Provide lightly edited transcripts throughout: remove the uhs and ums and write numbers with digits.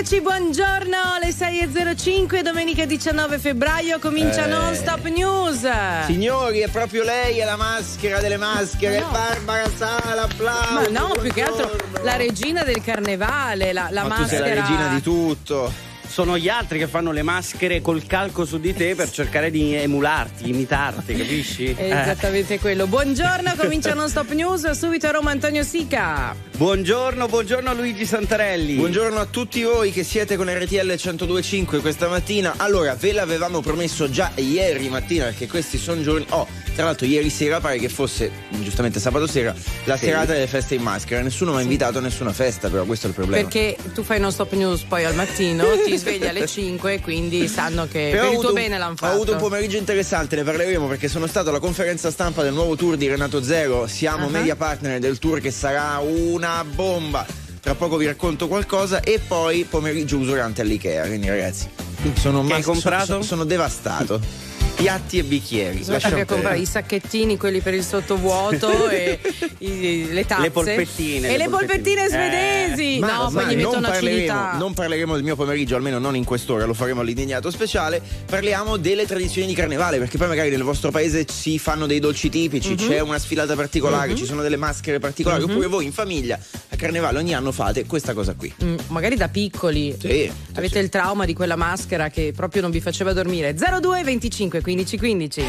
Eccoci, buongiorno, le 6.05, domenica 19 febbraio, comincia Non Stop News. Signori, è proprio lei, è la maschera delle maschere, no. Barbara Sala, applauso. Ma no, più che altro la regina del carnevale, la Ma maschera. tu sei la regina di tutto. Sono gli altri che fanno le maschere col calco su di te per cercare di emularti, imitarti, capisci? È esattamente quello. Buongiorno, comincia Non Stop News, subito a Roma Antonio Sica. Buongiorno a Luigi Santarelli. Buongiorno a tutti voi che siete con RTL 102.5 questa mattina. Allora, ve l'avevamo promesso già ieri mattina, perché questi sono giorni... tra l'altro ieri sera pare che fosse, giustamente sabato sera, la serata delle feste in maschera. Nessuno mi ha invitato a nessuna festa, però questo è il problema. Perché tu fai Non Stop News poi al mattino, ti svegli alle 5, quindi sanno che però per il tuo bene l'hanno fatto. Ho avuto un pomeriggio interessante, ne parleremo, perché sono stato alla conferenza stampa del nuovo tour di Renato Zero. Siamo media partner del tour, che sarà una bomba. Tra poco vi racconto qualcosa. E poi pomeriggio usurante all'IKEA. Quindi ragazzi, hai comprato? Sono devastato. Piatti e bicchieri. Che comprare i sacchettini, quelli per il sottovuoto e le tazze. Le polpettine. E le polpettine svedesi. Poi gli mettono acidità. Non parleremo del mio pomeriggio, almeno non in quest'ora, lo faremo all'indignato speciale. Parliamo delle tradizioni di carnevale, perché poi magari nel vostro paese si fanno dei dolci tipici, c'è una sfilata particolare, ci sono delle maschere particolari, oppure voi in famiglia a carnevale ogni anno fate questa cosa qui. Magari da piccoli. Sì. Avete il trauma di quella maschera che proprio non vi faceva dormire. 02 25 15 15.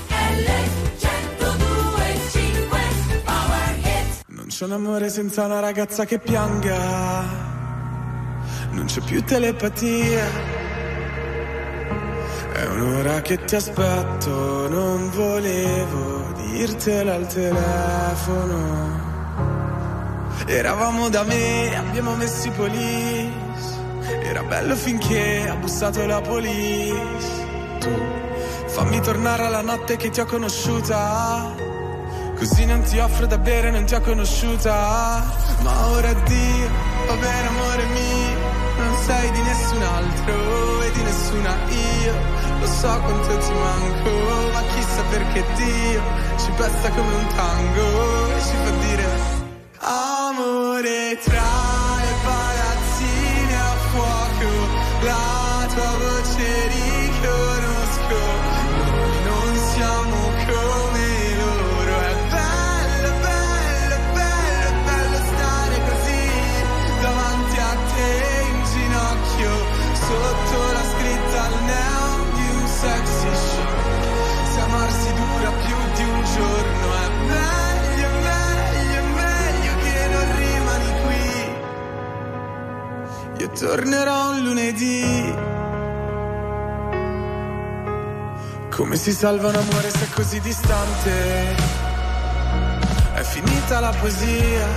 Non c'è un amore senza una ragazza che pianga, non c'è più telepatia. È un'ora che ti aspetto, non volevo dirtelo al telefono. Eravamo da me, abbiamo messo i police. Era bello finché ha bussato la police. Tu fammi tornare alla notte che ti ho conosciuta, così non ti offro da bere, non ti ho conosciuta. Ma ora addio, va bene amore mio, non sei di nessun altro e di nessuna io. Lo so quanto ti manco, ma chissà perché Dio ci pesta come un tango e ci fa dire amore tra le palazzine a fuoco. La tua voce riconosco, noi non siamo come loro. È bello, bello, bello, bello stare così davanti a te in ginocchio, sotto la scritta al neon di un sexy show. Se amarsi dura più di un giorno è meglio, meglio, meglio che non rimani qui. Io tornerò un lunedì. Come si salva un amore se è così distante? È finita la poesia.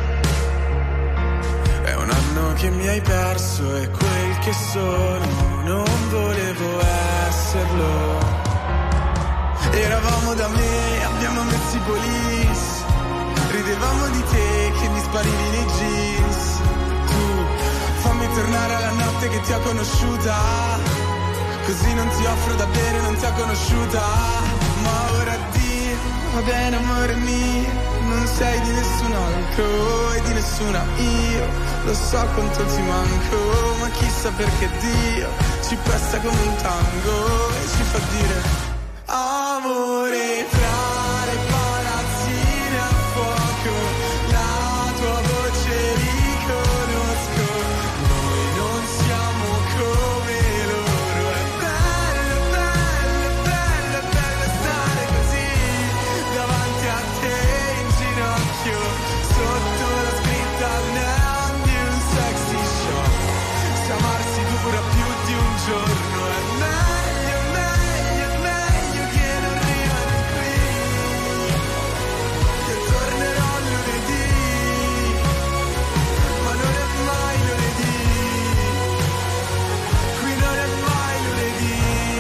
È un anno che mi hai perso e quel che sono non volevo esserlo. Eravamo da me, abbiamo messo i police. Ridevamo di te che mi sparivi nei jeans. Tu fammi tornare alla notte che ti ho conosciuta, così non ti offro da bere, non ti ho conosciuta. Ma ora addio, va bene amore mio, non sei di nessun altro e di nessuna io. Lo so quanto ti manco, ma chissà perché Dio ci pesta come un tango e ci fa dire amore tra le palazzine a fuoco. La tua voce riconosco, noi non siamo come loro. È bello, bello, bello, bello stare così davanti a te in ginocchio, sotto la scritta al neon di un sexy show. Se amarsi dura più di un giorno è meglio, meglio, meglio che non rimani qui. Io tornerò lunedì, ma non è mai lunedì. Qui non è mai lunedì.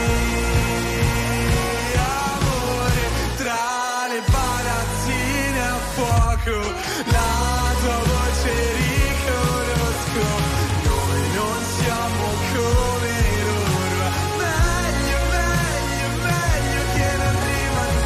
Amore tra le palazzine a fuoco, la tua voce riconosco, noi non siamo come loro. Meglio, meglio, meglio che non rimani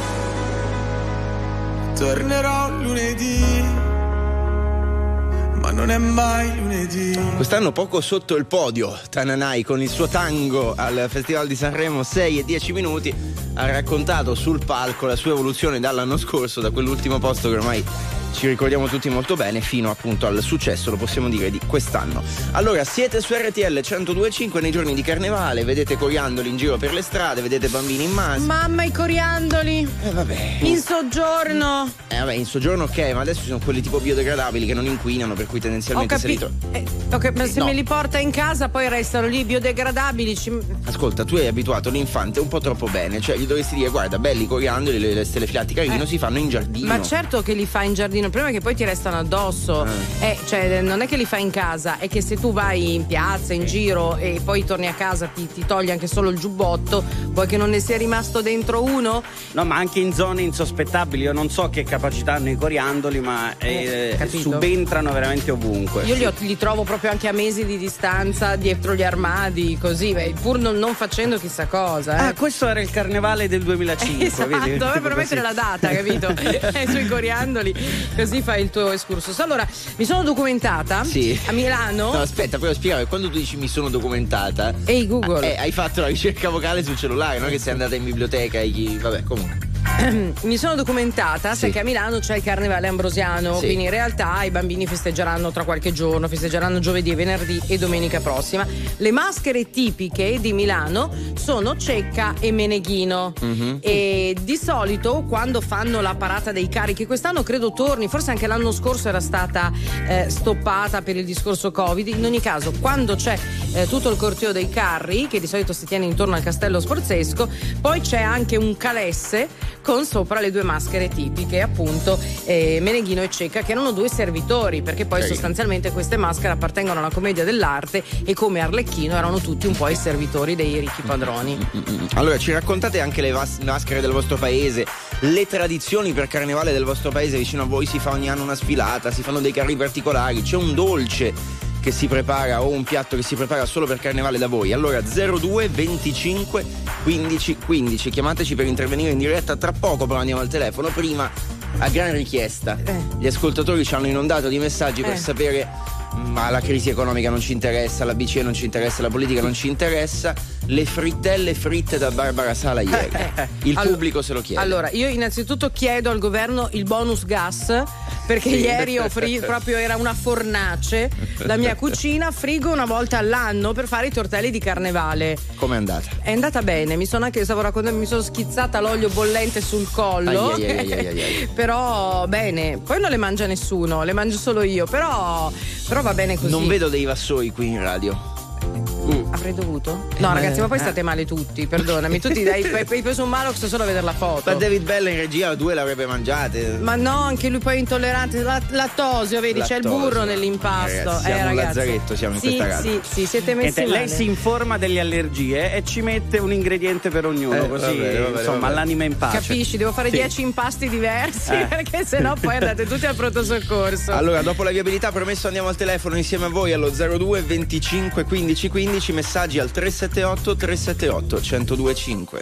qui. Tornerò lunedì, ma non è mai lunedì. Quest'anno poco sotto il podio, Tananai con il suo tango al Festival di Sanremo, 6 e 10 minuti, ha raccontato sul palco la sua evoluzione dall'anno scorso, da quell'ultimo posto che ormai ci ricordiamo tutti molto bene, fino appunto al successo, lo possiamo dire, di quest'anno. Allora, siete su RTL 102.5 nei giorni di carnevale, vedete coriandoli in giro per le strade, vedete bambini in maschera. Mamma, i coriandoli! Vabbè. In soggiorno! Vabbè, in soggiorno ok, ma adesso ci sono quelli tipo biodegradabili che non inquinano, per cui tendenzialmente se li ma se no. me li porta in casa poi restano lì biodegradabili. Ascolta, tu hai abituato l'infante un po' troppo bene, cioè gli dovresti dire guarda, belli coriandoli, le stelle filati carino, si fanno in giardino. Ma certo che li fa in giardino, il problema è che poi ti restano addosso. Cioè non è che li fa in casa, è che se tu vai in piazza, in giro e poi torni a casa ti togli anche solo il giubbotto, vuoi che non ne sia rimasto dentro uno? No, ma anche in zone insospettabili, io non so che capacità hanno i coriandoli, ma subentrano veramente ovunque. Io li trovo proprio anche a mesi di distanza dietro gli armadi, così, pur non facendo chissà cosa. Questo era il carnevale del 2005. Esatto, vedi? per mettere la data, capito? Sui coriandoli, così fai il tuo excursus. Allora, mi sono documentata a Milano. No, aspetta, poi lo spiegare. Quando tu dici mi sono documentata, ehi Google, hai fatto la ricerca vocale sul cellulare, non che sei andata in biblioteca vabbè, comunque. Mi sono documentata, sai che a Milano c'è il carnevale ambrosiano, quindi in realtà i bambini festeggeranno tra qualche giorno, festeggeranno giovedì, venerdì e domenica prossima. Le maschere tipiche di Milano sono Cecca e Meneghino, e di solito quando fanno la parata dei carri, che quest'anno credo torni, forse anche l'anno scorso era stata stoppata per il discorso Covid, in ogni caso quando c'è tutto il corteo dei carri, che di solito si tiene intorno al castello Sforzesco, poi c'è anche un calesse con sopra le due maschere tipiche, appunto Meneghino e Cecca, che erano due servitori, perché poi sostanzialmente queste maschere appartengono alla commedia dell'arte e come Arlecchino erano tutti un po' i servitori dei ricchi padroni. Allora, ci raccontate anche le maschere del vostro paese, le tradizioni per carnevale del vostro paese? Vicino a voi si fa ogni anno una sfilata, si fanno dei carri particolari, c'è un dolce che si prepara o un piatto che si prepara solo per carnevale da voi? Allora 02 25 15 15, chiamateci per intervenire in diretta, tra poco però andiamo al telefono. Prima, a gran richiesta, gli ascoltatori ci hanno inondato di messaggi per sapere ma la crisi economica non ci interessa, la BCE non ci interessa, la politica non ci interessa, le frittelle fritte da Barbara Sala ieri. Il pubblico se lo chiede. Allora, io innanzitutto chiedo al governo il bonus gas, perché ieri proprio era una fornace la mia cucina, frigo una volta all'anno per fare i tortelli di carnevale. Com'è andata? È andata bene, mi sono schizzata l'olio bollente sul collo. Però bene, poi non le mangia nessuno, le mangio solo io, però va bene così. Non vedo dei vassoi qui in radio. Avrei dovuto? No, ragazzi, ma poi state male tutti, perdonami. Tu ti dai preso un Malox solo a vedere la foto. Ma David Bella in regia 2 l'avrebbe mangiate. Ma no, anche lui poi è intollerante. Lattosio, vedi, c'è il burro nell'impasto. Siamo un lazzaretto, siamo in questa casa. Sì, siete messi male. Lei si informa delle allergie e ci mette un ingrediente per ognuno, così insomma l'anima in pace. Capisci? Devo fare 10 impasti diversi perché sennò poi andate tutti al pronto soccorso. Allora, dopo la viabilità, promesso, andiamo al telefono insieme a voi allo 02 25 15 15, messaggi al 378 378 1025.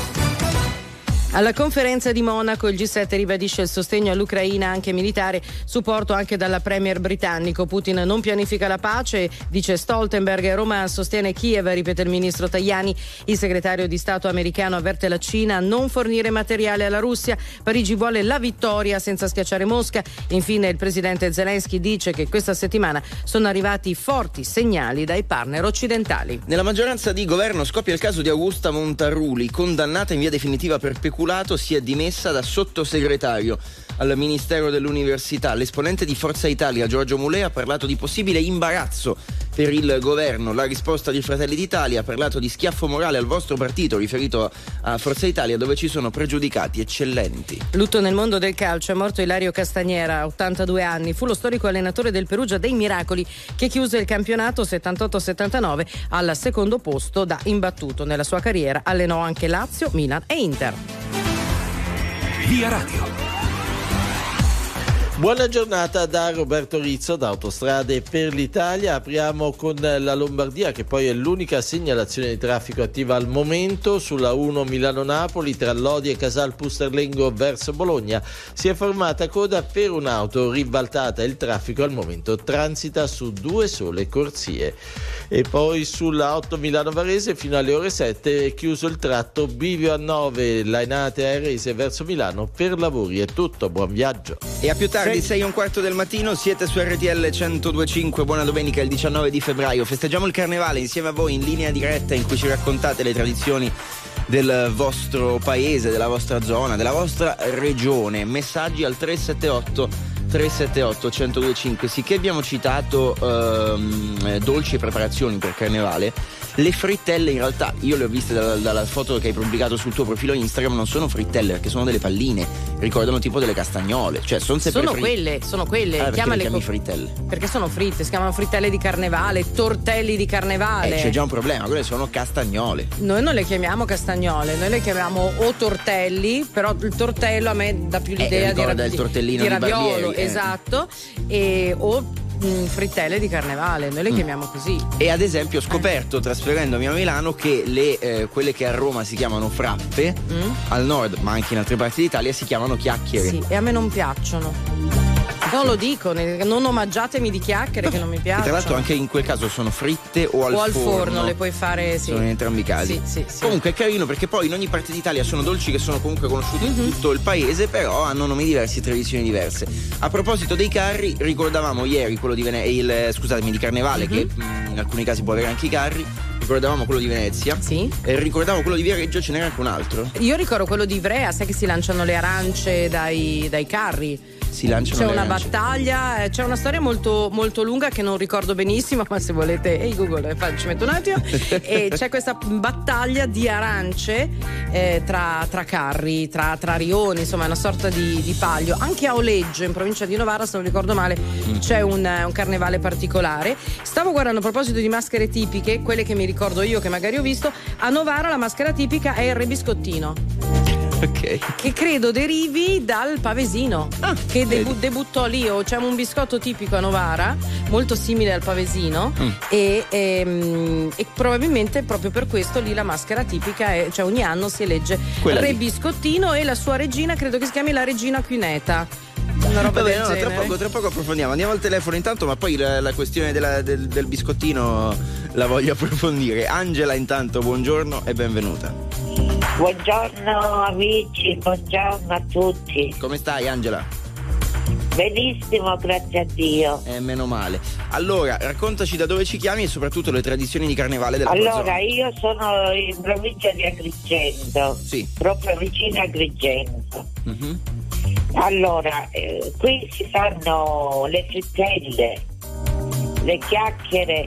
Alla conferenza di Monaco il G7 ribadisce il sostegno all'Ucraina anche militare, supporto anche dalla premier britannico. Putin non pianifica la pace, dice Stoltenberg. Roma sostiene Kiev, ripete il ministro Tajani. Il segretario di Stato americano avverte la Cina a non fornire materiale alla Russia. Parigi vuole la vittoria senza schiacciare Mosca. Infine il presidente Zelensky dice che questa settimana sono arrivati forti segnali dai partner occidentali. Nella maggioranza di governo scoppia il caso di Augusta Montarruli, condannata in via definitiva per peculato, si è dimessa da sottosegretario al Ministero dell'Università. L'esponente di Forza Italia Giorgio Mulè ha parlato di possibile imbarazzo per il governo. La risposta di Fratelli d'Italia ha parlato di schiaffo morale al vostro partito, riferito a Forza Italia, dove ci sono pregiudicati eccellenti. Lutto nel mondo del calcio, è morto Ilario Castagnera, 82 anni, fu lo storico allenatore del Perugia dei Miracoli, che chiuse il campionato 78-79 al secondo posto da imbattuto. Nella sua carriera allenò anche Lazio, Milan e Inter. Via Radio. Buona giornata da Roberto Rizzo da Autostrade per l'Italia. Apriamo con la Lombardia, che poi è l'unica segnalazione di traffico attiva al momento sulla 1 Milano-Napoli tra Lodi e Casal Pusterlengo verso Bologna. Si è formata coda per un'auto ribaltata. Il traffico al momento transita su 2 sole corsie. E poi sulla 8 Milano-Varese fino alle ore 7 è chiuso il tratto Bivio a 9 Lainate Airese verso Milano per lavori. È tutto, buon viaggio. E a più tardi, 6:15 del mattino, siete su RTL 102.5. Buona domenica, il 19 di febbraio. Festeggiamo il carnevale insieme a voi in linea diretta, in cui ci raccontate le tradizioni del vostro paese, della vostra zona, della vostra regione. Messaggi al 378 1025. Sicché abbiamo citato dolci e preparazioni per carnevale. Le frittelle, in realtà, io le ho viste dalla foto che hai pubblicato sul tuo profilo Instagram, non sono frittelle perché sono delle palline, ricordano tipo delle castagnole, cioè sono sempre sono quelle. Perché le chiami frittelle? Perché sono fritte, si chiamano frittelle di carnevale, tortelli di carnevale. C'è già un problema, quelle sono castagnole. Noi non le chiamiamo castagnole, noi le chiamiamo o tortelli, però il tortello a me dà più l'idea del tortellino di di raviolo, Barbieri, esatto, o frittelle di carnevale, noi le chiamiamo così. E ad esempio ho scoperto trasferendomi a Milano che quelle che a Roma si chiamano frappe, al nord ma anche in altre parti d'Italia si chiamano chiacchiere. Sì, e a me non piacciono. Non lo dico, non omaggiatemi di chiacchiere che non mi piacciono. E tra l'altro anche in quel caso sono fritte o al forno. Le puoi fare, sì. Sono in entrambi i casi. Sì. Comunque è carino perché poi in ogni parte d'Italia sono dolci che sono comunque conosciuti in tutto il paese, però hanno nomi diversi e tradizioni diverse. A proposito dei carri, ricordavamo ieri quello di di Carnevale, che in alcuni casi può avere anche i carri. Ricordavamo quello di Venezia. Sì. E ricordavo quello di Viareggio, ce n'era anche un altro. Io ricordo quello di Ivrea, sai che si lanciano le arance dai carri. Si lanciano c'è le una arance. battaglia, c'è una storia molto, molto lunga che non ricordo benissimo, ma se volete, Google, ci metto un attimo. E c'è questa battaglia di arance tra carri, tra rioni, insomma, una sorta di palio. Anche a Oleggio, in provincia di Novara, se non ricordo male, c'è un carnevale particolare. Stavo guardando a proposito di maschere tipiche, quelle che mi ricordo io, che magari ho visto. A Novara la maschera tipica è il re biscottino. Ok. Che credo derivi dal pavesino, che debuttò lì. C'è un biscotto tipico a Novara molto simile al pavesino e probabilmente proprio per questo lì la maschera tipica è, cioè ogni anno si elegge quella re lì. Biscottino e la sua regina credo che si chiami la regina Cuneta. Una roba del genere. Tra poco approfondiamo. Andiamo al telefono intanto, ma poi la questione del biscottino la voglio approfondire. Angela, intanto buongiorno e benvenuta. Buongiorno amici, buongiorno a tutti. Come stai, Angela? Benissimo, grazie a Dio. Meno male. Allora, raccontaci da dove ci chiami e soprattutto le tradizioni di carnevale della tua zona. Allora, io sono in provincia di Agrigento, sì, proprio vicino a Agrigento. Mm-hmm. Allora, qui si fanno le frittelle, le chiacchiere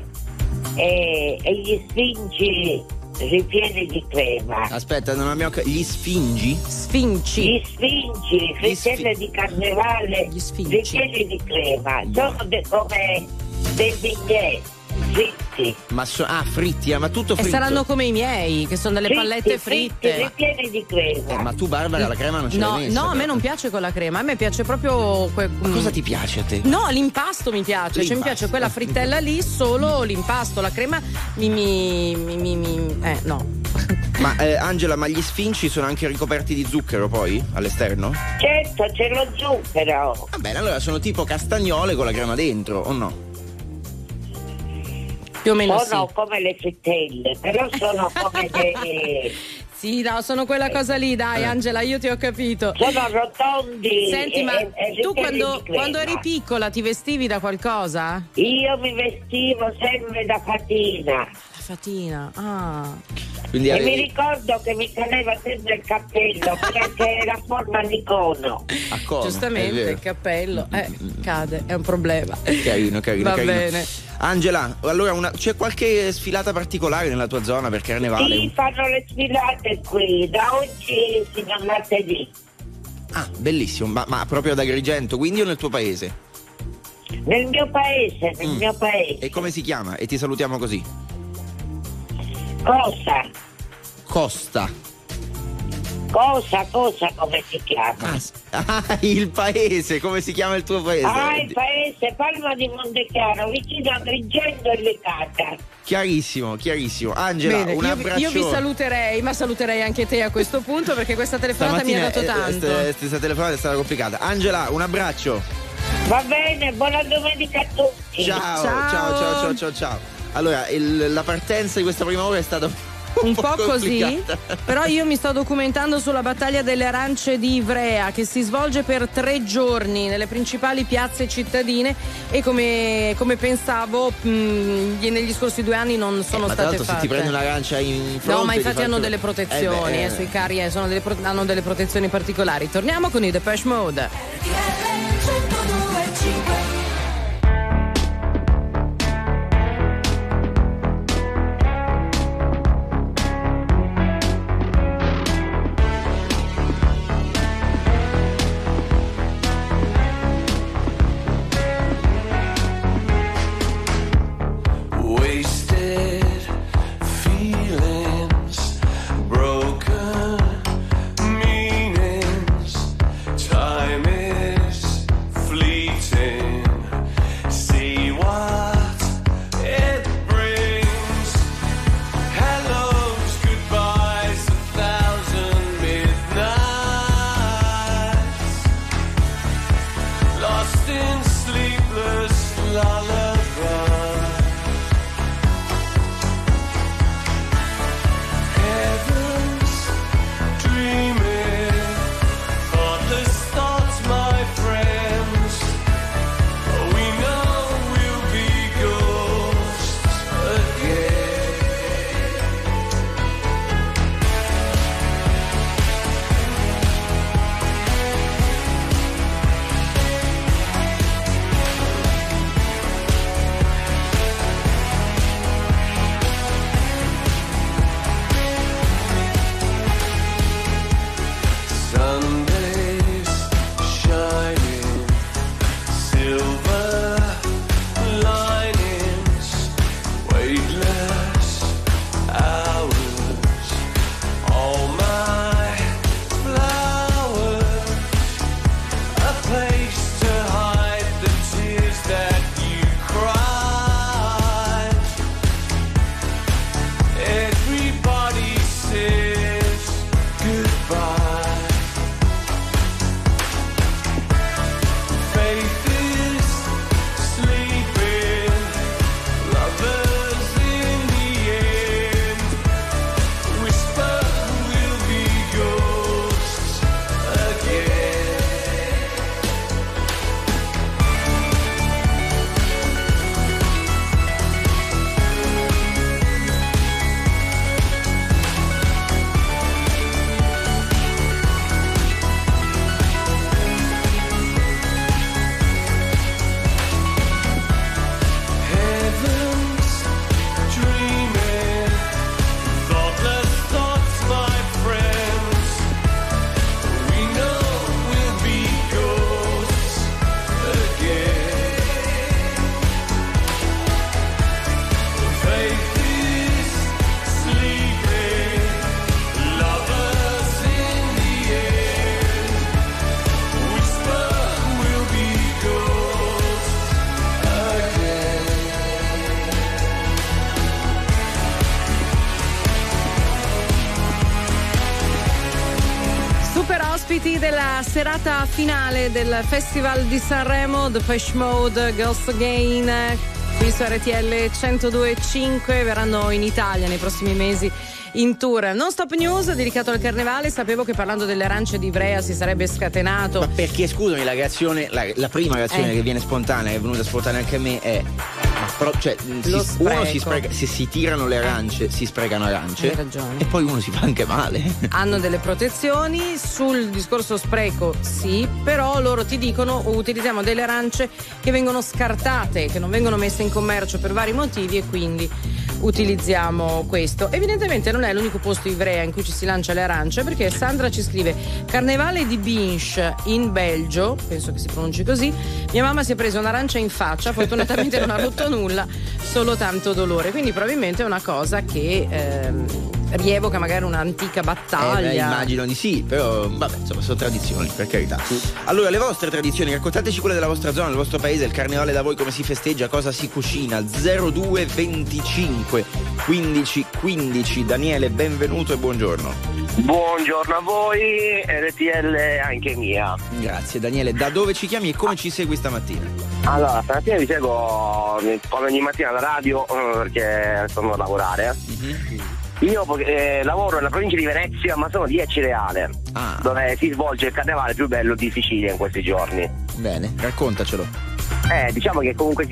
e gli sfingi ripieni di crema. Aspetta, non abbiamo gli sfingi? Gli sfingi, frittelle di carnevale ripieni di crema. Sono come dei bignè fritti. Ma fritti, ma tutto fritto. E saranno come i miei, che sono delle pallette fritte. Ripieni di crema. Ma tu, Barbara, la crema non ce l'hai messa? No, a me non piace con la crema, a me piace proprio Ma cosa ti piace a te? No, l'impasto mi piace, cioè mi piace quella frittella lì, solo l'impasto, la crema no. Ma Angela, ma gli sfinci sono anche ricoperti di zucchero poi all'esterno? Certo, c'è lo zucchero. Va bene, allora sono tipo castagnole con la crema dentro, o no? Più o meno sono come le frittelle, però sono come dei... Sì, no, sono quella cosa lì, dai Angela, io ti ho capito. Sono rotondi. Senti, ma tu quando eri piccola ti vestivi da qualcosa? Io mi vestivo sempre da fatina. Da fatina, Quindi e mi ricordo che mi cadeva sempre il cappello perché era a forma di cono. A cono, giustamente il cappello cade, è un problema. Carino. Va bene. Angela, allora c'è qualche sfilata particolare nella tua zona per carnevale? Sì, fanno le sfilate qui, da oggi fino a martedì. Ah, bellissimo, ma proprio ad Agrigento, quindi o nel tuo paese? Nel mio paese, mio paese. E come si chiama? E ti salutiamo così. Cosa, come si chiama? Il paese, come si chiama il tuo paese? Il paese, Palma di Montechiaro, vicino a Agrigento e Lecata. Chiarissimo. Angela, bene, un abbraccio. Io vi saluterei, ma saluterei anche te a questo punto, perché questa telefonata mi ha dato tanto. Questa telefonata è stata complicata. Angela, un abbraccio. Va bene, buona domenica a tutti. Ciao. Allora, la partenza di questa prima ora è stata un po' così, però io mi sto documentando sulla battaglia delle arance di Ivrea, che si svolge per 3 giorni nelle principali piazze cittadine, e come pensavo negli scorsi 2 anni non sono state fatte. Se ti prendi un'arancia in fronte, no, ma infatti hanno delle protezioni sui carri, hanno delle protezioni particolari. Torniamo con i Depeche Mode. Della serata finale del Festival di Sanremo, Depeche Mode, Girls Again, qui su RTL 102.5, verranno in Italia nei prossimi mesi in tour. Non Stop News dedicato al carnevale. Sapevo che parlando delle arance di Ivrea si sarebbe scatenato. Ma perché, scusami, la reazione, la prima reazione che viene spontanea, che è venuta spontanea anche a me, è uno si spreca, se si tirano le arance si sprecano arance. Hai ragione. E poi uno si fa anche male. Hanno delle protezioni. Sul discorso spreco sì, però loro ti dicono utilizziamo delle arance che vengono scartate, che non vengono messe in commercio per vari motivi, e quindi utilizziamo questo. Evidentemente non è l'unico posto Ivrea in cui ci si lancia le arance, perché Sandra ci scrive: Carnevale di Binche in Belgio, penso che si pronunci così, mia mamma si è presa un'arancia in faccia, fortunatamente non ha rotto nulla, solo tanto dolore, quindi probabilmente è una cosa che rievoca magari un'antica battaglia. Immagino di sì, però vabbè, insomma, sono tradizioni, per carità. Allora, le vostre tradizioni, raccontateci quelle della vostra zona, del vostro paese, il carnevale da voi come si festeggia, cosa si cucina. 02 25 15 15. Daniele, benvenuto e buongiorno. Buongiorno a voi, RTL anche mia. Grazie Daniele, da dove ci chiami e come ci segui stamattina? Allora, stamattina vi seguo come ogni mattina alla radio perché sono a lavorare. Io lavoro nella provincia di Venezia, ma sono di Ecireale, dove si svolge il carnevale più bello di Sicilia in questi giorni. Bene, raccontacelo. Diciamo che comunque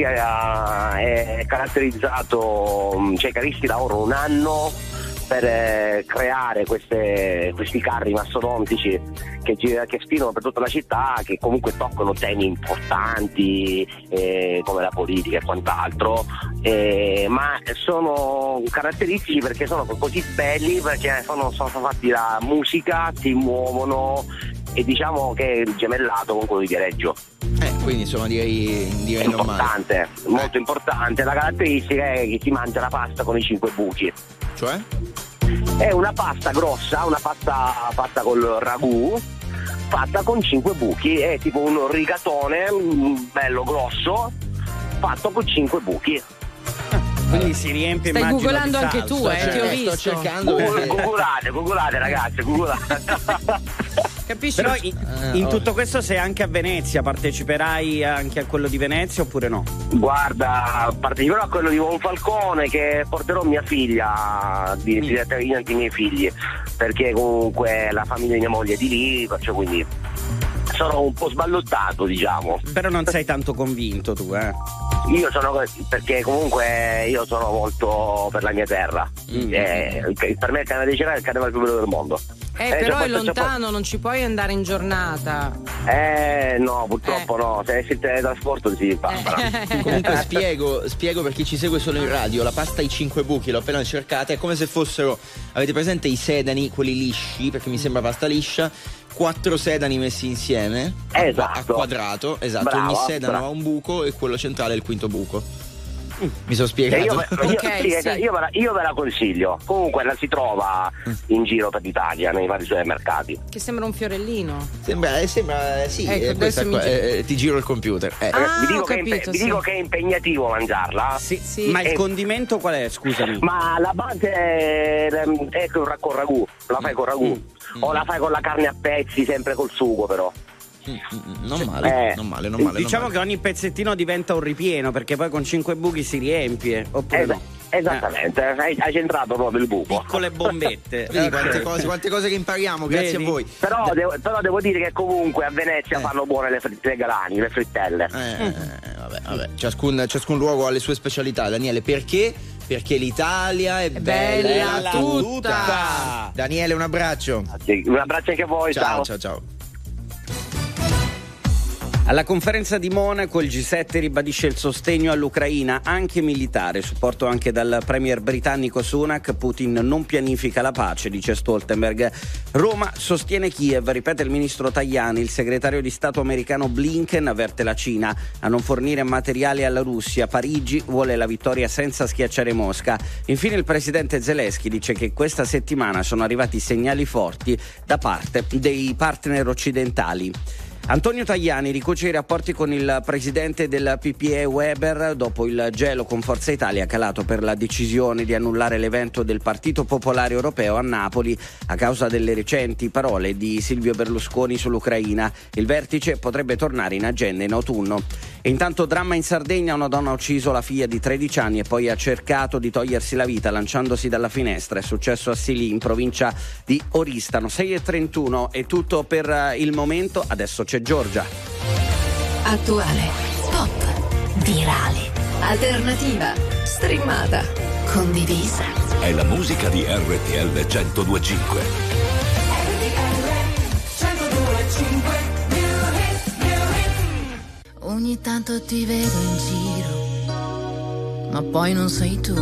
è caratterizzato, cioè i caristi lavorano un anno per creare questi carri mastodontici che spinano per tutta la città, che comunque toccano temi importanti come la politica e quant'altro, ma sono caratteristici perché sono così belli, perché sono fatti da musica, si muovono, e diciamo che è il gemellato con quello di Viareggio. Quindi insomma direi importante, molto importante. La caratteristica è che si mangia la pasta con i 5 buchi. Cioè? È una pasta grossa, una pasta fatta col ragù, fatta con 5 buchi, è tipo un rigatone bello grosso, fatto con 5 buchi. Quindi si riempie. Stai immagino, googolando di anche tu, ti ho visto. Sto cercando. Googolate ragazzi, googolate. Capisci? Però in tutto questo sei anche a Venezia, parteciperai anche a quello di Venezia oppure no? Guarda, parteciperò a quello di Monfalcone, che porterò mia figlia direttamente i miei figli, perché comunque la famiglia di mia moglie è di lì, perciò quindi sono un po' sballottato, diciamo. Però non sei tanto convinto tu, Io sono, perché comunque io sono molto per la mia terra. Per me il canale di Cerare è il carnevale più bello del mondo. Però è lontano, non ci puoi andare in giornata. No, purtroppo no, se il teletrasporto si fa. Comunque spiego per chi ci segue solo in radio, la pasta ai 5 buchi l'ho appena cercata, è come se fossero, avete presente i sedani, quelli lisci, perché mi sembra pasta liscia, 4 sedani messi insieme a quadrato, esatto. Bravo, ogni sedano ha un buco e quello centrale è il quinto buco. Mi sono spiegato. Io ve la consiglio. Comunque la si trova in giro per l'Italia nei vari supermercati. Che sembra un fiorellino. Sembra sì. Ti giro il computer. Vi dico che è impegnativo mangiarla. Sì. Ma il condimento qual è? Scusami. Ma la base è con ragù. La fai con ragù. O la fai con la carne a pezzi, sempre col sugo però. Non male. Diciamo che ogni pezzettino diventa un ripieno, perché poi con 5 buchi si riempie, oppure no? Esattamente, hai centrato proprio il buco. Piccole bombette. Quante cose che impariamo, grazie a voi. Però devo dire che comunque a Venezia fanno buone le galani, le frittelle. Vabbè. Ciascun luogo ha le sue specialità, Daniele, perché? Perché l'Italia è bella tutta. Daniele, un abbraccio. Un abbraccio anche a voi. Ciao. Alla conferenza di Monaco il G7 ribadisce il sostegno all'Ucraina, anche militare, supporto anche dal premier britannico Sunak. Putin non pianifica la pace, dice Stoltenberg. Roma sostiene Kiev, ripete il ministro Tajani. Il segretario di Stato americano Blinken avverte la Cina a non fornire materiali alla Russia. Parigi vuole la vittoria senza schiacciare Mosca. Infine il presidente Zelensky dice che questa settimana sono arrivati segnali forti da parte dei partner occidentali. Antonio Tajani ricuce i rapporti con il presidente del PPE Weber dopo il gelo con Forza Italia calato per la decisione di annullare l'evento del Partito Popolare Europeo a Napoli a causa delle recenti parole di Silvio Berlusconi sull'Ucraina. Il vertice potrebbe tornare in agenda in autunno. E intanto dramma in Sardegna, una donna ha ucciso la figlia di 13 anni e poi ha cercato di togliersi la vita lanciandosi dalla finestra. È successo a Silì, in provincia di Oristano. 6:31 è tutto per il momento, adesso c'è Giorgia. Attuale, pop, virale, alternativa, streamata, condivisa. È la musica di RTL 102.5. Ogni tanto ti vedo in giro, ma poi non sei tu.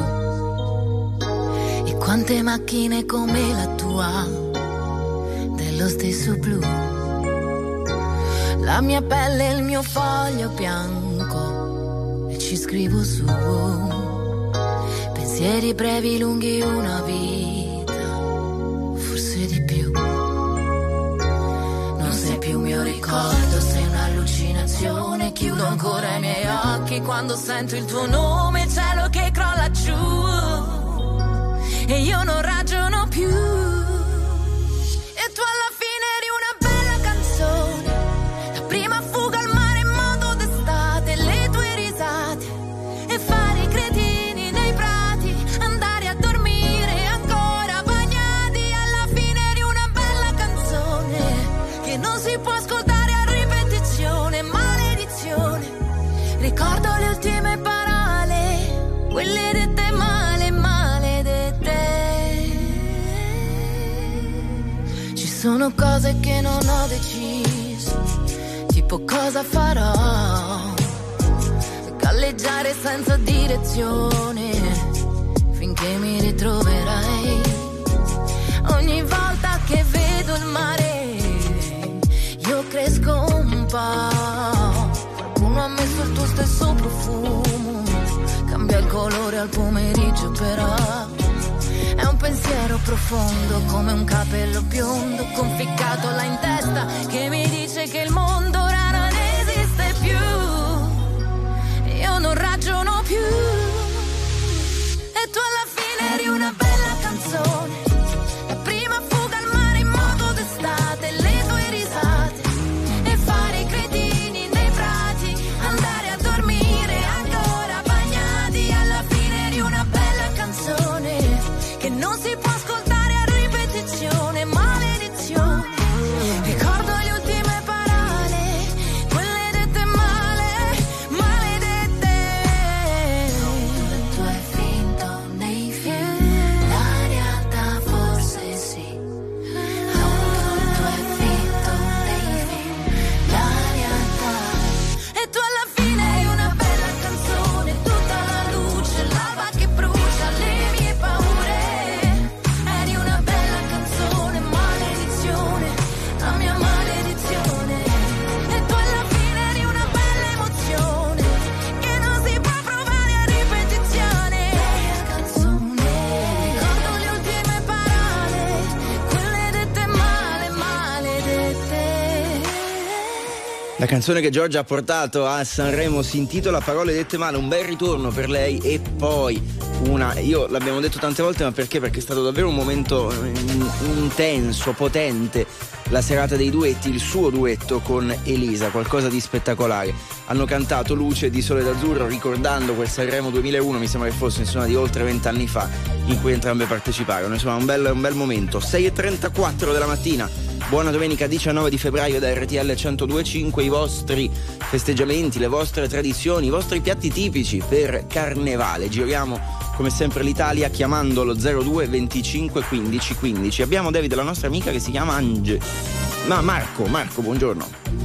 E quante macchine come la tua, dello stesso blu. La mia pelle è il mio foglio bianco e ci scrivo su. Pensieri brevi, lunghi, una vita. io ricordo, sei un'allucinazione. Chiudo ancora i miei occhi quando sento il tuo nome, cielo che crolla giù e io non ragiono più. E tu alla fine eri una bella canzone, la prima fuga al mare in modo d'estate, le tue risate e fare i cretini nei prati, andare a dormire ancora bagnati. Alla fine eri una bella canzone che non si può ascoltare a ripetizione, maledizione. Ricordo le ultime parole, quelle dette male, maledette. Ci sono cose che non ho deciso, tipo cosa farò, galleggiare senza direzione finché mi ritroverai. Ogni volta che vedo il mare io cresco un po'. Qualcuno ha messo il tuo stesso profumo, cambia il colore al pomeriggio, però è un pensiero profondo come un capello biondo conficcato là in testa che mi dice che il mondo ora non esiste più. Io non ragiono più. E tu alla fine eri una bella canzone, la prima fuga al mare in modo d'estate, le tue risate e fare i cretini nei prati, andare a dormire ancora bagnati. Alla fine eri una bella canzone che non si può ascoltare a ripetizione, maledizione. Ricordo le ultime parole, quelle dette male, maledette. Tutto è finto nei film, la realtà forse sì. Tutto è finto nei film, la realtà. E tu alla fine hai una bella canzone, tutta la luce, lava che brucia le mie paure. Eri una bella canzone, maledizione, la mia maledizione. E tu alla fine eri una bella emozione che non si può provare a ripetizione. Bella canzone, ricordo le ultime parole, quelle dette male, maledette. La canzone che Giorgia ha portato a Sanremo si intitola Parole dette male, un bel ritorno per lei. E poi io l'abbiamo detto tante volte, ma perché? Perché è stato davvero un momento intenso, potente, la serata dei duetti, il suo duetto con Elisa, qualcosa di spettacolare. Hanno cantato Luce di Sole d'Azzurro ricordando quel Sanremo 2001, mi sembra che fosse insomma di oltre 20 anni fa, in cui entrambe parteciparono. Insomma un bel momento. 6:34 della mattina. Buona domenica 19 di febbraio da RTL 102.5, i vostri festeggiamenti, le vostre tradizioni, i vostri piatti tipici per Carnevale. Giriamo come sempre l'Italia chiamando lo 02 25 15 15. Abbiamo David, la nostra amica che si chiama Ange. Ma Marco, buongiorno.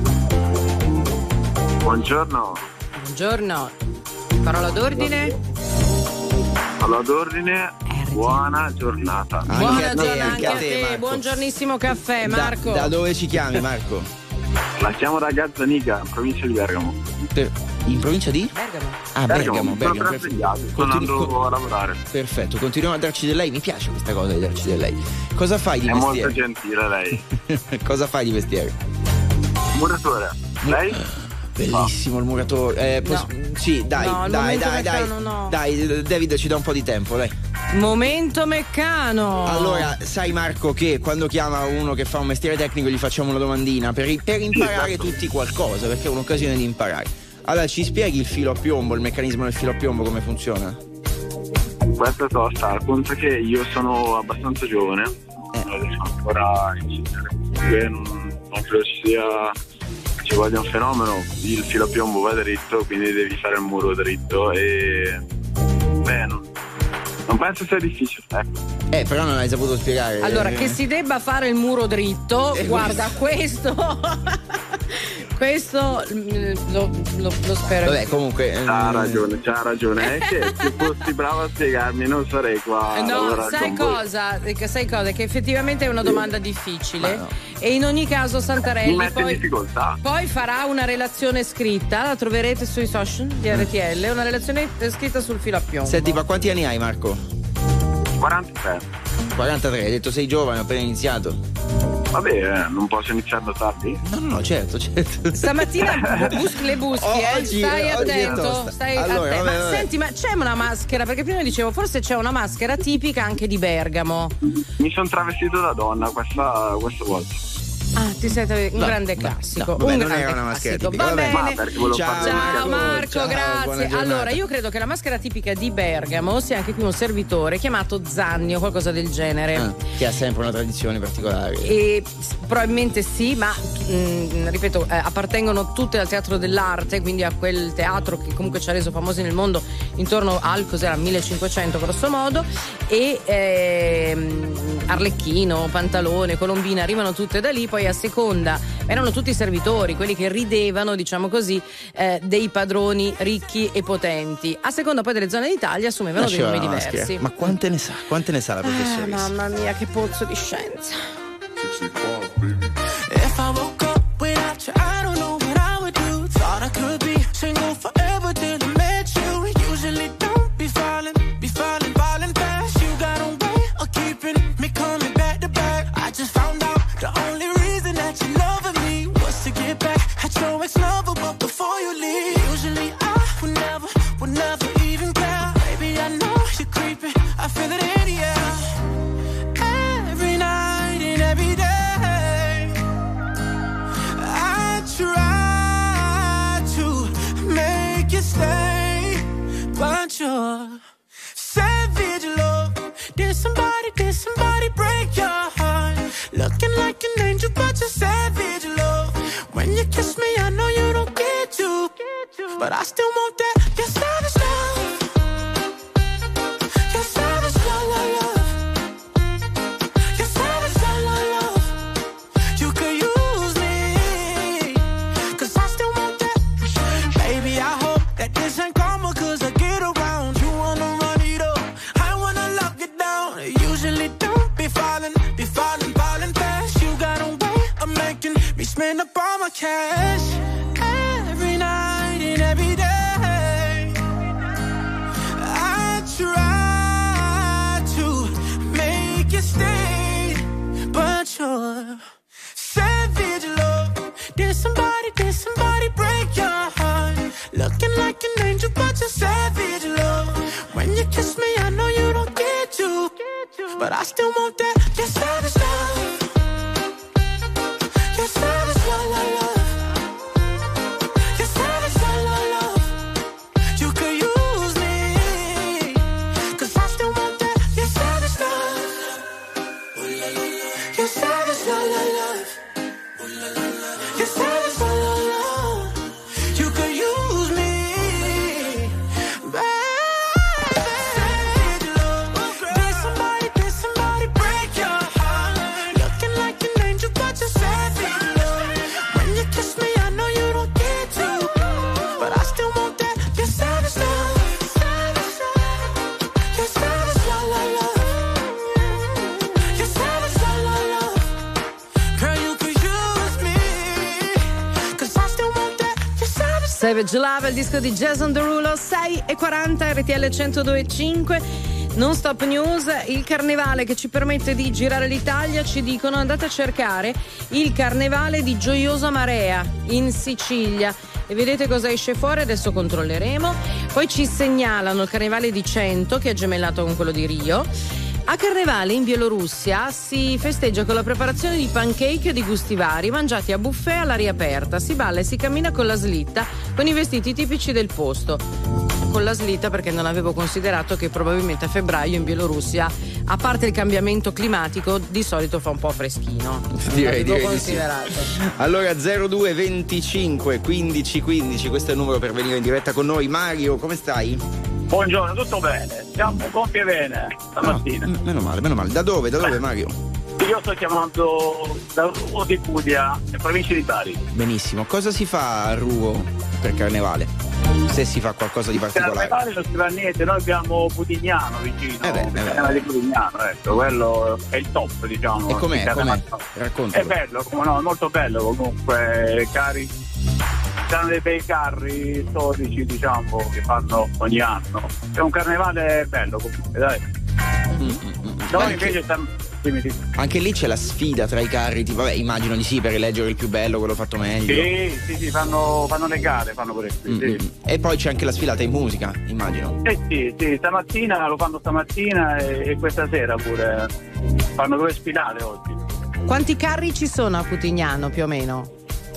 Buongiorno. Buongiorno. Parola d'ordine? Parola d'ordine. Buona giornata. Buona giornata anche a te, Marco. Buongiornissimo caffè, Marco. Da dove ci chiami, Marco? La chiamo da Gazzanica, in provincia di Bergamo. In provincia di? Bergamo. Ah, Bergamo. Sto andando a lavorare. Perfetto, continuiamo a darci del lei. Mi piace questa cosa di darci del lei. Cosa fai di È mestiere? molto gentile lei. Cosa fai di mestiere? Muratore. Lei? Bellissimo il muratore. No. Sì, dai, No, dai, no. dai, David ci dà un po' di tempo, dai. Momento Meccano. Allora, sai Marco che quando chiama uno che fa un mestiere tecnico gli facciamo una domandina per imparare esatto. tutti qualcosa, perché è un'occasione di imparare. Allora, ci spieghi il filo a piombo, il meccanismo del filo a piombo, come funziona? Questa è tosta, conta che io sono abbastanza giovane, non riesco ancora a iniziare. Non credo ci voglia un fenomeno, il filo a piombo va dritto, quindi devi fare il muro dritto e non penso sia difficile, ecco. Però non hai saputo spiegare. Allora, che si debba fare il muro dritto, guarda, questo lo spero. Vabbè, comunque. C'ha ragione. È che se fossi bravo a spiegarmi non sarei qua. No, sai cosa? Che effettivamente è una domanda difficile. No. E in ogni caso Santarelli mi mette in difficoltà. Poi farà una relazione scritta, la troverete sui social di RTL, una relazione scritta sul filo a piombo. Senti, ma quanti anni hai, Marco? 43. 43, hai detto sei giovane, ho appena iniziato. Vabbè, non posso iniziare da tardi? No, certo. Stamattina le buschi, oggi stai è attento. tosta. Stai Allora, attento. vabbè. Ma senti, ma c'è una maschera? Perché prima dicevo, forse c'è una maschera tipica anche di Bergamo. Mi sono travestito da donna questa volta. Ah, ti sei un grande classico. vabbè, un non grande era una maschera classico. tipica, Va vabbè. bene. perché volevo fare Ciao Marco, ciao, buona grazie. giornata. Allora, io credo che la maschera tipica di Bergamo sia anche qui un servitore chiamato Zanni o qualcosa del genere. Che ha sempre una tradizione particolare. E probabilmente sì, ma ripeto, appartengono tutte al teatro dell'arte, quindi a quel teatro che comunque ci ha reso famosi nel mondo intorno al 1500 grosso modo. E Arlecchino, Pantalone, Colombina arrivano tutte da lì, poi a seconda erano tutti servitori, quelli che ridevano, diciamo così, dei padroni ricchi e potenti. A seconda poi delle zone d'Italia assumevano dei nomi diversi. Ma quante ne sa? Quante ne sa la professoressa? Mamma mia, che pozzo di scienza. If I woke up without you, I don't know what I would do. Thought I could be single forever till I met you. Usually don't be falling fast. You got a way of keeping me coming back to back. I just found out the only reason that you loving me was to get back at your ex-lover, but before you leave, usually I would never even care. Baby, I know you're creeping, I feel it in the air. Every night and every day, I try to make you stay, but you're savage love. Did somebody break your heart? Looking like an angel, but you're savage love. When you kiss me, I know you don't get to, but I still want that. You're savage love. You're savage love, love. You're savage love, love. You could use me, 'cause I still want that. Baby, I hope that this ain't karma, 'cause I get around. You wanna run it up, I wanna lock it down. Usually don't be falling fast. You got a way of making me spend up all my cash. Every night and every day, I try to make you stay, but you're savage love. Did somebody break your heart? Looking like an angel, but you're savage love. When you kiss me, I know you don't get to, but I still want that. You're savage love. You're savage love, love, love. You're savage love, love, love. You could use me, 'cause I still want that. You're savage love. You're savage love, love, love. You're savage love, love, love. You could use me, baby. Did somebody break your heart? Looking like an angel, but you're savage love. When you kiss me, I know you don't get to, but I still want that. You're savage love. You're savage love, love, love. You're savage love, love, love. Girl, you could use me, 'cause I still want that. You're savage. Savage Love, il disco di Jason Derulo. 6:40 RTL 102.5. Non Stop News, il carnevale che ci permette di girare l'Italia. Ci dicono andate a cercare il carnevale di Gioiosa Marea in Sicilia e vedete cosa esce fuori. Adesso controlleremo. Poi ci segnalano il carnevale di Cento, che è gemellato con quello di Rio. A Carnevale in Bielorussia si festeggia con la preparazione di pancake di gusti vari mangiati a buffet all'aria aperta. Si balla e si cammina con la slitta, con i vestiti tipici del posto. Con la slitta perché non avevo considerato che probabilmente a febbraio in Bielorussia, a parte il cambiamento climatico, di solito fa un po' freschino. Direi di sì. Considerato. Allora 02 25 15 15, questo è il numero per venire in diretta con noi. Mario, come stai? Buongiorno, tutto bene? Siamo gonfie bene stamattina. Meno male. Da dove Mario? Io sto chiamando da Ruvo di Puglia, in provincia di Bari. Benissimo, cosa si fa a Ruvo per Carnevale? Se si fa qualcosa di particolare? Carnevale non si fa niente, noi abbiamo Putignano vicino, beh. di Putignano, ecco, quello è il top, diciamo. E com'è? Raccontalo. È bello, è molto bello comunque, cari. C'hanno dei bei carri storici, diciamo, che fanno ogni anno. È un carnevale bello comunque, dai. Noi invece Dimmi. Anche lì c'è la sfida tra i carri, tipo, vabbè, immagino di sì, per eleggere il più bello, quello fatto meglio. Sì, fanno le gare, fanno pure qui. Sì. E poi c'è anche la sfilata in musica, immagino. Sì, stamattina lo fanno e questa sera pure. Fanno 2 sfilate oggi. Quanti carri ci sono a Putignano più o meno?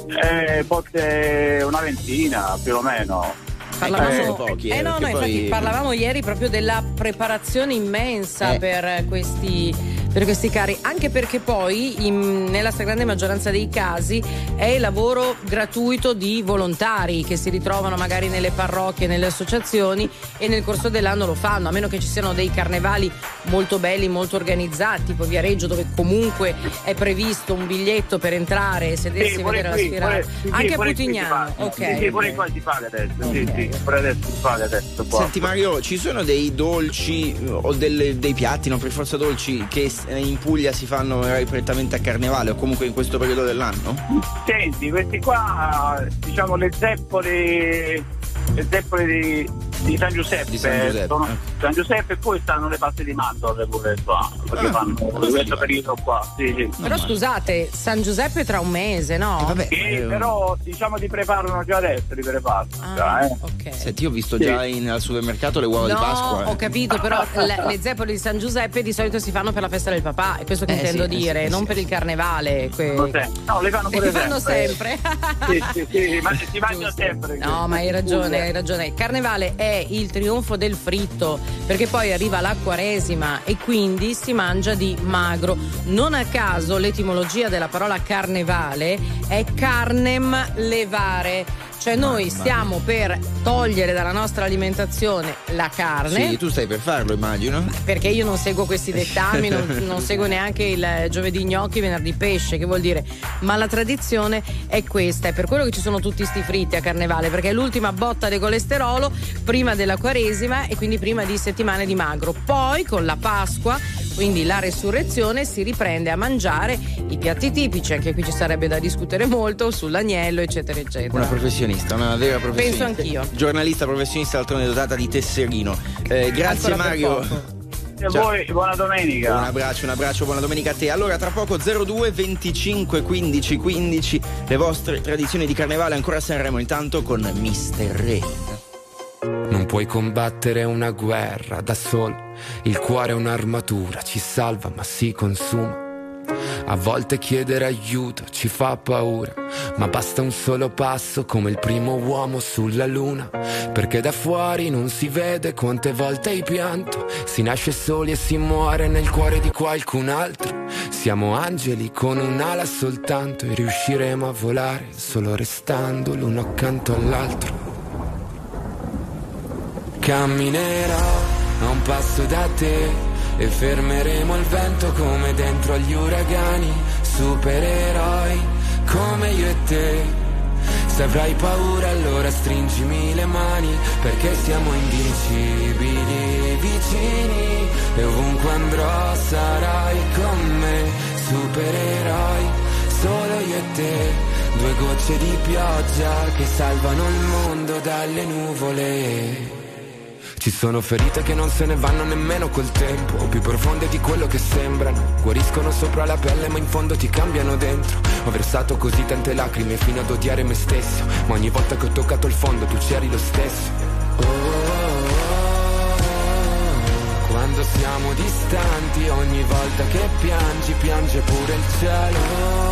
Forse una ventina più o meno. Parlavamo, pochi, infatti poi... parlavamo ieri proprio della preparazione immensa per questi carri, anche perché poi nella stragrande maggioranza dei casi è il lavoro gratuito di volontari che si ritrovano magari nelle parrocchie, nelle associazioni e nel corso dell'anno lo fanno, a meno che ci siano dei carnevali molto belli, molto organizzati, tipo Viareggio, dove comunque è previsto un biglietto per entrare e sedersi e vedere la sfilata. Anche a Putignano, ok. Sì, pure qua si paga adesso. Okay. Sì, pure adesso si paga adesso. Qua. Senti Mario, ci sono dei dolci o dei piatti, non per forza dolci, che in Puglia si fanno prettamente a Carnevale o comunque in questo periodo dell'anno? Senti, questi qua, diciamo le zeppole di San Giuseppe. San Giuseppe e poi stanno le paste di mandorle pure qua, perché fanno questo periodo qua. Sì. Però scusate, San Giuseppe tra un mese, no? Vabbè, però diciamo ti preparano già adesso, ok. Senti, io ho visto già al supermercato le uova di Pasqua. Ho capito, però le zeppole di San Giuseppe di solito si fanno per la festa del papà, è questo che intendo dire, non per il carnevale. No, le fanno pure sempre. Sì, ma si mangia sempre. No, ma hai ragione. Il carnevale è il trionfo del fritto, perché poi arriva la Quaresima e quindi si mangia di magro. Non a caso l'etimologia della parola carnevale è carnem levare. Cioè noi stiamo per togliere dalla nostra alimentazione la carne. Sì, tu stai per farlo, immagino. Perché io non seguo questi dettami, non seguo neanche il giovedì gnocchi, venerdì pesce, che vuol dire? Ma la tradizione è questa, è per quello che ci sono tutti sti fritti a Carnevale, perché è l'ultima botta di colesterolo prima della Quaresima e quindi prima di settimane di magro. Poi con la Pasqua, quindi la resurrezione, si riprende a mangiare i piatti tipici, anche qui ci sarebbe da discutere molto sull'agnello, eccetera, eccetera. Una professionista, una vera professionista. Penso anch'io. Giornalista professionista, d'altronde dotata di tesserino. Grazie ancora Mario. E a voi buona domenica. Un abbraccio, buona domenica a te. Allora tra poco 02 25 15 15 le vostre tradizioni di carnevale ancora a Sanremo, intanto con Mr. Rain. Non puoi combattere una guerra da solo, il cuore è un'armatura, ci salva ma si consuma. A volte chiedere aiuto ci fa paura, ma basta un solo passo come il primo uomo sulla luna. Perché da fuori non si vede quante volte hai pianto, si nasce soli e si muore nel cuore di qualcun altro. Siamo angeli con un'ala soltanto e riusciremo a volare solo restando l'uno accanto all'altro. Camminerò a un passo da te e fermeremo il vento come dentro agli uragani. Supereroi come io e te. Se avrai paura allora stringimi le mani, perché siamo invincibili vicini e ovunque andrò sarai con me. Supereroi solo io e te, 2 gocce di pioggia che salvano il mondo dalle nuvole. Ci sono ferite che non se ne vanno nemmeno col tempo, più profonde di quello che sembrano. Guariscono sopra la pelle ma in fondo ti cambiano dentro. Ho versato così tante lacrime fino ad odiare me stesso, ma ogni volta che ho toccato il fondo tu c'eri lo stesso. Quando siamo distanti, ogni volta che piangi, piange pure il cielo.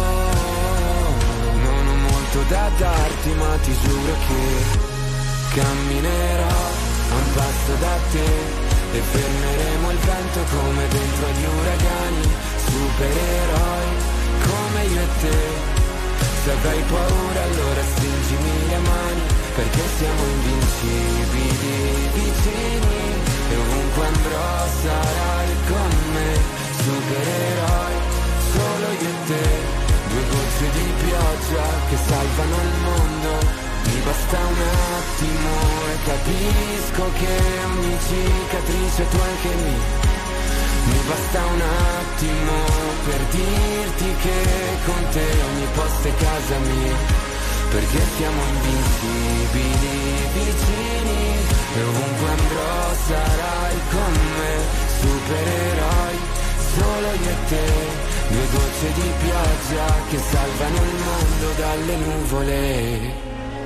Non ho molto da darti ma ti giuro che camminerò a un passo da te e fermeremo il vento come dentro agli uragani. Supereroi come io e te. Se avrai paura allora stringimi le mani, perché siamo invincibili vicini e ovunque andrò sarai con me. Supereroi solo io e te, 2 gocce di pioggia che salvano il mondo. Mi basta un attimo e capisco che ogni cicatrice tu anche mi basta un attimo per dirti che con te ogni posto è casa mia, perché siamo invincibili vicini e ovunque andrò sarai con me. Supereroi solo io e te, due gocce di pioggia che salvano il mondo dalle nuvole.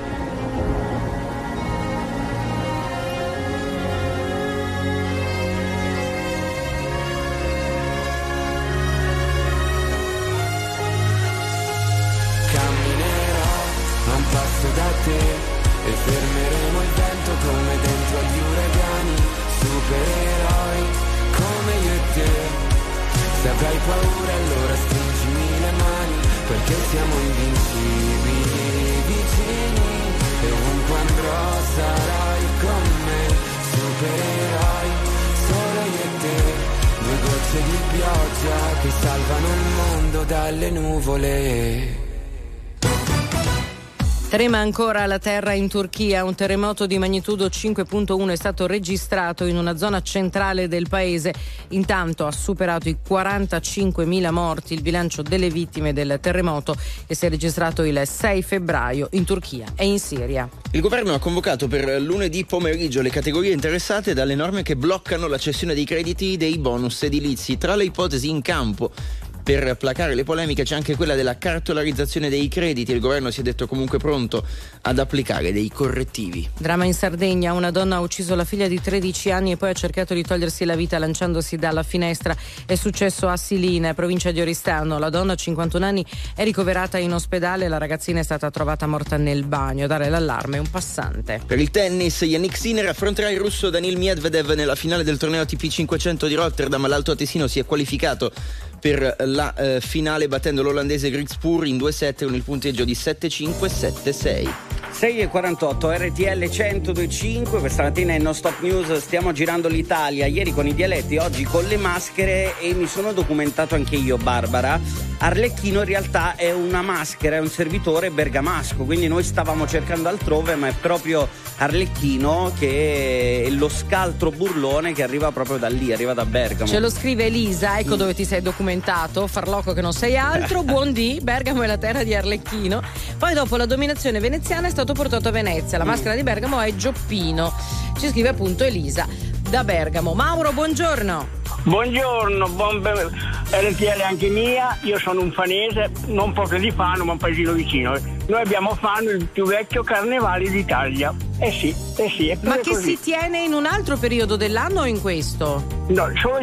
Passo da te e fermeremo il vento come dentro agli uragani, supereroi come io e te. Se avrai paura allora stringimi le mani, perché siamo invincibili, vicini, e ovunque andrò sarai con me. Supereroi, solo io e te, due gocce di pioggia che salvano il mondo dalle nuvole. Trema ancora la terra in Turchia, un terremoto di magnitudo 5.1 è stato registrato in una zona centrale del paese, intanto ha superato i 45.000 morti il bilancio delle vittime del terremoto che si è registrato il 6 febbraio in Turchia e in Siria. Il governo ha convocato per lunedì pomeriggio le categorie interessate dalle norme che bloccano la cessione dei crediti dei bonus edilizi. Tra le ipotesi in campo per placare le polemiche c'è anche quella della cartolarizzazione dei crediti. Il governo si è detto comunque pronto ad applicare dei correttivi. Dramma in Sardegna, una donna ha ucciso la figlia di 13 anni e poi ha cercato di togliersi la vita lanciandosi dalla finestra. È successo a Silina, provincia di Oristano. La donna, 51 anni, è ricoverata in ospedale, la ragazzina è stata trovata morta nel bagno. A dare l'allarme un passante. Per il tennis, Yannick Sinner affronterà il russo Daniil Medvedev nella finale del torneo ATP 500 di Rotterdam. L'Alto Atesino si è qualificato per la finale battendo l'olandese Griekspoor in 2-7 con il punteggio di 7-5, 7-6. 6:48 RTL 102.5. Questa mattina in No Stop News stiamo girando l'Italia, ieri con i dialetti, oggi con le maschere, e mi sono documentato anche io, Barbara. Arlecchino in realtà è una maschera, è un servitore bergamasco, quindi noi stavamo cercando altrove, ma è proprio Arlecchino che è lo scaltro burlone che arriva proprio da lì, arriva da Bergamo. Ce lo scrive Elisa, ecco dove ti sei documentato, farlocco che non sei altro. Buondì, Bergamo è la terra di Arlecchino. Poi dopo la dominazione veneziana è stato portato a Venezia, la maschera di Bergamo è Gioppino. Ci scrive appunto Elisa da Bergamo. Mauro, buongiorno. Buongiorno, buon RTL anche mia. Io sono un fanese, non proprio di Fano, ma un paesino vicino. Noi abbiamo a Fano il più vecchio carnevale d'Italia. Eh sì. Ma che così si tiene in un altro periodo dell'anno o in questo? No, sono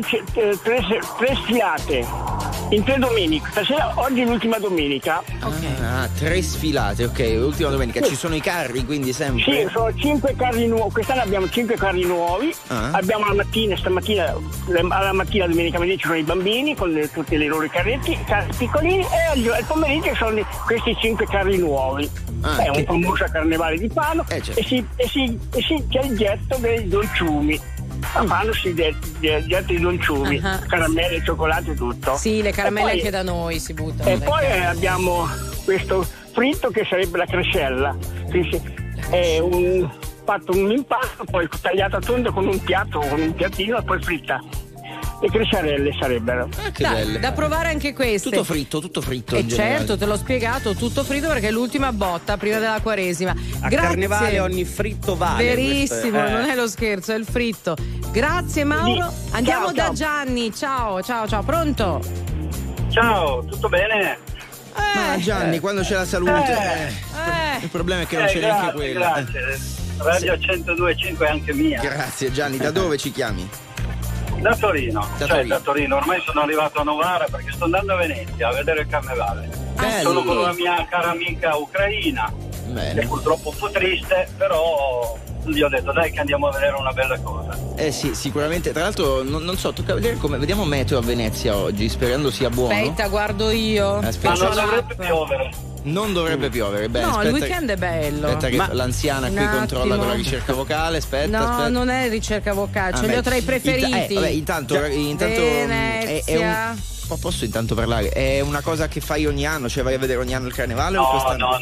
tre sfilate in 3 domeniche. Stasera, oggi è l'ultima domenica. Tre sfilate, ok, l'ultima domenica. Ci sono i carri, quindi sempre? Sì, sono 5 carri nuovi. Quest'anno abbiamo 5 carri nuovi. Abbiamo stamattina, alla mattina, domenica mattina ci sono i bambini con tutti i loro carri piccolini, e al pomeriggio sono questi 5 carri nuovi. È un famoso carnevale di Fano, certo. e si c'è il getto dei dolciumi. A Fano si getta i dolciumi, caramelle, cioccolato e tutto. Sì, le caramelle poi, anche da noi si buttano. E poi abbiamo questo fritto che sarebbe la crescella. È fatto un impasto, poi tagliato a tondo con un piattino e poi fritta. Le cresciarelle sarebbero. Che belle. Da provare anche queste. Tutto fritto. E certo, te l'ho spiegato, tutto fritto perché è l'ultima botta prima della Quaresima. A Carnevale ogni fritto vale. Verissimo, non è lo scherzo, è il fritto. Grazie Mauro. Andiamo da Gianni. Ciao. Pronto? Ciao, tutto bene? Ma Gianni, quando c'è la salute, il problema è che non c'è neanche quello. Grazie. Radio 102.5 è anche mia. Grazie Gianni, da dove ci chiami? Da Torino. Da Torino, ormai sono arrivato a Novara perché sto andando a Venezia a vedere il carnevale. Sono con la mia cara amica ucraina, che purtroppo è un po' triste, però gli ho detto dai che andiamo a vedere una bella cosa. Sì, sicuramente. Tra l'altro non so, tocca vedere come. Vediamo meteo a Venezia oggi, sperando sia buono. Aspetta, guardo io. Ma non dovrebbe piovere. Non dovrebbe piovere. Bene, no, il weekend è bello. Aspetta che l'anziana qui controlla con la ricerca vocale. Aspetta. Non è ricerca vocale, ce li ho tra i preferiti. Intanto Venezia. Posso intanto parlare? È una cosa che fai ogni anno? Cioè vai a vedere ogni anno il carnevale? No,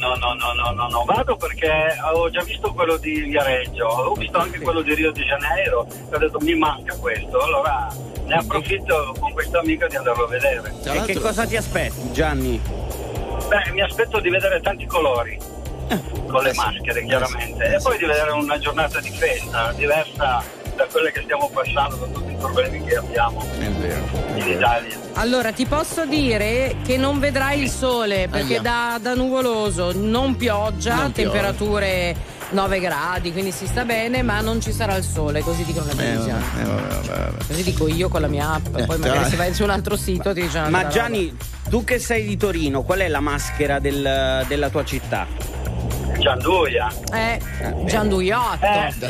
vado perché avevo già visto quello di Viareggio, avevo visto anche quello di Rio de Janeiro e ho detto mi manca questo, allora ne approfitto con questa amica di andarlo a vedere. E che cosa ti aspetti, Gianni? Beh, mi aspetto di vedere tanti colori con le maschere chiaramente, e poi di vedere una giornata di festa diversa da quelle che stiamo passando, da tutti i problemi che abbiamo in Italia. Allora ti posso dire che non vedrai il sole perché da nuvoloso, non pioggia, temperature 9 gradi, quindi si sta bene, ma non ci sarà il sole, così dicono le previsioni. Così dico io con la mia app, poi magari se vai su un altro sito ti dice Ma Gianni, tu che sei di Torino, qual è la maschera della tua città? Gianduia. Gianduiotto.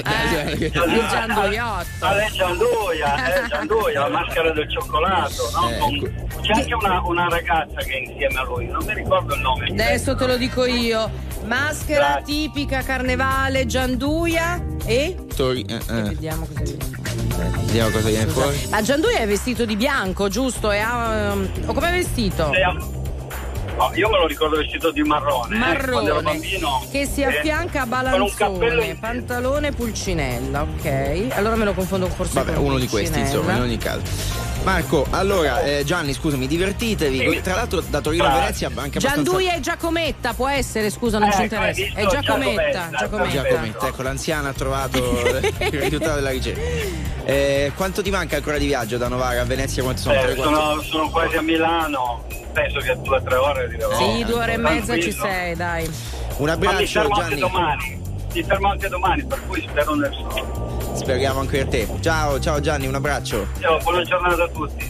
Gianduia, la maschera del cioccolato, no? C'è anche una ragazza che è insieme a lui, non mi ricordo il nome. Adesso te lo dico io. Maschera tipica carnevale Gianduia e vediamo cosa viene fuori. Ma Gianduia è vestito di bianco, giusto? O come è vestito? Io me lo ricordo vestito di marrone. Quando ero bambino. Che si affianca a balanzone, pantalone, pulcinella, ok? Allora me lo confondo forse con uno di questi, insomma, in ogni caso. Marco, allora Gianni, scusami, divertitevi. Sì. Tra l'altro da Torino a Venezia anche Gianduia e Giacometta, può essere, scusa, non ci interessa. È Giacometta. Ecco, l'anziana ha trovato il risultato della ricerca. Quanto ti manca ancora di viaggio da Novara a Venezia? Quanto sono? Sono quasi a Milano. Penso che 2 o 3 ore di lavoro. Sì, 2 ore e mezza ci sei, dai. Un abbraccio, Gianni. Ti fermo anche domani, per cui spero nel sole. Speriamo anche per te. Ciao Gianni, un abbraccio. Ciao, buona giornata a tutti.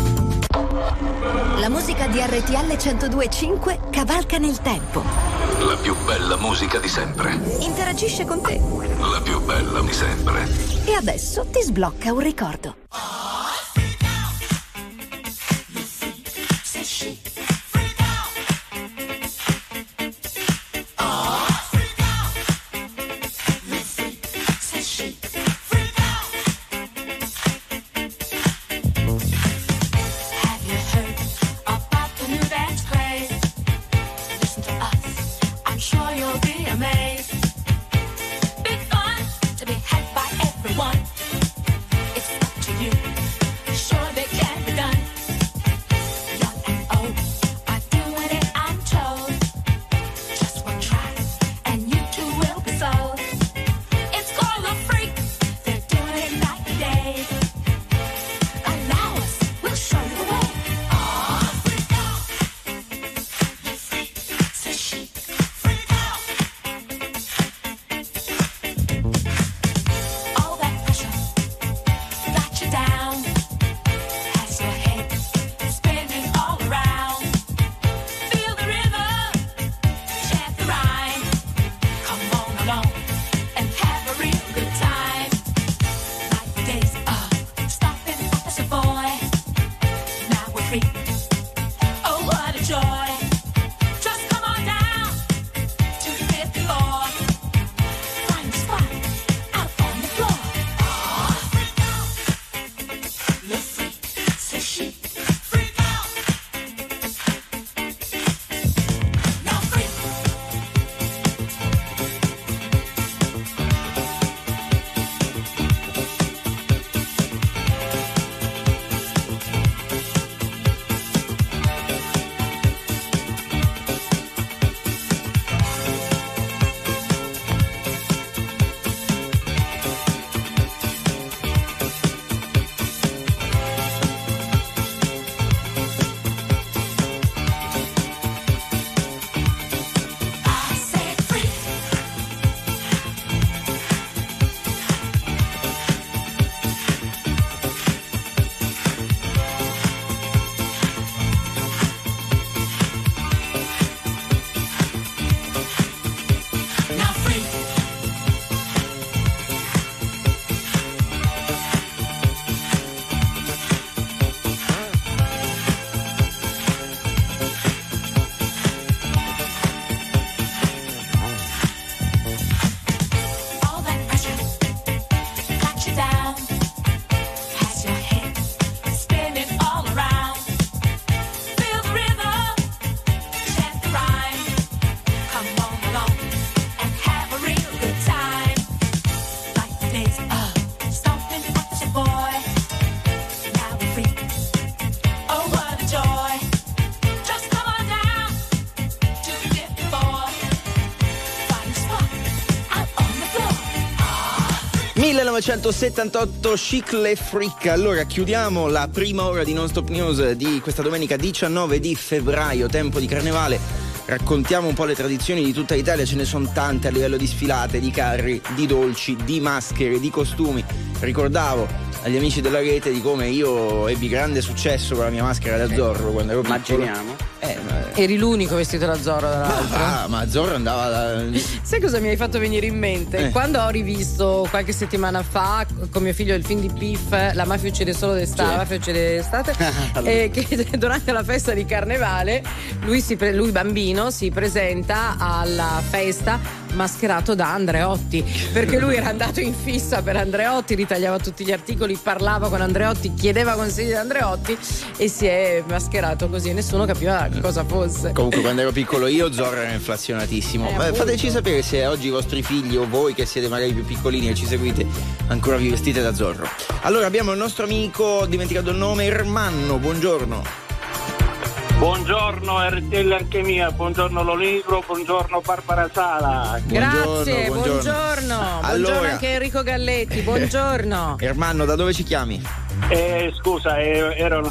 La musica di RTL 102.5 cavalca nel tempo. La più bella musica di sempre. Interagisce con te. La più bella di sempre. E adesso ti sblocca un ricordo. 1978, Chic Le Freak. Allora chiudiamo la prima ora di Non Stop News di questa domenica 19 di febbraio, tempo di carnevale. Raccontiamo un po' le tradizioni di tutta Italia, ce ne sono tante a livello di sfilate, di carri, di dolci, di maschere, di costumi. Ricordavo agli amici della rete di come io ebbi grande successo con la mia maschera da Zorro quando ero piccolo. Immaginiamo. Eri l'unico vestito da Zorro, tra l'altro. Ma Zorro andava Sai cosa mi hai fatto venire in mente? Quando ho rivisto qualche settimana fa con mio figlio il film di Piff, La mafia uccide solo d'estate, La mafia uccide d'estate, che durante la festa di carnevale lui bambino si presenta alla festa mascherato da Andreotti, perché lui era andato in fissa per Andreotti, ritagliava tutti gli articoli, parlava con Andreotti, chiedeva consigli da Andreotti e si è mascherato così, nessuno capiva cosa fosse. Comunque quando ero piccolo io Zorro era inflazionatissimo. Fateci sapere se oggi i vostri figli o voi che siete magari più piccolini e ci seguite ancora vi vestite da Zorro. Allora abbiamo il nostro amico, ho dimenticato il nome, Ermanno, buongiorno. Buongiorno RTL anche mia, buongiorno Loligro, buongiorno Barbara Sala. Grazie, buongiorno. Allora, buongiorno anche Enrico Galletti, buongiorno. Ermanno, da dove ci chiami? Scusa, era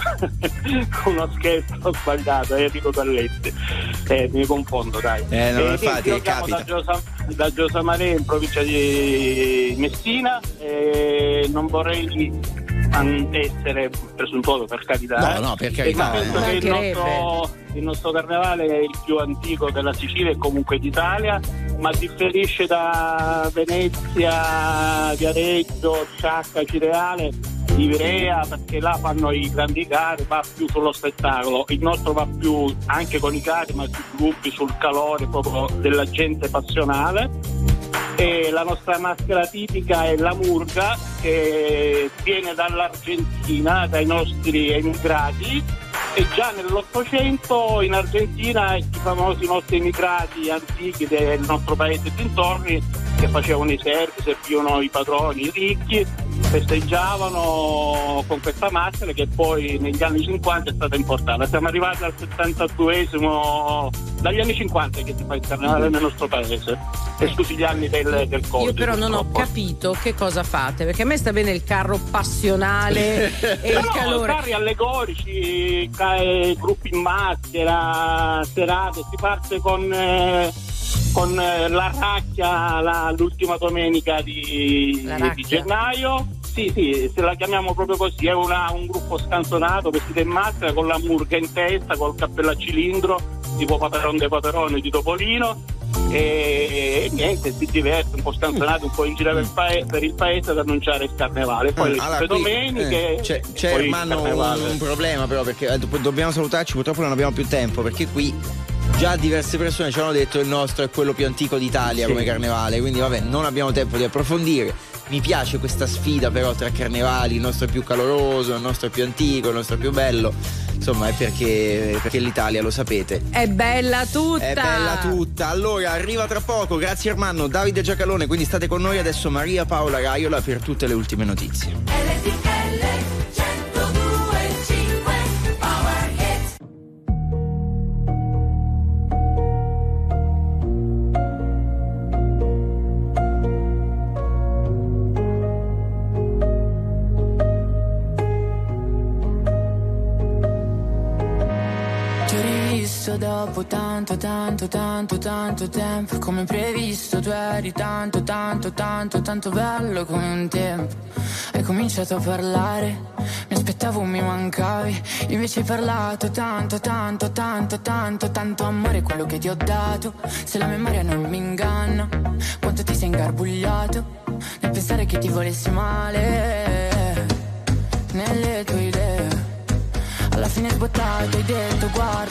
uno scherzo sbagliato, Enrico Galletti. Mi confondo, dai. No, infatti, io chiamo da Giosamarè in provincia di Messina, non vorrei essere presuntuoso, per carità. No, per carità. Ma penso che il nostro carnevale è il più antico della Sicilia e comunque d'Italia, ma differisce da Venezia, Viareggio, Sciacca, Cireale, Ivrea, perché là fanno i grandi carri, va più sullo spettacolo. Il nostro va più anche con i carri, ma sui gruppi, sul calore proprio della gente passionale. E la nostra maschera tipica è la murga, che viene dall'Argentina, dai nostri emigrati, e già nell'Ottocento in Argentina i famosi nostri emigrati antichi del nostro paese dintorni, che facevano i servi, servivano i padroni, i ricchi, festeggiavano con questa maschera che poi negli anni 50 è stata importata. Siamo arrivati al 72esimo, dagli anni 50 che si fa il carnevale nel nostro paese, esclusi gli anni del Covid. Io però non ho capito che cosa fate, perché a me sta bene il carro passionale e il calore. Carri allegorici, gruppi in maschera, serate, si parte con la Racchia l'ultima domenica di gennaio. Sì, se la chiamiamo proprio così, è un gruppo scanzonato vestito in maschera con la murga in testa, col cappello a cilindro tipo Paperon dei Paperoni di Topolino, e niente, si diverte un po' scanzonato, un po' in giro per il paese ad annunciare il carnevale. Poi le domeniche c'è Ermanno un problema però, perché dobbiamo salutarci, purtroppo non abbiamo più tempo, perché qui già diverse persone ci hanno detto il nostro è quello più antico d'Italia come carnevale, quindi vabbè, non abbiamo tempo di approfondire. Mi piace questa sfida però tra carnevali, il nostro è più caloroso, il nostro è più antico, il nostro è più bello. Insomma, è perché l'Italia, lo sapete, è bella tutta. È bella tutta. Allora, arriva tra poco, grazie Ermanno, Davide Giacalone, quindi state con noi adesso Maria Paola Raiola per tutte le ultime notizie. Dopo tanto tempo, come previsto tu eri tanto bello come un tempo. Hai cominciato a parlare, mi aspettavo mi mancavi, invece hai parlato tanto amore, quello che ti ho dato, se la memoria non mi inganna, quanto ti sei ingarbugliato nel pensare che ti volessi male nelle tue idee. Alla fine sbottato hai detto guarda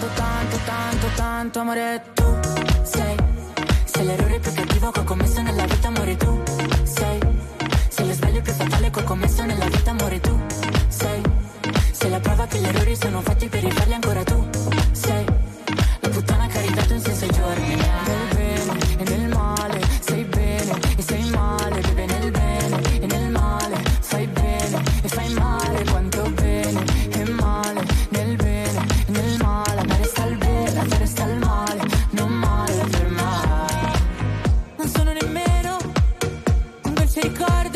tanto amore, tu sei l'errore più cattivo che ho commesso nella vita, amore, tu sei lo sbaglio più fatale che ho commesso nella vita, amore, tu sei la prova che gli errori sono fatti per rifarli ancora, tu sei la puttana che ha ridato un senso ai giorni, nel bene e nel male, sei bene e sei male, bebe nel bene e nel male, fai bene e fai male, quanto bene e male, nel bene e nel male, a me resta il bene, a te resta il male, non male per mai. Non sono nemmeno un dolce ricordo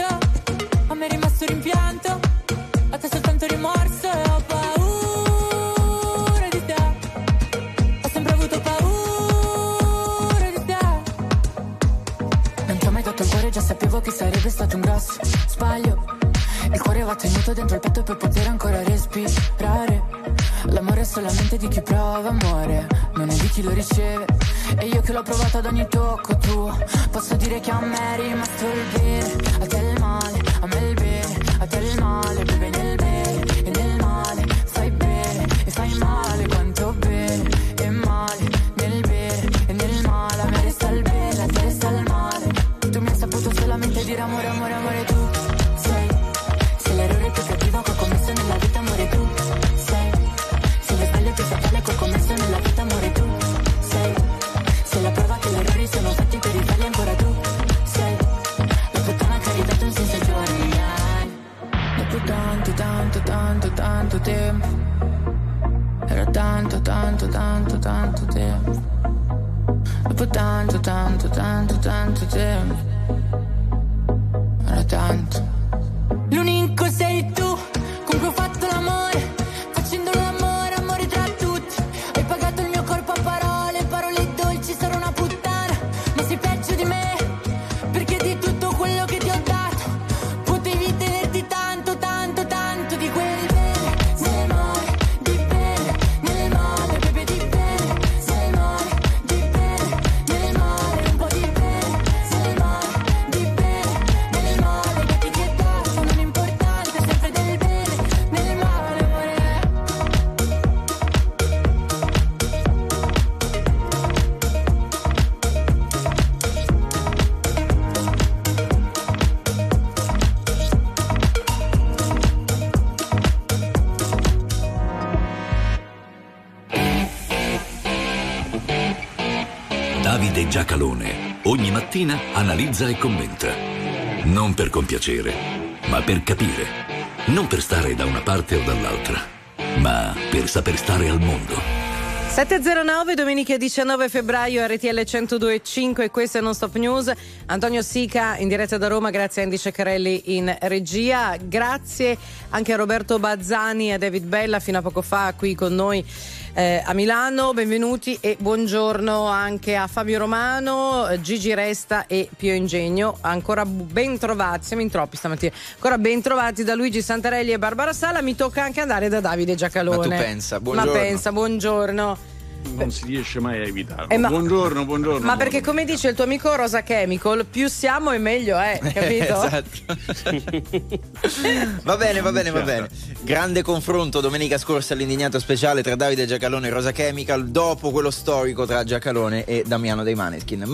già sapevo che sarebbe stato un grosso sbaglio. Il cuore va tenuto dentro il petto per poter ancora respirare. L'amore è solamente di chi prova amore, non è di chi lo riceve. E io che l'ho provato ad ogni tocco tuo, posso dire che a me è rimasto il bene. A te il male, a me il bene. A te il male, beve nel bene e nel male. Fai bene e fai male, quanto bene e male. Nel bene e nel male, a me resta il bene, a te resta il male. Tu mi hai saputo solamente dire amore, amore, amore. Tu sei l'errore più cattivo che ho commesso nella vita, amore. Tu sei lo sbaglio più fatale che ho commesso nella vita, amore. Tu sei la prova che gli errori sono fatti per rifarli ancora. Tu sei la puttana che ha ridato un senso ai giorni. Dopo tanto, tanto, tanto, tanto tempo, era tanto, tanto, tanto, tanto tempo. Dopo tanto, tanto, tanto, tanto tempo, era tanto. L'unico sei tu, con cui ho fatto l'amore, facendo l'amore, amore tra tutti. Hai pagato il mio corpo a parole, parole dolci, sarò una puttana, ma sei peggio di me, perché di tutto quello che ti ho dato, potevi tenerti tanto, tanto, tanto di quel bene, nel male, di bene, nel male, bebe di bene, nel male, di bene, nel male, un po' di bene, nel male, di bene, nel male, che ti ho dato, non importante, sempre del bene, nel male, amore. Davide Giacalone ogni mattina analizza e commenta. Non per compiacere, ma per capire. Non per stare da una parte o dall'altra, ma per saper stare al mondo. 7.09, domenica 19 febbraio, RTL 102.5, questo è Non Stop News. Antonio Sica in diretta da Roma, grazie a Andy Ceccarelli in regia, grazie anche a Roberto Bazzani e a David Bella fino a poco fa qui con noi a Milano, benvenuti e buongiorno anche a Fabio Romano, Gigi Resta e Pio Ingegno, ancora ben trovati, siamo in troppi stamattina, ancora ben trovati da Luigi Santarelli e Barbara Sala. Mi tocca anche andare da Davide Giacalone. Ma tu pensa, buongiorno. Ma pensa, buongiorno. Non si riesce mai a evitarlo. Buongiorno. Ma perché come dice il tuo amico Rosa Chemical, più siamo e meglio è, capito? Esatto. Va bene. Grande confronto domenica scorsa all'Indignato speciale tra Davide Giacalone e Rosa Chemical, dopo quello storico tra Giacalone e Damiano dei Maneskin.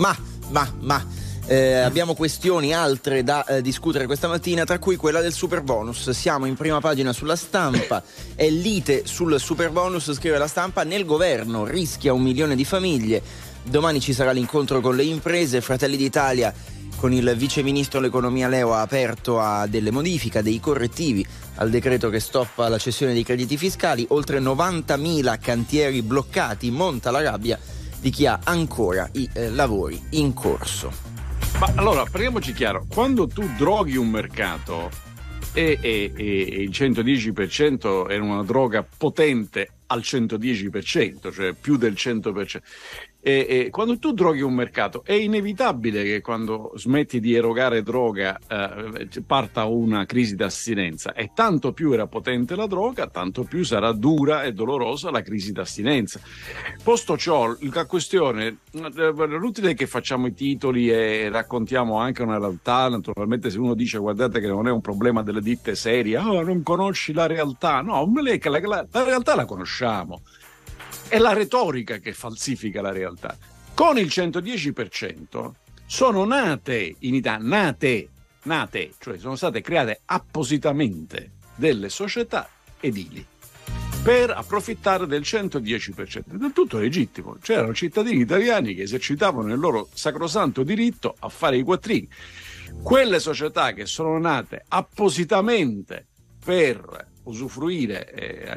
Abbiamo questioni altre da discutere questa mattina, tra cui quella del super bonus. Siamo in prima pagina sulla Stampa, è lite sul super bonus, scrive la Stampa, nel governo rischia 1 milione di famiglie, domani ci sarà l'incontro con le imprese, Fratelli d'Italia con il vice ministro all'economia Leo ha aperto a delle modifiche, dei correttivi al decreto che stoppa la cessione dei crediti fiscali, oltre 90.000 cantieri bloccati, monta la rabbia di chi ha ancora i lavori in corso. Ma allora, parliamoci chiaro, quando tu droghi un mercato e il 110% è una droga potente al 110%, cioè più del 100%, e quando tu droghi un mercato è inevitabile che quando smetti di erogare droga parta una crisi d'astinenza, e tanto più era potente la droga, tanto più sarà dura e dolorosa la crisi d'astinenza. Posto ciò, la questione, l'utile che facciamo i titoli e raccontiamo anche una realtà, naturalmente se uno dice guardate che non è un problema delle ditte serie, non conosci la realtà, no, la realtà la conosciamo. È la retorica che falsifica la realtà. Con il 110% sono nate in Italia, cioè sono state create appositamente delle società edili per approfittare del 110%. Del tutto legittimo. C'erano cittadini italiani che esercitavano il loro sacrosanto diritto a fare i quattrini. Quelle società che sono nate appositamente per usufruire,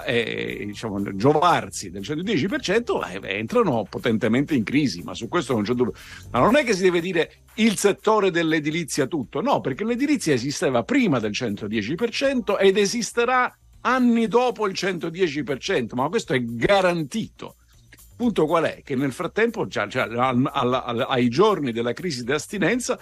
giovarsi del 110%, entrano potentemente in crisi, ma su questo non c'è dubbio. Ma non è che si deve dire il settore dell'edilizia tutto, no, perché l'edilizia esisteva prima del 110% ed esisterà anni dopo il 110%, ma questo è garantito. Punto qual è? Che nel frattempo, ai giorni della crisi di astinenza,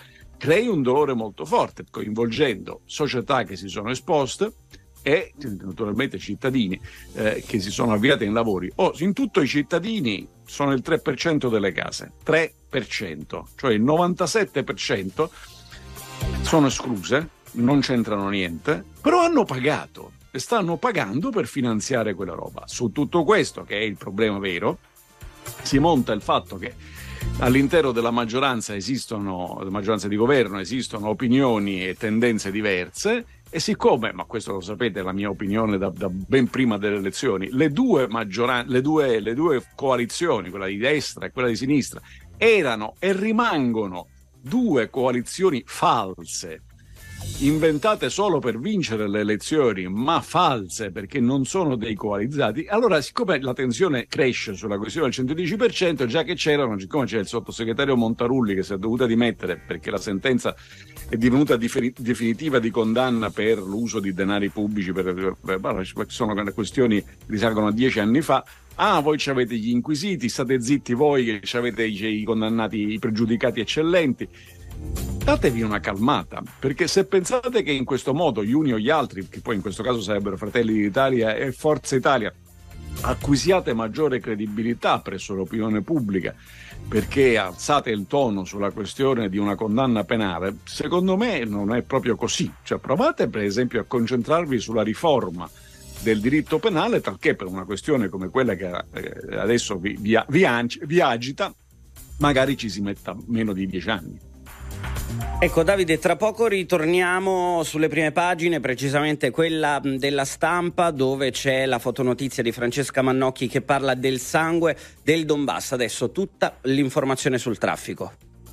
crei un dolore molto forte, coinvolgendo società che si sono esposte e naturalmente cittadini che si sono avviati in lavori. In tutto i cittadini sono il 3% delle case, 3%, cioè il 97% sono escluse, non c'entrano niente, però hanno pagato e stanno pagando per finanziare quella roba. Su tutto questo, che è il problema vero, si monta il fatto che all'interno della maggioranza di governo esistono opinioni e tendenze diverse, e siccome, ma questo lo sapete, è la mia opinione da ben prima delle elezioni, le due coalizioni, quella di destra e quella di sinistra, erano e rimangono due coalizioni false, inventate solo per vincere le elezioni, ma false perché non sono dei coalizzati. Allora, siccome la tensione cresce sulla questione del 110%, già che siccome c'è il sottosegretario Montarulli che si è dovuta dimettere perché la sentenza è divenuta definitiva di condanna per l'uso di denari pubblici, sono questioni che risalgono a 10 anni fa. Voi ci avete gli inquisiti, state zitti voi che ci avete i condannati, i pregiudicati eccellenti. Datevi una calmata, perché se pensate che in questo modo gli uni o gli altri, che poi in questo caso sarebbero Fratelli d'Italia e Forza Italia, acquisiate maggiore credibilità presso l'opinione pubblica perché alzate il tono sulla questione di una condanna penale, secondo me non è proprio così. Cioè, provate per esempio a concentrarvi sulla riforma del diritto penale, talché per una questione come quella che adesso vi agita, magari ci si metta meno di 10 anni. Ecco Davide, tra poco ritorniamo sulle prime pagine, precisamente quella della Stampa, dove c'è la fotonotizia di Francesca Mannocchi che parla del sangue del Donbass. Adesso tutta l'informazione sul traffico.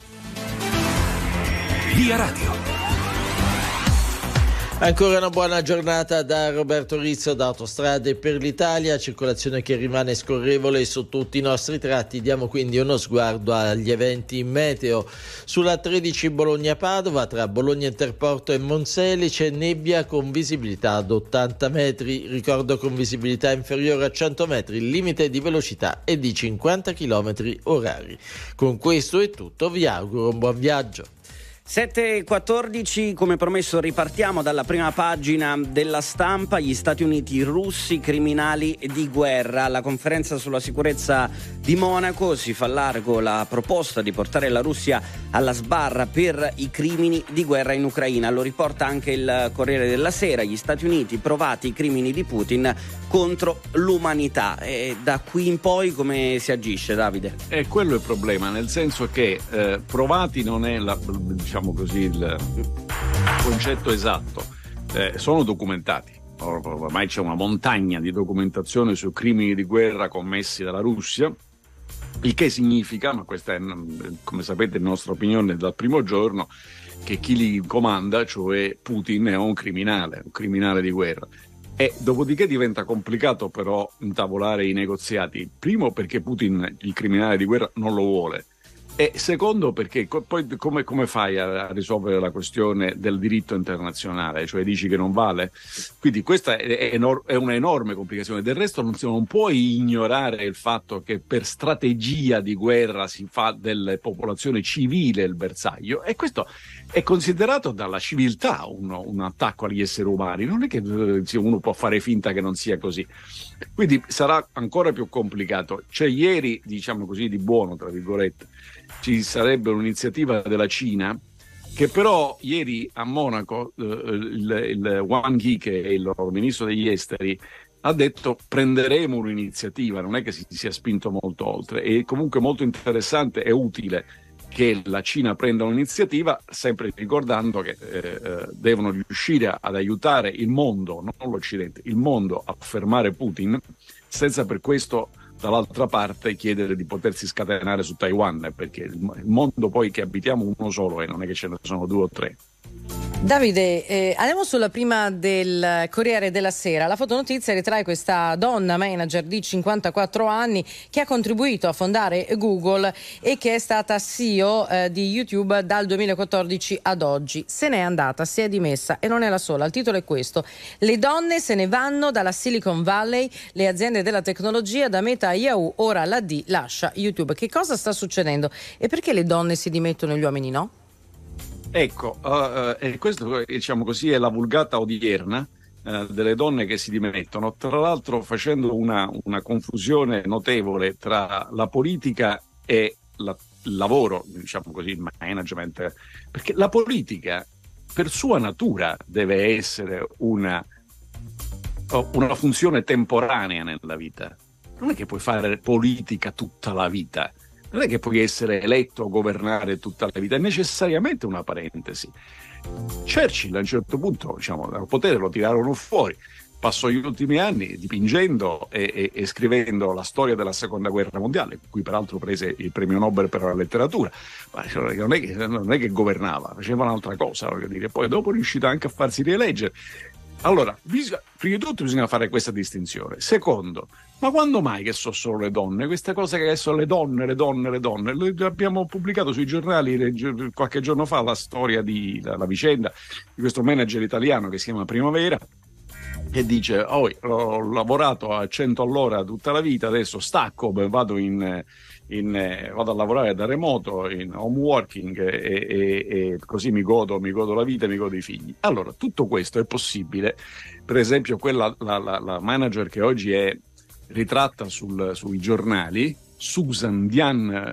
Via Radio. Ancora una buona giornata da Roberto Rizzo da Autostrade per l'Italia, circolazione che rimane scorrevole su tutti i nostri tratti. Diamo quindi uno sguardo agli eventi meteo. Sulla 13 Bologna-Padova, tra Bologna Interporto e Monseli, c'è nebbia con visibilità ad 80 metri, ricordo con visibilità inferiore a 100 metri, il limite di velocità è di 50 km orari. Con questo è tutto, vi auguro un buon viaggio. 7:14, come promesso ripartiamo dalla prima pagina della Stampa. Gli Stati Uniti, i russi criminali di guerra. Alla conferenza sulla sicurezza di Monaco si fa largo la proposta di portare la Russia alla sbarra per i crimini di guerra in Ucraina. Lo riporta anche il Corriere della Sera. Gli Stati Uniti, provati i crimini di Putin contro l'umanità. E da qui in poi come si agisce, Davide? E quello è il problema, nel senso che provati non è il concetto esatto, sono documentati. Ormai c'è una montagna di documentazione su crimini di guerra commessi dalla Russia, il che significa, ma questa è, come sapete, la nostra opinione dal primo giorno, che chi li comanda, cioè Putin, è un criminale di guerra. E dopodiché diventa complicato però intavolare i negoziati, primo perché Putin, il criminale di guerra, non lo vuole, e secondo perché poi come fai a risolvere la questione del diritto internazionale? Cioè dici che non vale? Quindi questa è una enorme complicazione. Del resto non puoi ignorare il fatto che per strategia di guerra si fa delle popolazioni civile il bersaglio, e questo è considerato dalla civiltà un attacco agli esseri umani. Non è che uno può fare finta che non sia così. Quindi sarà ancora più complicato. C'è ieri, diciamo così, di buono, tra virgolette, ci sarebbe un'iniziativa della Cina, che però ieri a Monaco il Wang Yi, che è il loro ministro degli esteri, ha detto prenderemo un'iniziativa, non è che si sia spinto molto oltre. È comunque molto interessante e utile che la Cina prenda un'iniziativa, sempre ricordando che devono riuscire ad aiutare il mondo, non l'Occidente, il mondo a fermare Putin, senza per questo dall'altra parte chiedere di potersi scatenare su Taiwan, perché il mondo poi che abitiamo uno solo e non è che ce ne sono 2 o 3. Davide, andiamo sulla prima del Corriere della Sera. La fotonotizia ritrae questa donna manager di 54 anni che ha contribuito a fondare Google e che è stata CEO di YouTube dal 2014 ad oggi. Se n'è andata, si è dimessa e non è la sola. Il titolo è questo: le donne se ne vanno dalla Silicon Valley, le aziende della tecnologia da Meta a Yahoo, ora la D lascia YouTube. Che cosa sta succedendo e perché le donne si dimettono e gli uomini no? Ecco, e questo, diciamo così, è la vulgata odierna delle donne che si dimettono, tra l'altro facendo una confusione notevole tra la politica e il lavoro, diciamo così, il management, perché la politica per sua natura deve essere una funzione temporanea nella vita. Non è che puoi fare politica tutta la vita, non è che puoi essere eletto o governare tutta la vita, è necessariamente una parentesi. Churchill a un certo punto, diciamo, dal potere lo tirarono fuori, passò gli ultimi anni dipingendo e scrivendo la storia della seconda guerra mondiale, in cui peraltro prese il premio Nobel per la letteratura, ma non è che governava, faceva un'altra cosa, voglio dire. Poi dopo è riuscito anche a farsi rieleggere. Allora, prima di tutto bisogna fare questa distinzione. Secondo, ma quando mai che sono solo le donne? Questa cosa che sono le donne. Abbiamo pubblicato sui giornali qualche giorno fa la storia la vicenda di questo manager italiano che si chiama Primavera, che dice: ho lavorato a 100 all'ora tutta la vita, adesso stacco, vado a lavorare da remoto, in home working, e così mi godo la vita e mi godo i figli. Allora, tutto questo è possibile. Per esempio, la manager che oggi è ritratta sui giornali, Susan Diane,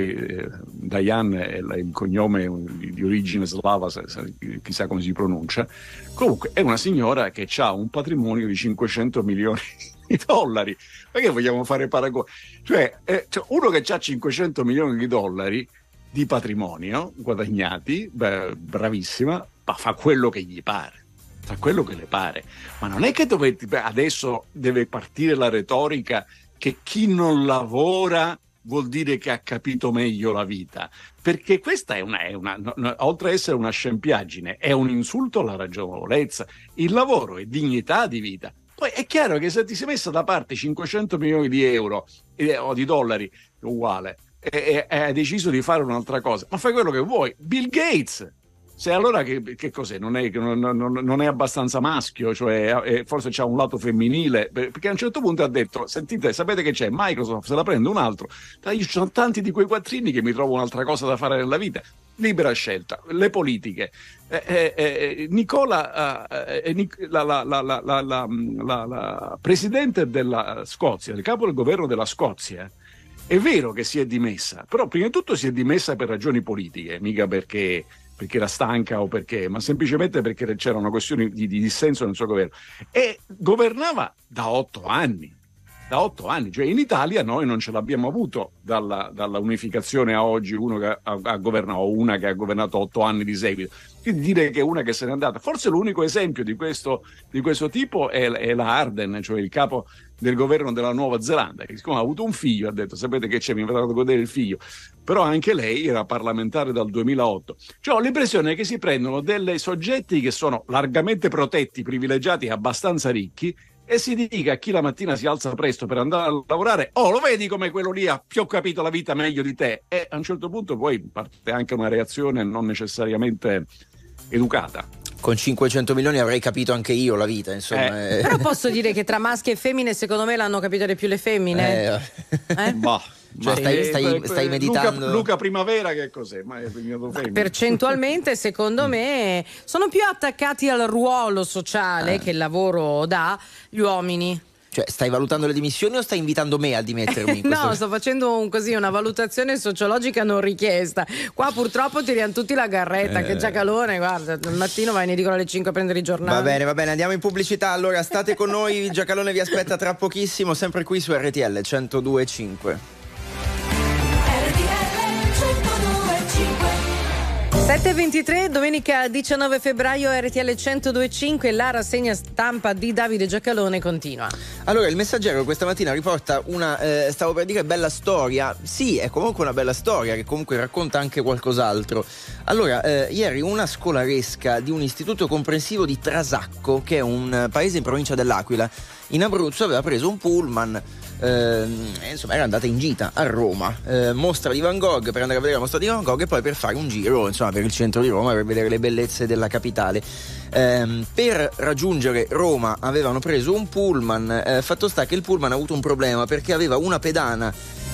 Diane è il cognome di origine slava, chissà come si pronuncia. Comunque è una signora che ha un patrimonio di 500 milioni di dollari. Perché vogliamo fare paragoni? Cioè, uno che ha 500 milioni di dollari di patrimonio guadagnati, bravissima, ma fa quello che gli pare. Fa quello che le pare. Ma non è che adesso deve partire la retorica che chi non lavora vuol dire che ha capito meglio la vita, perché questa è oltre ad essere una scempiaggine, è un insulto alla ragionevolezza. Il lavoro è dignità di vita. Poi è chiaro che se ti sei messa da parte 500 milioni di euro o di dollari, uguale, e hai deciso di fare un'altra cosa, ma fai quello che vuoi. Bill Gates, se allora che cos'è? Non è abbastanza maschio, cioè forse c'ha un lato femminile, perché a un certo punto ha detto: sentite, sapete che c'è? Microsoft se la prende un altro, io ci sono tanti di quei quattrini che mi trovo un'altra cosa da fare nella vita. Libera scelta, le politiche. Nicola, la presidente della Scozia, il capo del governo della Scozia, è vero che si è dimessa, però prima di tutto si è dimessa per ragioni politiche, mica perché era stanca o ma semplicemente perché c'era una questione di dissenso nel suo governo, e governava da 8 anni, cioè in Italia noi non ce l'abbiamo avuto dalla unificazione a oggi, uno che ha governato, o una che ha governato 8 anni di seguito. Quindi dire che una che se n'è andata, forse l'unico esempio di questo tipo è la Ardern, cioè il capo del governo della Nuova Zelanda, che siccome ha avuto un figlio ha detto: sapete che c'è, mi verrà a godere il figlio. Però anche lei era parlamentare dal 2008. Cioè ho l'impressione che si prendono dei soggetti che sono largamente protetti, privilegiati e abbastanza ricchi, e si dica a chi la mattina si alza presto per andare a lavorare: lo vedi come quello lì ha più capito la vita meglio di te? E a un certo punto poi parte anche una reazione non necessariamente educata. Con 500 milioni avrei capito anche io la vita, insomma. Però posso dire che tra maschi e femmine, secondo me, l'hanno capito di più le femmine. Bah. Cioè stai meditando. Luca Primavera, che cos'è? Percentualmente, secondo me, sono più attaccati al ruolo sociale che il lavoro dà gli uomini. Cioè, stai valutando le dimissioni o stai invitando me a dimettermi? No, sto facendo una valutazione sociologica non richiesta. Qua purtroppo tiriamo tutti la garretta, che Giacalone, guarda, al mattino vai in edicola alle 5 a prendere i giornali. Va bene, andiamo in pubblicità. Allora, state con noi, Giacalone vi aspetta tra pochissimo, sempre qui su RTL 102.5. 7:23, domenica 19 febbraio, RTL 102.5, la rassegna stampa di Davide Giacalone continua. Allora, il Messaggero questa mattina riporta una, stavo per dire bella storia, sì, è comunque una bella storia che comunque racconta anche qualcos'altro. Allora, ieri una scolaresca di un istituto comprensivo di Trasacco, che è un paese in provincia dell'Aquila, in Abruzzo, aveva preso un pullman, insomma era andata in gita a Roma, mostra di Van Gogh, per andare a vedere la mostra di Van Gogh e poi per fare un giro, insomma, per il centro di Roma, per vedere le bellezze della capitale. Per raggiungere Roma avevano preso un pullman, fatto sta che il pullman ha avuto un problema perché aveva una pedana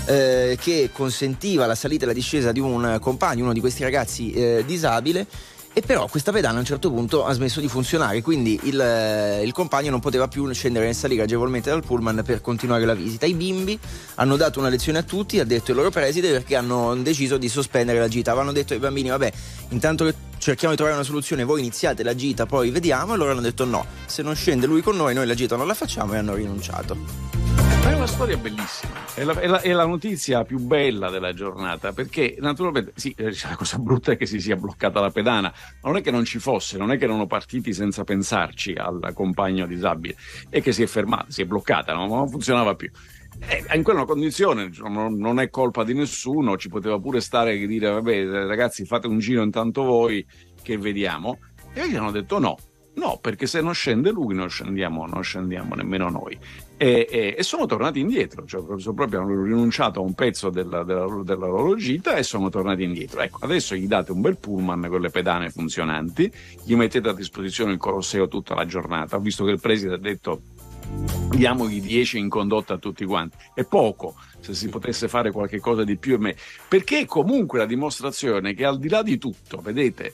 che consentiva la salita e la discesa di un compagno, uno di questi ragazzi disabile. E però questa pedana a un certo punto ha smesso di funzionare, quindi il compagno non poteva più scendere e salire agevolmente dal pullman per continuare la visita. I bimbi hanno dato una lezione a tutti, ha detto il loro preside, perché hanno deciso di sospendere la gita. Avevano detto ai bambini: vabbè, intanto che cerchiamo di trovare una soluzione, voi iniziate la gita, poi vediamo. E loro hanno detto: no, se non scende lui con noi la gita non la facciamo, e hanno rinunciato. È una storia bellissima, è la notizia più bella della giornata, perché naturalmente sì, la cosa brutta è che si sia bloccata la pedana, non è che non ci fosse, non è che erano partiti senza pensarci al compagno disabile, è che si è fermata, si è bloccata, non funzionava più. In quella condizione non è colpa di nessuno, ci poteva pure stare e dire: vabbè ragazzi, fate un giro intanto voi che vediamo. E gli hanno detto no, perché se non scende lui non scendiamo nemmeno noi. E sono tornati indietro, cioè proprio hanno rinunciato a un pezzo della loro gita e sono tornati indietro. Ecco, adesso gli date un bel pullman con le pedane funzionanti, gli mettete a disposizione il Colosseo tutta la giornata. Ho visto che il preside ha detto: diamogli 10 in condotta a tutti quanti. È poco, se si potesse fare qualche cosa di più, perché è comunque la dimostrazione che al di là di tutto, vedete,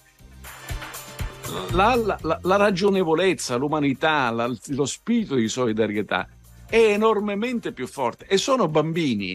la ragionevolezza, l'umanità, lo spirito di solidarietà è enormemente più forte, e sono bambini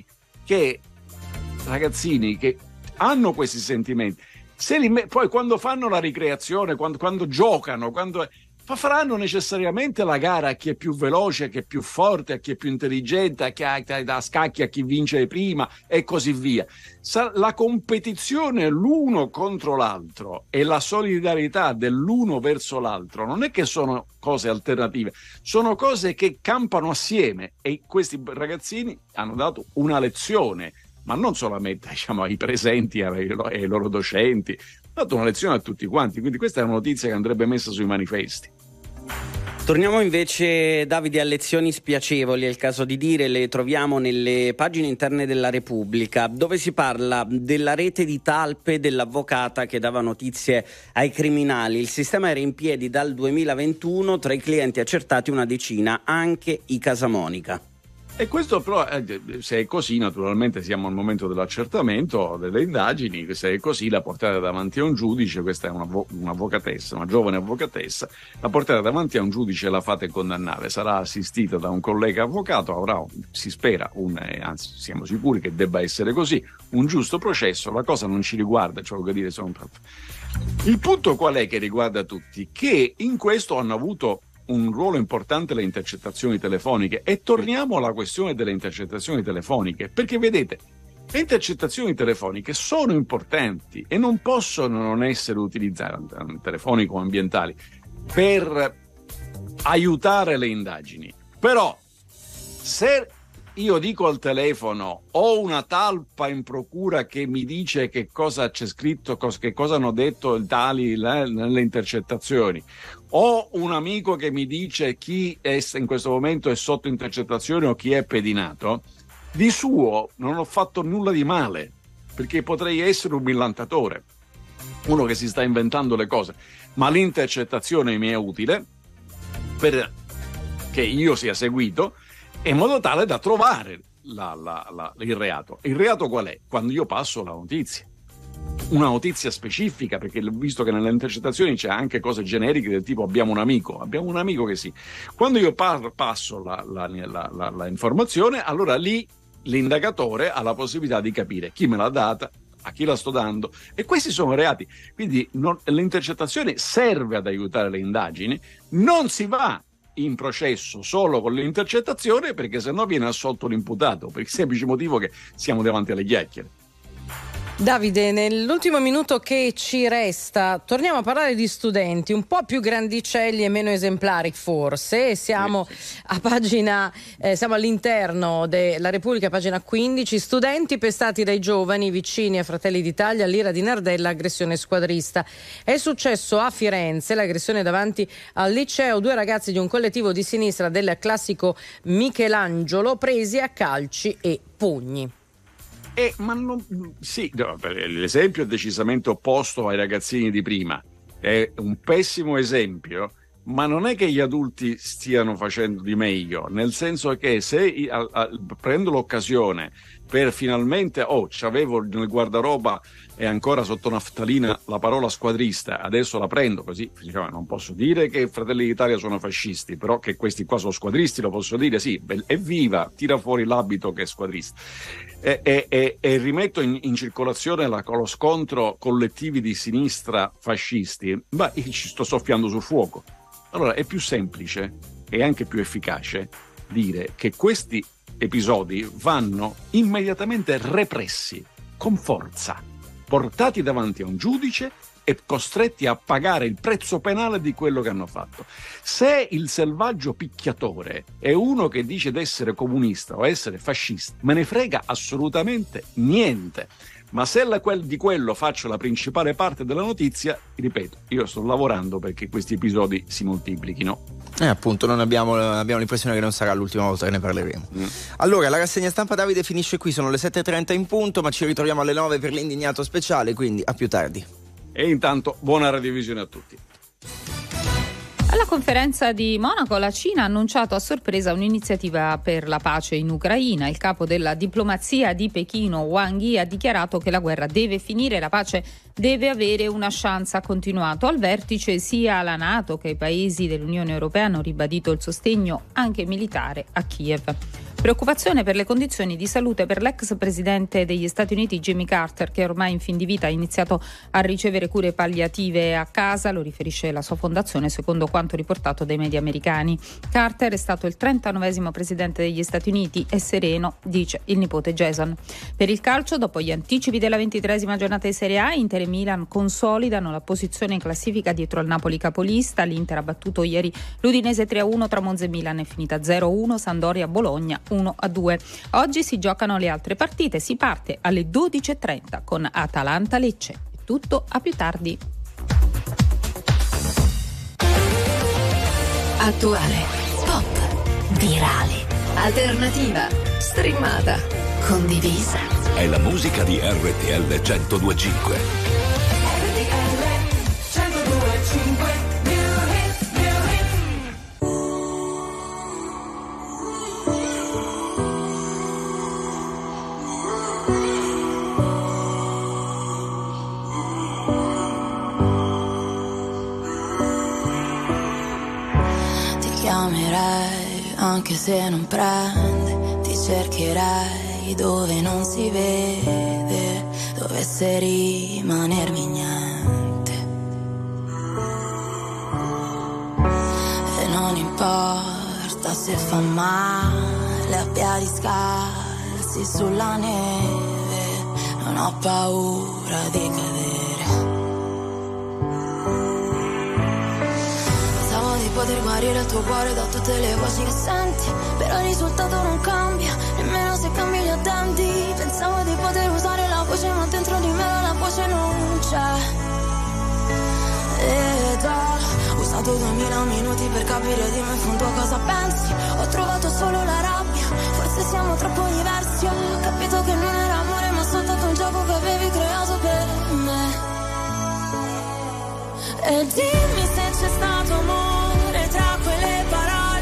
ragazzini che hanno questi sentimenti. Poi quando fanno la ricreazione, quando giocano, faranno necessariamente la gara a chi è più veloce, a chi è più forte, a chi è più intelligente, a chi da scacchi, a chi vince prima e così via. La competizione l'uno contro l'altro e la solidarietà dell'uno verso l'altro non è che sono cose alternative, sono cose che campano assieme, e questi ragazzini hanno dato una lezione, ma non solamente ai presenti, ai loro docenti, hanno dato una lezione a tutti quanti. Quindi questa è una notizia che andrebbe messa sui manifesti. Torniamo invece, Davide, a lezioni spiacevoli, è il caso di dire. Le troviamo nelle pagine interne della Repubblica, dove si parla della rete di talpe dell'avvocata che dava notizie ai criminali. Il sistema era in piedi dal 2021, tra i clienti accertati una decina, anche i Casamonica. E questo però, se è così, naturalmente siamo al momento dell'accertamento, delle indagini. Se è così, la portare davanti a un giudice, questa è un'avvocatessa, una giovane avvocatessa, la portare davanti a un giudice e la fate condannare. Sarà assistita da un collega avvocato, avrà, si spera, anzi siamo sicuri che debba essere così, un giusto processo. La cosa non ci riguarda, cioè voglio dire, il punto qual è che riguarda tutti? Che in questo hanno avuto un ruolo importante le intercettazioni telefoniche, e torniamo alla questione delle intercettazioni telefoniche, perché vedete, le intercettazioni telefoniche sono importanti e non possono non essere utilizzate, telefonico o ambientali, per aiutare le indagini. Però se io dico al telefono: ho una talpa in procura che mi dice che cosa c'è scritto, che cosa hanno detto tali nelle intercettazioni, ho un amico che mi dice chi è in questo momento è sotto intercettazione o chi è pedinato, di suo non ho fatto nulla di male, perché potrei essere un millantatore, uno che si sta inventando le cose, ma l'intercettazione mi è utile perché io sia seguito, in modo tale da trovare il reato. Il reato qual è? Quando io passo la notizia, una notizia specifica, perché visto che nelle intercettazioni c'è anche cose generiche del tipo abbiamo un amico che sì. Quando io passo la informazione, allora lì l'indagatore ha la possibilità di capire chi me l'ha data, a chi la sto dando, e questi sono reati. Quindi l'intercettazione serve ad aiutare le indagini, non si va in processo solo con l'intercettazione, perché sennò viene assolto l'imputato, per il semplice motivo che siamo davanti alle chiacchiere. Davide, nell'ultimo minuto che ci resta torniamo a parlare di studenti un po' più grandicelli e meno esemplari, forse. Siamo a pagina, siamo all'interno della Repubblica, pagina 15. Studenti pestati dai giovani vicini a Fratelli d'Italia all'ira di Nardella, aggressione squadrista. È successo a Firenze, l'aggressione davanti al liceo, 2 ragazzi di un collettivo di sinistra del classico Michelangelo presi a calci e pugni. L'esempio è decisamente opposto ai ragazzini di prima. È un pessimo esempio ma non è che gli adulti stiano facendo di meglio, nel senso che se prendo l'occasione per finalmente, c'avevo nel guardaroba e ancora sotto naftalina la parola squadrista, adesso la prendo così, non posso dire che Fratelli d'Italia sono fascisti, però che questi qua sono squadristi lo posso dire, sì, evviva, tira fuori l'abito che è squadrista. E rimetto in circolazione lo scontro collettivi di sinistra fascisti, ma ci sto soffiando sul fuoco. Allora è più semplice e anche più efficace dire che questi episodi vanno immediatamente repressi, con forza, portati davanti a un giudice e costretti a pagare il prezzo penale di quello che hanno fatto. Se il selvaggio picchiatore è uno che dice di essere comunista o essere fascista, me ne frega assolutamente niente. Ma se di quello faccio la principale parte della notizia, ripeto, io sto lavorando perché questi episodi si moltiplichino. Appunto, non abbiamo l'impressione che non sarà l'ultima volta che ne parleremo. Allora, la rassegna stampa Davide finisce qui, sono le 7:30 in punto, ma ci ritroviamo alle 9 per l'indignato speciale, quindi a più tardi. E intanto buona radiovisione a tutti. Alla conferenza di Monaco la Cina ha annunciato a sorpresa un'iniziativa per la pace in Ucraina. Il capo della diplomazia di Pechino, Wang Yi, ha dichiarato che la guerra deve finire, la pace deve avere una chance. Ha continuato: al vertice sia la NATO che i paesi dell'Unione Europea hanno ribadito il sostegno anche militare a Kiev. Preoccupazione per le condizioni di salute per l'ex presidente degli Stati Uniti Jimmy Carter, che ormai in fin di vita ha iniziato a ricevere cure palliative a casa, lo riferisce la sua fondazione secondo quanto riportato dai media americani. Carter è stato il 39esimo presidente degli Stati Uniti e sereno, dice il nipote Jason. Per il calcio, dopo gli anticipi della 23esima giornata di Serie A, Inter e Milan consolidano la posizione in classifica dietro al Napoli capolista. L'Inter ha battuto ieri l'Udinese 3-1, tra Monza e Milan è finita 0-1, Sampdoria-Bologna 1-2. Oggi si giocano le altre partite, si parte alle 12:30 con Atalanta-Lecce. È tutto, a più tardi. Attuale, pop, virale, alternativa, streamata, condivisa. È la musica di RTL 102.5. RTL 102.5. Chiamerai anche se non prende, ti cercherai dove non si vede, dovesse rimanermi niente. E non importa se fa male a piedi scalzi sulla neve, non ho paura di cadere. Poter guarire il tuo cuore da tutte le voci che senti, però il risultato non cambia, nemmeno se cambi gli attenti. Pensavo di poter usare la voce, ma dentro di me la voce non c'è. Ed ho usato 2000 minuti per capire di me in fondo cosa pensi. Ho trovato solo la rabbia, forse siamo troppo diversi. Ho capito che non era amore, ma soltanto un gioco che avevi creato per me. E dimmi se c'è stato amore tra quelle parole,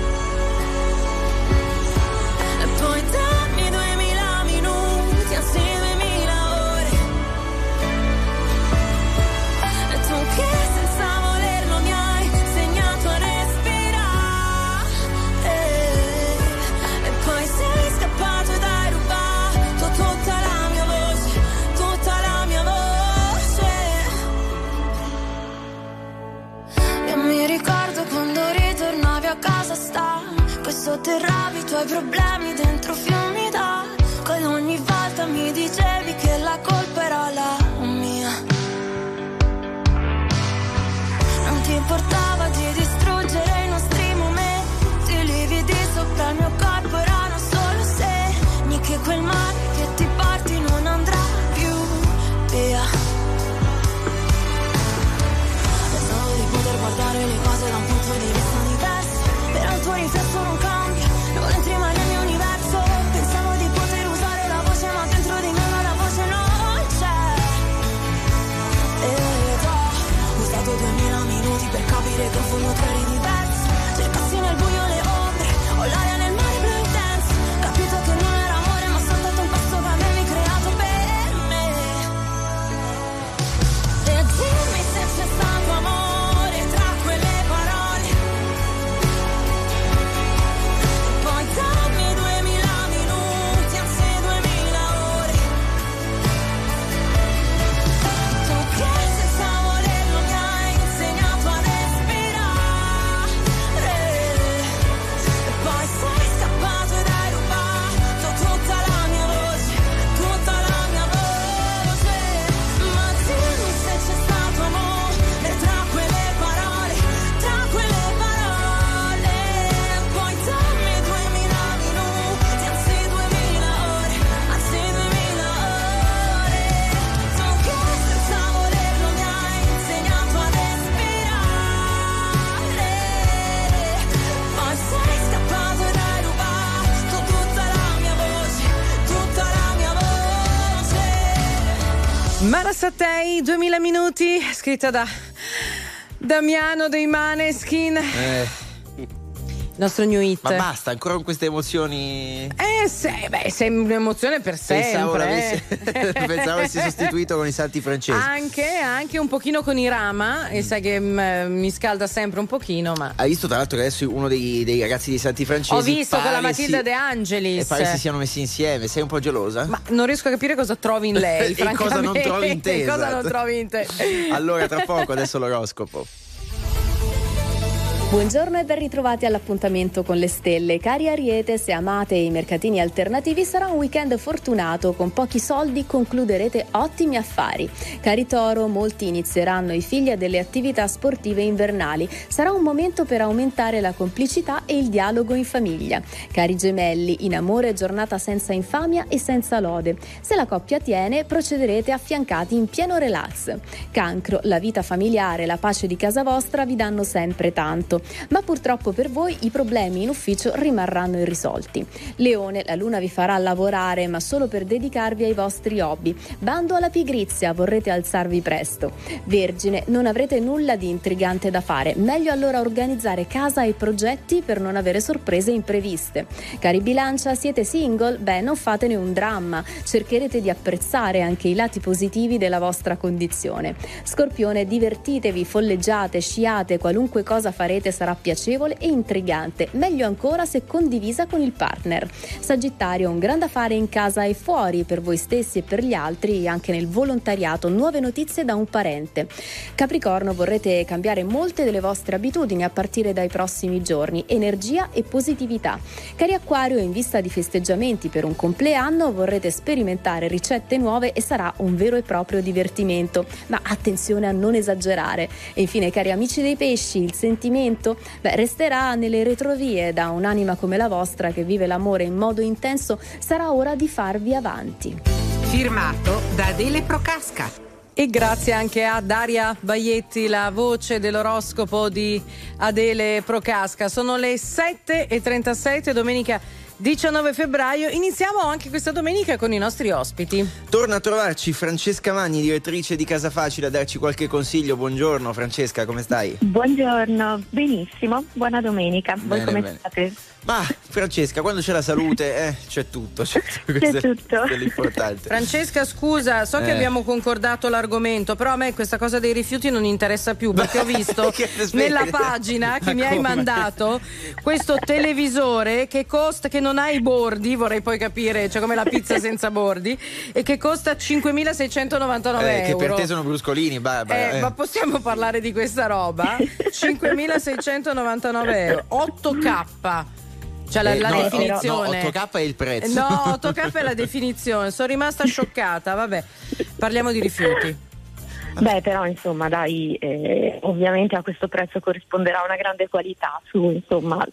e poi dammi 2000 minuti assieme 1000 ore. E tu che senza volerlo mi hai segnato a respirare, e poi sei scappato ed hai rubato tutta la mia voce, tutta la mia voce. Io mi ricordo quando ritornavi a casa stanco e sotterravi i tuoi problemi dentro fiumi d'acqua, e ogni volta mi dicevi che la colpa era la mia. Non ti importava di distruggere i nostri momenti, i lividi sopra il mio corpo erano solo segni che quel mare che ti porti non andrà più via. Poter guardare le cose da un punto di vista diverso, però il tuo riflesso non cambia, non entri mai nel mio universo. Mattei, 2000 minuti, scritta da Damiano dei Maneskin. Nostro new hit. Ma basta, ancora con queste emozioni. Sei un'emozione per sempre. Pensavo avessi sostituito con i santi francesi. Anche un pochino con i Rama, e sai che mi scalda sempre un pochino, ma. Hai visto tra l'altro che adesso uno dei ragazzi dei santi francesi? Ho visto con la Matilda De Angelis. E pare si siano messi insieme. Sei un po' gelosa? Ma non riesco a capire cosa trovi in lei. E cosa non trovi in te. Cosa non trovi in te. Allora, tra poco, adesso l'oroscopo. Buongiorno e ben ritrovati all'appuntamento con le stelle. Cari Ariete, se amate i mercatini alternativi sarà un weekend fortunato, con pochi soldi concluderete ottimi affari. Cari Toro, molti inizieranno i figli a delle attività sportive invernali. Sarà un momento per aumentare la complicità e il dialogo in famiglia. Cari Gemelli, in amore giornata senza infamia e senza lode. Se la coppia tiene, procederete affiancati in pieno relax. Cancro, la vita familiare e la pace di casa vostra vi danno sempre tanto. Ma purtroppo per voi i problemi in ufficio rimarranno irrisolti. Leone, la luna vi farà lavorare, ma solo per dedicarvi ai vostri hobby. Bando alla pigrizia, vorrete alzarvi presto. Vergine, non avrete nulla di intrigante da fare, meglio allora organizzare casa e progetti per non avere sorprese impreviste. Cari Bilancia, siete single? Beh, non fatene un dramma, cercherete di apprezzare anche i lati positivi della vostra condizione. Scorpione, divertitevi, folleggiate, sciate, qualunque cosa farete sarà piacevole e intrigante, meglio ancora se condivisa con il partner. Sagittario, un grande affare in casa e fuori per voi stessi e per gli altri, anche nel volontariato, nuove notizie da un parente. Capricorno, vorrete cambiare molte delle vostre abitudini a partire dai prossimi giorni, energia e positività. Cari Acquario, in vista di festeggiamenti per un compleanno vorrete sperimentare ricette nuove e sarà un vero e proprio divertimento, ma attenzione a non esagerare. E infine, cari amici dei pesci, il sentimento resterà nelle retrovie. Da un'anima come la vostra che vive l'amore in modo intenso sarà ora di farvi avanti. Firmato da Adele Procasca. E grazie anche a Daria Baietti, la voce dell'oroscopo di Adele Procasca. Sono le 7:37, domenica 19 febbraio. Iniziamo anche questa domenica con i nostri ospiti. Torna a trovarci Francesca Magni, direttrice di Casa Facile, a darci qualche consiglio. Buongiorno Francesca, come stai? Buongiorno, benissimo, buona domenica. Voi come state? Ma Francesca, quando c'è la salute c'è tutto. C'è tutto. È l'importante. Francesca, scusa, so che abbiamo concordato l'argomento, però a me questa cosa dei rifiuti non interessa più, perché ho visto nella pagina che mi hai mandato questo televisore che costa, che non ha i bordi, vorrei poi capire, cioè come la pizza senza bordi, e che costa 5.699 euro. Che per te sono bruscolini, Barbara. Ma possiamo parlare di questa roba? 5.699 euro, 8K. Cioè la definizione. No, 8K è il prezzo. No, 8K è la definizione. Sono rimasta scioccata. Vabbè, parliamo di rifiuti. Beh, però insomma dai, ovviamente a questo prezzo corrisponderà una grande qualità, insomma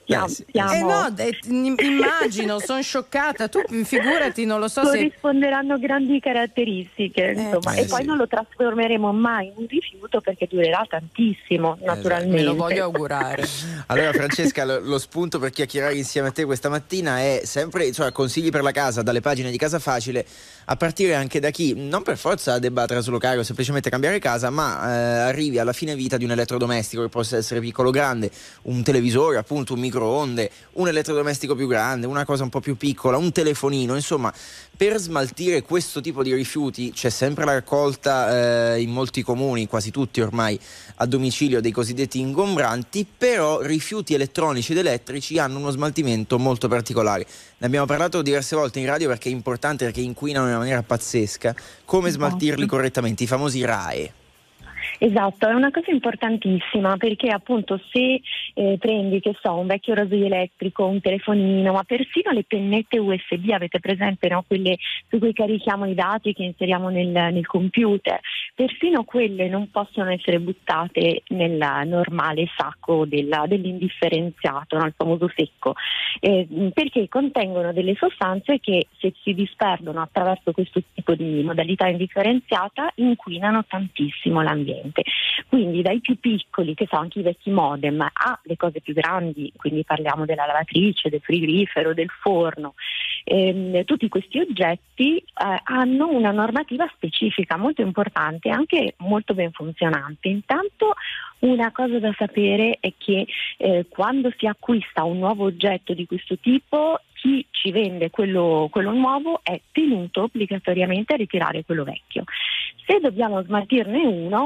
immagino, sono scioccata, tu figurati, non lo so se corrisponderanno grandi caratteristiche, insomma, e poi non lo trasformeremo mai in un rifiuto perché durerà tantissimo, naturalmente. Me lo voglio augurare. Allora Francesca, lo spunto per chiacchierare insieme a te questa mattina è sempre, cioè, consigli per la casa dalle pagine di Casa Facile, a partire anche da chi non per forza debba traslocare o semplicemente cambiare casa, ma arrivi alla fine vita di un elettrodomestico, che possa essere piccolo o grande, un televisore, appunto, un microonde, un elettrodomestico più grande, una cosa un po' più piccola, un telefonino, insomma. Per smaltire questo tipo di rifiuti c'è sempre la raccolta in molti comuni, quasi tutti ormai, a domicilio dei cosiddetti ingombranti, però rifiuti elettronici ed elettrici hanno uno smaltimento molto particolare. Ne abbiamo parlato diverse volte in radio perché è importante, perché inquinano in una maniera pazzesca. Come smaltirli correttamente, i famosi RAEE. Esatto, è una cosa importantissima perché appunto se prendi, che so, un vecchio rasoio elettrico, un telefonino, ma persino le pennette USB, avete presente, no? Quelle su cui carichiamo i dati che inseriamo nel computer, persino quelle non possono essere buttate nel normale sacco dell'indifferenziato, no? Il famoso secco, perché contengono delle sostanze che, se si disperdono attraverso questo tipo di modalità indifferenziata, inquinano tantissimo l'ambiente. Quindi dai più piccoli, che so, anche i vecchi modem, a le cose più grandi, quindi parliamo della lavatrice, del frigorifero, del forno, tutti questi oggetti hanno una normativa specifica molto importante, anche molto ben funzionante. Intanto una cosa da sapere è che quando si acquista un nuovo oggetto di questo tipo, chi ci vende quello nuovo è tenuto obbligatoriamente a ritirare quello vecchio. Se dobbiamo smaltirne uno,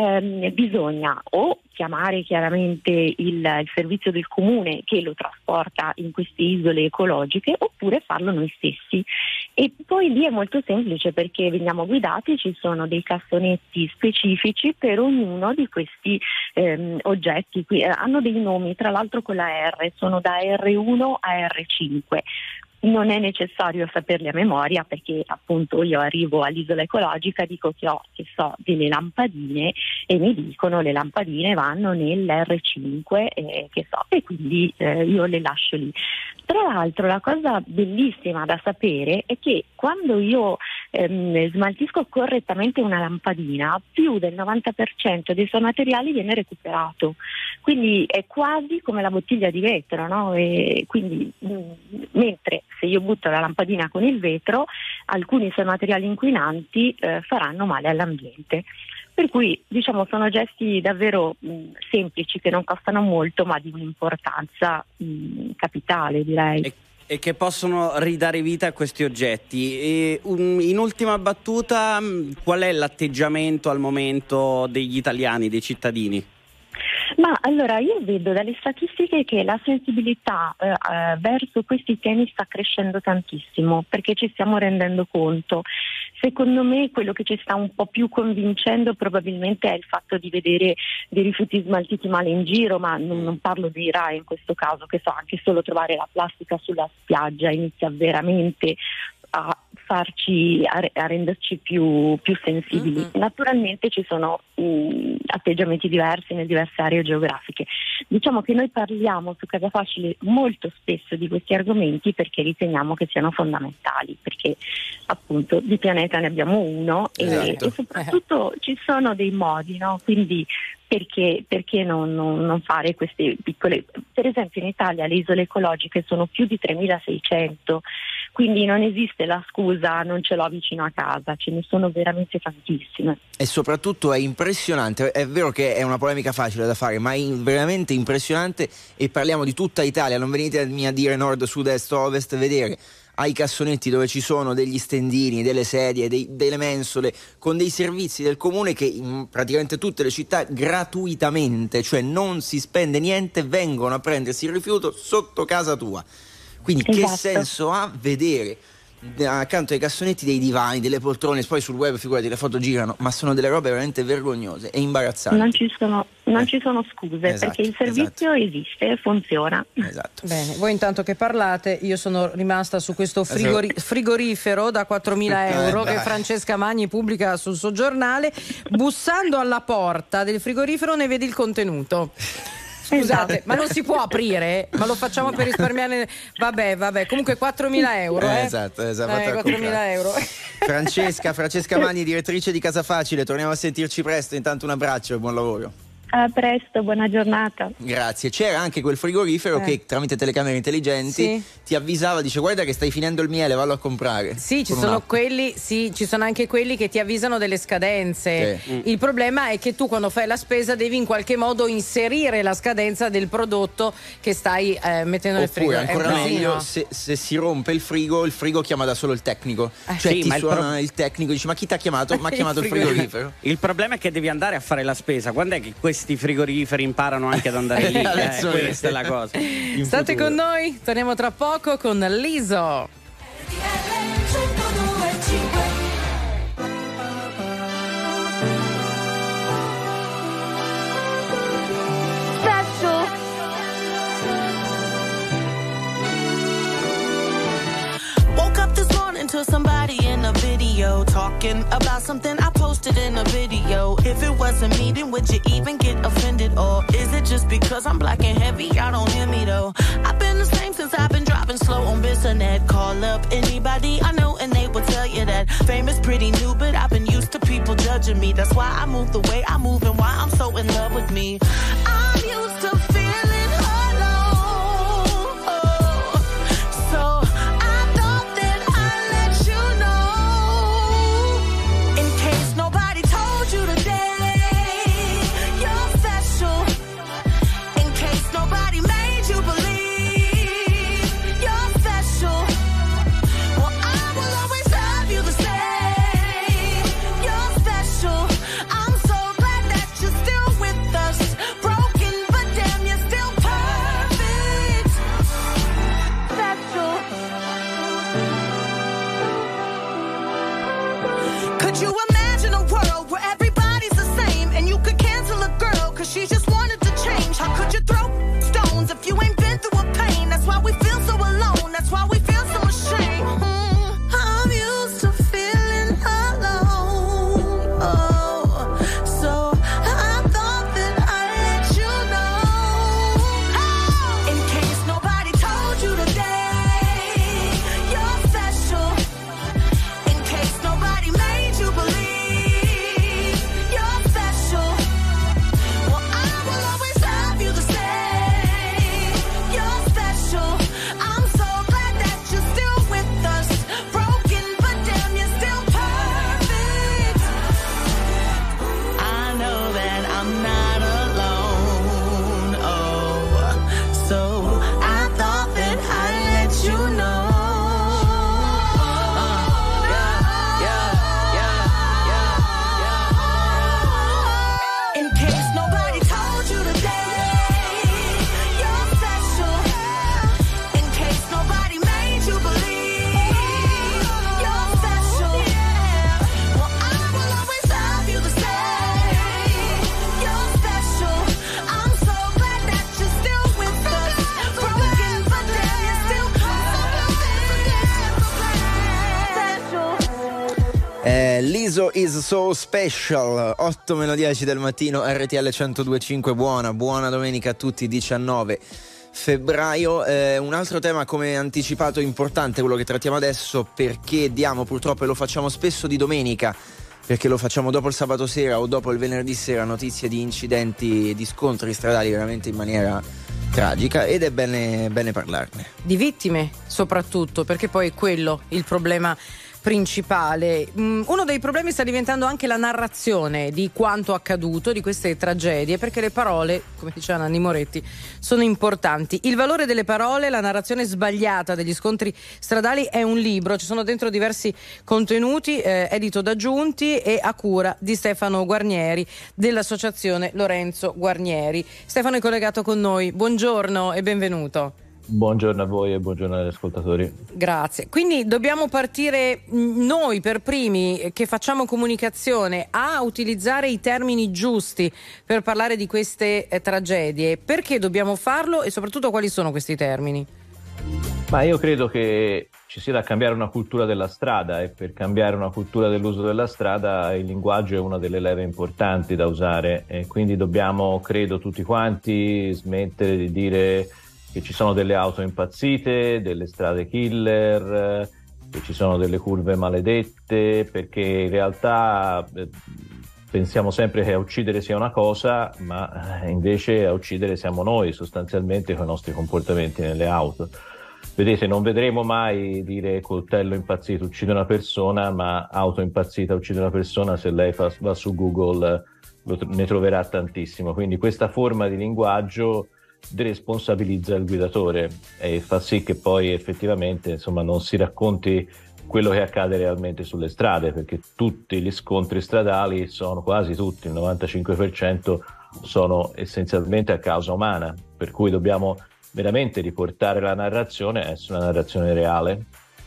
bisogna o chiamare chiaramente il servizio del comune che lo trasporta in queste isole ecologiche, oppure farlo noi stessi. E poi lì è molto semplice, perché veniamo guidati, ci sono dei cassonetti specifici per ognuno di questi oggetti. Hanno dei nomi, tra l'altro con la R, sono da R1 a R5. Non è necessario saperli a memoria, perché appunto io arrivo all'isola ecologica, dico che ho delle lampadine e mi dicono le lampadine vanno nell'R5 e quindi io le lascio lì. Tra l'altro la cosa bellissima da sapere è che quando io smaltisco correttamente una lampadina, più del 90% dei suoi materiali viene recuperato, quindi è quasi come la bottiglia di vetro, no? E quindi mentre se io butto la lampadina con il vetro, alcuni suoi materiali inquinanti faranno male all'ambiente. Per cui diciamo sono gesti davvero semplici, che non costano molto, ma di un'importanza capitale, direi. E che possono ridare vita a questi oggetti. E, in ultima battuta, qual è l'atteggiamento al momento degli italiani, dei cittadini? Ma allora io vedo dalle statistiche che la sensibilità verso questi temi sta crescendo tantissimo, perché ci stiamo rendendo conto. Secondo me quello che ci sta un po' più convincendo probabilmente è il fatto di vedere dei rifiuti smaltiti male in giro, ma non parlo di RAE in questo caso, che anche solo trovare la plastica sulla spiaggia inizia veramente a renderci più sensibili. Mm-hmm. Naturalmente ci sono atteggiamenti diversi nelle diverse aree geografiche. Diciamo che noi parliamo su Casa Facile molto spesso di questi argomenti perché riteniamo che siano fondamentali, perché appunto di pianeta ne abbiamo uno. Esatto. E soprattutto ci sono dei modi, no? Quindi perché non fare queste piccole... Per esempio in Italia le isole ecologiche sono più di 3.600, quindi non esiste la scusa non ce l'ho vicino a casa, ce ne sono veramente tantissime. E soprattutto è impressionante, è vero che è una polemica facile da fare, ma è veramente impressionante, e parliamo di tutta Italia, non venitemi a dire nord, sud, est, ovest, vedere ai cassonetti dove ci sono degli stendini, delle sedie, delle mensole con dei servizi del comune che in praticamente tutte le città gratuitamente, cioè non si spende niente, vengono a prendersi il rifiuto sotto casa tua. Quindi esatto. Che senso ha vedere accanto ai cassonetti dei divani, delle poltrone? Poi sul web figurati, le foto girano, ma sono delle robe veramente vergognose e imbarazzanti. Non ci sono scuse, esatto, perché il servizio esiste e funziona. Esatto. Bene, voi intanto che parlate, io sono rimasta su questo frigorifero da 4.000 euro che Francesca Magni pubblica sul suo giornale. Bussando alla porta del frigorifero ne vedi il contenuto. Scusate, ma non si può aprire? Ma lo facciamo per risparmiare? Vabbè, comunque 4.000 euro. Esatto. 4.000 euro. Francesca Magni, direttrice di Casa Facile, torniamo a sentirci presto. Intanto un abbraccio e buon lavoro. A presto, buona giornata. Grazie. C'era anche quel frigorifero che tramite telecamere intelligenti ti avvisava, dice guarda che stai finendo il miele, vallo a comprare. Sì, ci sono anche quelli che ti avvisano delle scadenze. Sì. Il problema è che tu quando fai la spesa devi in qualche modo inserire la scadenza del prodotto che stai mettendo nel frigo. Oppure ancora meglio, se si rompe il frigo chiama da solo il tecnico. Cioè ti suona il tecnico, dice ma chi ti ha chiamato? Ma ha chiamato il frigorifero. Il problema è che devi andare a fare la spesa. Quando è che questi frigoriferi imparano anche ad andare lì? Questa è la cosa. State con noi, torniamo tra poco con Liso. Woke up this morning to somebody in a video talking about something I posted in a video. If it wasn't me, then would you even get offended? Or is it just because I'm black and heavy? Y'all don't hear me though. I've been the same since I've been driving slow on Bissonnet. Call up anybody I know and they will tell you that fame is pretty new, but I've been used to people judging me. That's why I move the way I move and why I'm so in love with me. I'm used to feeling alone, so I thought I'm not alone. Oh, so I thought that I'd let you know. In case nobody told you today, you're special. In case nobody made you believe you're special. Well, I will always love you the same. You're special. I'm so glad that you're still with us. Broken, but then you're still special. L'ISO is so special, 8:10 del mattino, RTL 102.5, buona domenica a tutti, 19 febbraio. Un altro tema, come anticipato, importante, quello che trattiamo adesso, perché diamo purtroppo, e lo facciamo spesso di domenica, perché lo facciamo dopo il sabato sera o dopo il venerdì sera, notizie di incidenti, di scontri stradali veramente in maniera tragica, ed è bene parlarne. Di vittime soprattutto, perché poi è quello il problema principale. Uno dei problemi sta diventando anche la narrazione di quanto accaduto, di queste tragedie, perché le parole, come diceva Nanni Moretti, sono importanti. Il valore delle parole, la narrazione sbagliata degli scontri stradali è un libro, ci sono dentro diversi contenuti, edito da Giunti e a cura di Stefano Guarnieri dell'associazione Lorenzo Guarnieri. Stefano è collegato con noi, buongiorno e benvenuto. Buongiorno a voi e buongiorno agli ascoltatori. Grazie. Quindi dobbiamo partire noi per primi, che facciamo comunicazione, a utilizzare i termini giusti per parlare di queste tragedie. Perché dobbiamo farlo e soprattutto quali sono questi termini? Ma io credo che ci sia da cambiare una cultura della strada, e per cambiare una cultura dell'uso della strada il linguaggio è una delle leve importanti da usare, e quindi dobbiamo, credo tutti quanti, smettere di dire che ci sono delle auto impazzite, delle strade killer, che ci sono delle curve maledette, perché in realtà pensiamo sempre che a uccidere sia una cosa, ma invece a uccidere siamo noi sostanzialmente con i nostri comportamenti nelle auto. Vedete, non vedremo mai dire coltello impazzito uccide una persona, ma auto impazzita uccide una persona. Se lei va su Google ne troverà tantissimo. Quindi questa forma di linguaggio deresponsabilizza il guidatore e fa sì che poi effettivamente non si racconti quello che accade realmente sulle strade, perché tutti gli scontri stradali sono, quasi tutti, il 95%, sono essenzialmente a causa umana, per cui dobbiamo veramente riportare la narrazione a essere una narrazione reale.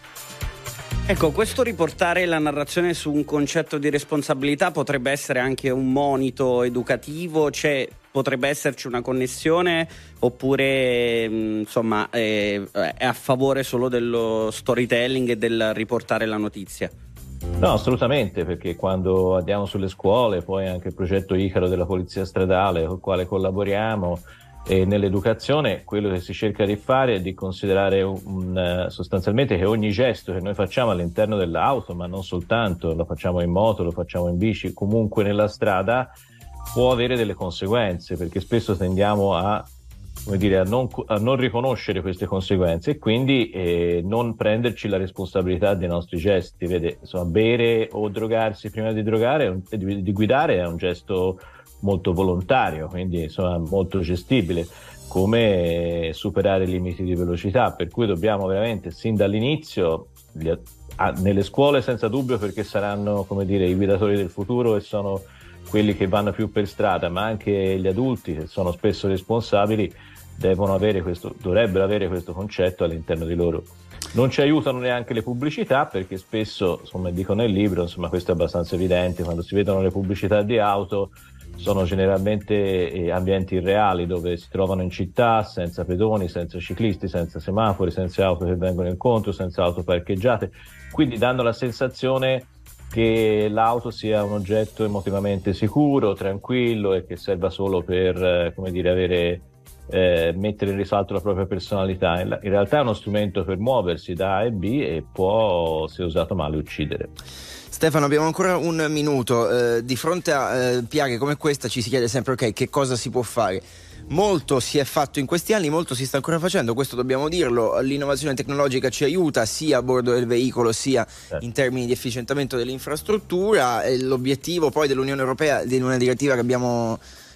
Ecco, questo riportare la narrazione su un concetto di responsabilità potrebbe essere anche un monito educativo, cioè potrebbe esserci una connessione, oppure è a favore solo dello storytelling e del riportare la notizia? No, assolutamente, perché quando andiamo sulle scuole, poi anche il progetto Icaro della Polizia Stradale, con il quale collaboriamo, e nell'educazione quello che si cerca di fare è di considerare sostanzialmente che ogni gesto che noi facciamo all'interno dell'auto, ma non soltanto, lo facciamo in moto, lo facciamo in bici, comunque nella strada, può avere delle conseguenze, perché spesso tendiamo a non riconoscere queste conseguenze e quindi non prenderci la responsabilità dei nostri gesti. Vede, bere o drogarsi prima di guidare è un gesto molto volontario, quindi molto gestibile, come superare i limiti di velocità, per cui dobbiamo veramente sin dall'inizio nelle scuole senza dubbio, perché saranno i guidatori del futuro e sono quelli che vanno più per strada, ma anche gli adulti, che sono spesso responsabili, dovrebbero avere questo concetto all'interno di loro. Non ci aiutano neanche le pubblicità, perché spesso, dico nel libro, questo è abbastanza evidente, quando si vedono le pubblicità di auto sono generalmente ambienti irreali, dove si trovano in città senza pedoni, senza ciclisti, senza semafori, senza auto che vengono incontro, senza auto parcheggiate, quindi danno la sensazione che l'auto sia un oggetto emotivamente sicuro, tranquillo, e che serva solo per mettere in risalto la propria personalità. In realtà è uno strumento per muoversi da A e B e può, se usato male, uccidere. Stefano, abbiamo ancora un minuto. Di fronte a piaghe come questa ci si chiede sempre che cosa si può fare. Molto si è fatto in questi anni, molto si sta ancora facendo, questo dobbiamo dirlo. L'innovazione tecnologica ci aiuta sia a bordo del veicolo sia in termini di efficientamento dell'infrastruttura. L'obiettivo poi dell'Unione Europea, di una direttiva che abbiamo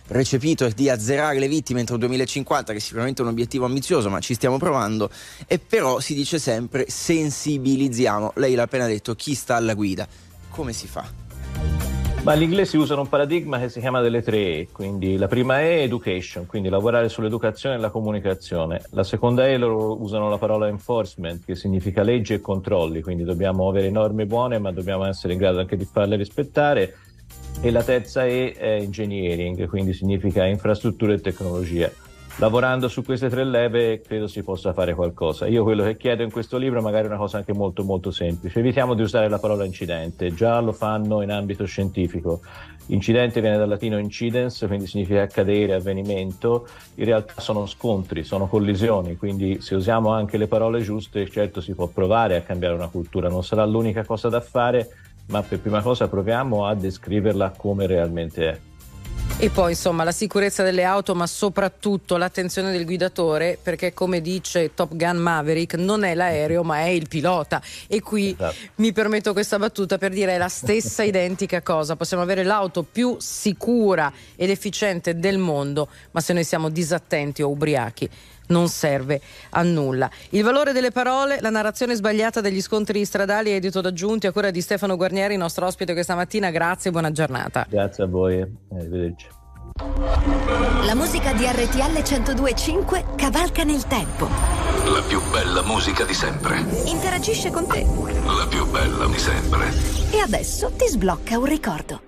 recepito di azzerare le vittime entro il 2050, che è sicuramente un obiettivo ambizioso, ma ci stiamo provando. E però si dice sempre sensibilizziamo. Lei l'ha appena detto, chi sta alla guida. Come si fa? Ma gli inglesi usano un paradigma che si chiama delle 3 E, quindi la prima E è education, quindi lavorare sull'educazione e la comunicazione. La seconda E loro usano la parola enforcement, che significa leggi e controlli, quindi dobbiamo avere norme buone, ma dobbiamo essere in grado anche di farle rispettare. E la terza E è engineering, quindi significa infrastrutture e tecnologie. Lavorando su queste 3 leve credo si possa fare qualcosa. Io quello che chiedo in questo libro magari è una cosa anche molto molto semplice. Evitiamo di usare la parola incidente, già lo fanno in ambito scientifico. Incidente viene dal latino incidens, quindi significa accadere, avvenimento. In realtà sono scontri, sono collisioni, quindi se usiamo anche le parole giuste, certo si può provare a cambiare una cultura. Non sarà l'unica cosa da fare, ma per prima cosa proviamo a descriverla come realmente è. E poi insomma la sicurezza delle auto, ma soprattutto l'attenzione del guidatore, perché come dice Top Gun Maverick non è l'aereo ma è il pilota. E qui mi permetto questa battuta per dire è la stessa identica cosa. Possiamo avere l'auto più sicura ed efficiente del mondo, ma se noi siamo disattenti o ubriachi non serve a nulla. Il valore delle parole, la narrazione sbagliata degli scontri stradali, edito da Giunti, a cura di Stefano Guarnieri, nostro ospite questa mattina. Grazie e buona giornata. Grazie a voi, arrivederci. La musica di RTL 102.5 cavalca nel tempo. La più bella musica di sempre. Interagisce con te. La più bella di sempre. E adesso ti sblocca un ricordo.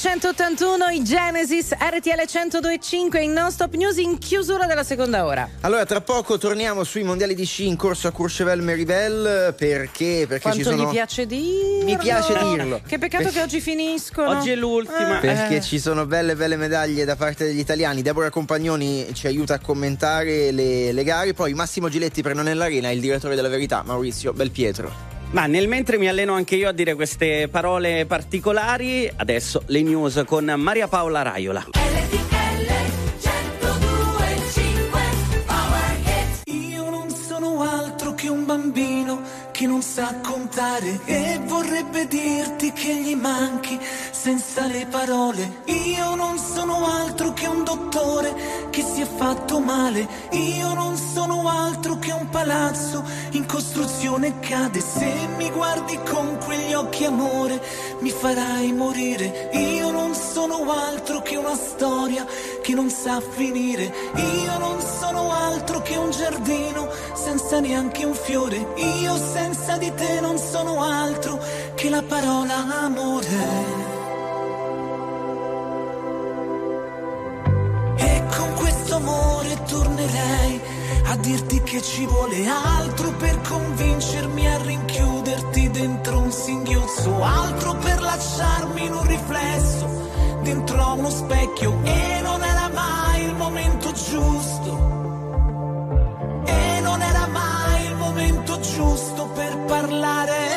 1981 i Genesis, RTL 102.5 in Non Stop News in chiusura della seconda ora. Allora tra poco torniamo sui mondiali di sci in corso a Courchevel-Merivel perché quanto ci sono... gli piace dirlo. Mi piace dirlo. Che peccato che oggi finiscono. Oggi è l'ultima. Perché ci sono belle medaglie da parte degli italiani. Deborah Compagnoni ci aiuta a commentare le gare. Poi Massimo Giletti per Non è l'Arena, il direttore della Verità, Maurizio Belpietro. Ma nel mentre mi alleno anche io a dire queste parole particolari, adesso le news con Maria Paola Raiola. Io non sono altro che un bambino che non sa contare e vorrebbe dirti che gli manchi senza le parole. Io non sono altro che un dottore che si è fatto male. Io non sono altro che un palazzo in costruzione cade. Se mi guardi con quegli occhi amore mi farai morire. Io non sono altro che una storia che non sa finire. Io non sono altro che un giardino senza neanche un fiore. Io senza di te non sono altro che la parola amore. E con questo amore tornerei a dirti che ci vuole altro per convincermi a rinchiuderti dentro un singhiozzo, altro per lasciarmi in un riflesso dentro a uno specchio. E non era mai il momento giusto. E non era mai il momento giusto per parlare.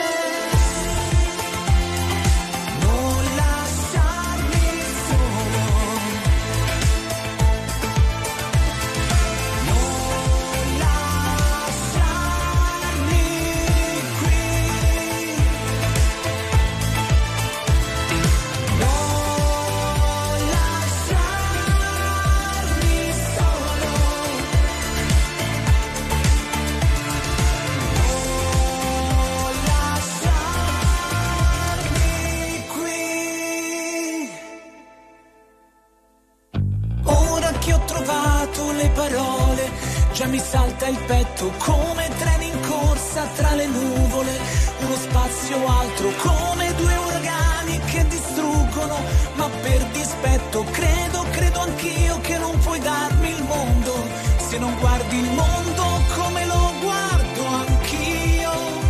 Parole, già mi salta il petto come treni in corsa tra le nuvole, uno spazio altro come due uragani che distruggono, ma per dispetto credo anch'io che non puoi darmi il mondo, se non guardi il mondo come lo guardo anch'io.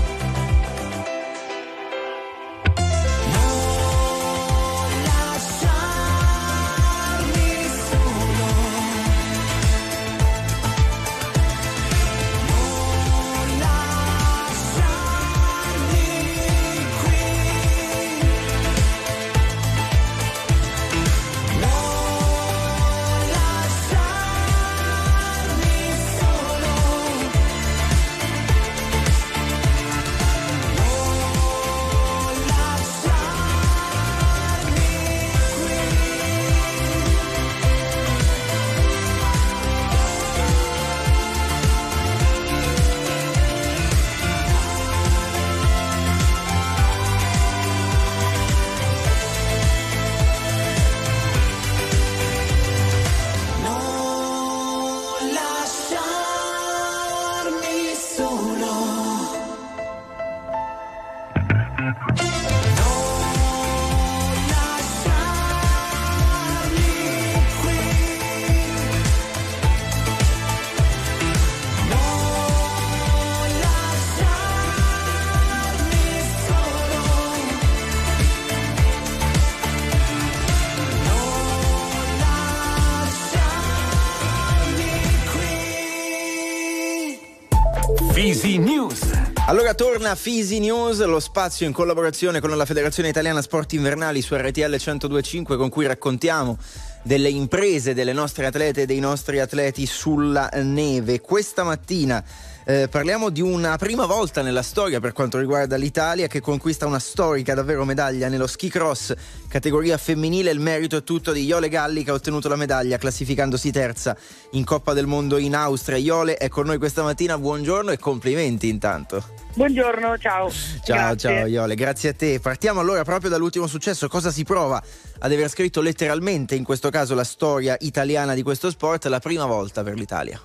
Fisi News. Allora torna Fisi News, lo spazio in collaborazione con la Federazione Italiana Sport Invernali su RTL 102.5 con cui raccontiamo delle imprese delle nostre atlete e dei nostri atleti sulla neve. Questa mattina parliamo di una prima volta nella storia per quanto riguarda l'Italia che conquista una storica davvero medaglia nello ski cross categoria femminile. Il merito è tutto di Iole Galli che ha ottenuto la medaglia classificandosi terza in Coppa del Mondo in Austria. Iole è con noi questa mattina, buongiorno e complimenti intanto. Buongiorno, ciao. Ciao Iole, grazie a te. Partiamo allora proprio dall'ultimo successo. Cosa si prova ad aver scritto letteralmente in questo caso la storia italiana di questo sport, la prima volta per l'Italia?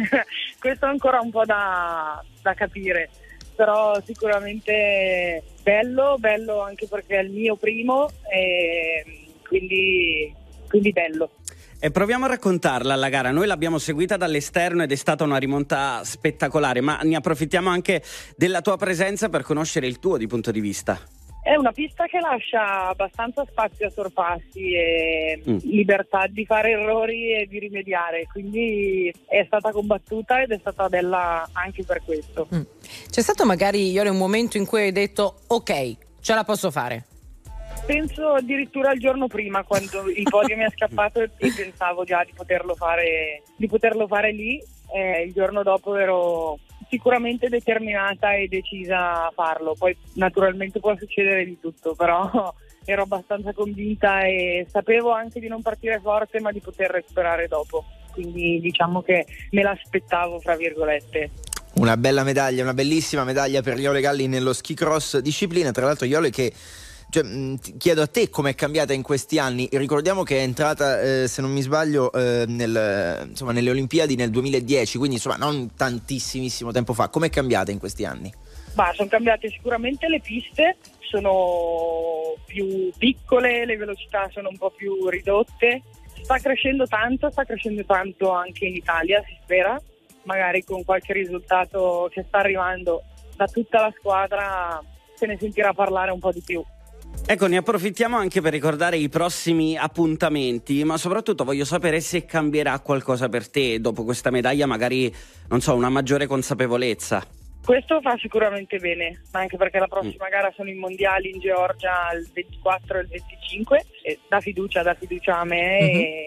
Questo è ancora un po' da capire, però sicuramente bello anche perché è il mio primo e quindi bello. E proviamo a raccontarla la gara. Noi l'abbiamo seguita dall'esterno ed è stata una rimonta spettacolare, ma ne approfittiamo anche della tua presenza per conoscere il tuo di punto di vista. È una pista che lascia abbastanza spazio a sorpassi e libertà di fare errori e di rimediare, quindi è stata combattuta ed è stata bella anche per questo. C'è stato magari, Iole, un momento in cui hai detto ok, ce la posso fare? Penso addirittura il giorno prima, quando il podio mi è scappato e pensavo già di poterlo fare lì. Il giorno dopo ero sicuramente determinata e decisa a farlo. Poi naturalmente può succedere di tutto, però ero abbastanza convinta e sapevo anche di non partire forte, ma di poter recuperare dopo. Quindi diciamo che me l'aspettavo, fra virgolette. Una bella medaglia, una bellissima medaglia per Iole Galli nello ski cross, disciplina tra l'altro, Iole, che chiedo a te com'è cambiata in questi anni. Ricordiamo che è entrata, se non mi sbaglio, nelle Olimpiadi nel 2010, quindi insomma non tantissimissimo tempo fa. Com'è cambiata in questi anni? Sono cambiate sicuramente le piste, sono più piccole, le velocità sono un po' più ridotte. Sta crescendo tanto anche in Italia, si spera, magari con qualche risultato che sta arrivando da tutta la squadra se ne sentirà parlare un po' di più. Ecco, ne approfittiamo anche per ricordare i prossimi appuntamenti, ma soprattutto voglio sapere se cambierà qualcosa per te dopo questa medaglia, magari, non so, una maggiore consapevolezza. Questo fa sicuramente bene, ma anche perché la prossima gara sono i mondiali in Georgia il 24 e il 25 e dà fiducia a me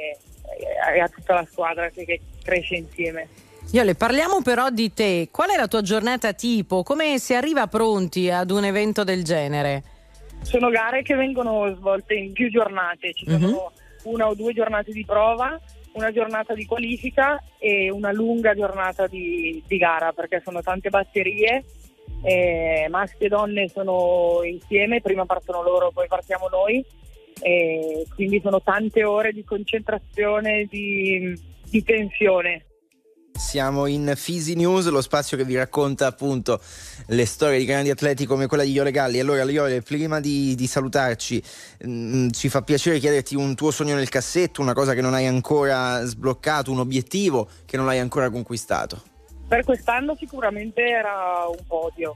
e a tutta la squadra che cresce insieme. Iole, parliamo però di te. Qual è la tua giornata tipo? Come si arriva pronti ad un evento del genere? Sono gare che vengono svolte in più giornate, ci sono 1 o 2 giornate di prova, una giornata di qualifica e una lunga giornata di gara, perché sono tante batterie, maschi e donne sono insieme, prima partono loro, poi partiamo noi, e quindi sono tante ore di concentrazione, di tensione. Siamo in Fisi News, lo spazio che vi racconta appunto le storie di grandi atleti come quella di Iole Galli. Allora Iole, prima di salutarci, ci fa piacere chiederti un tuo sogno nel cassetto, una cosa che non hai ancora sbloccato, un obiettivo che non hai ancora conquistato. Per quest'anno sicuramente era un podio,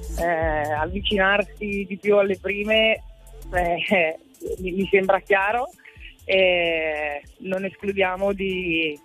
avvicinarsi di più alle prime mi sembra chiaro, non escludiamo di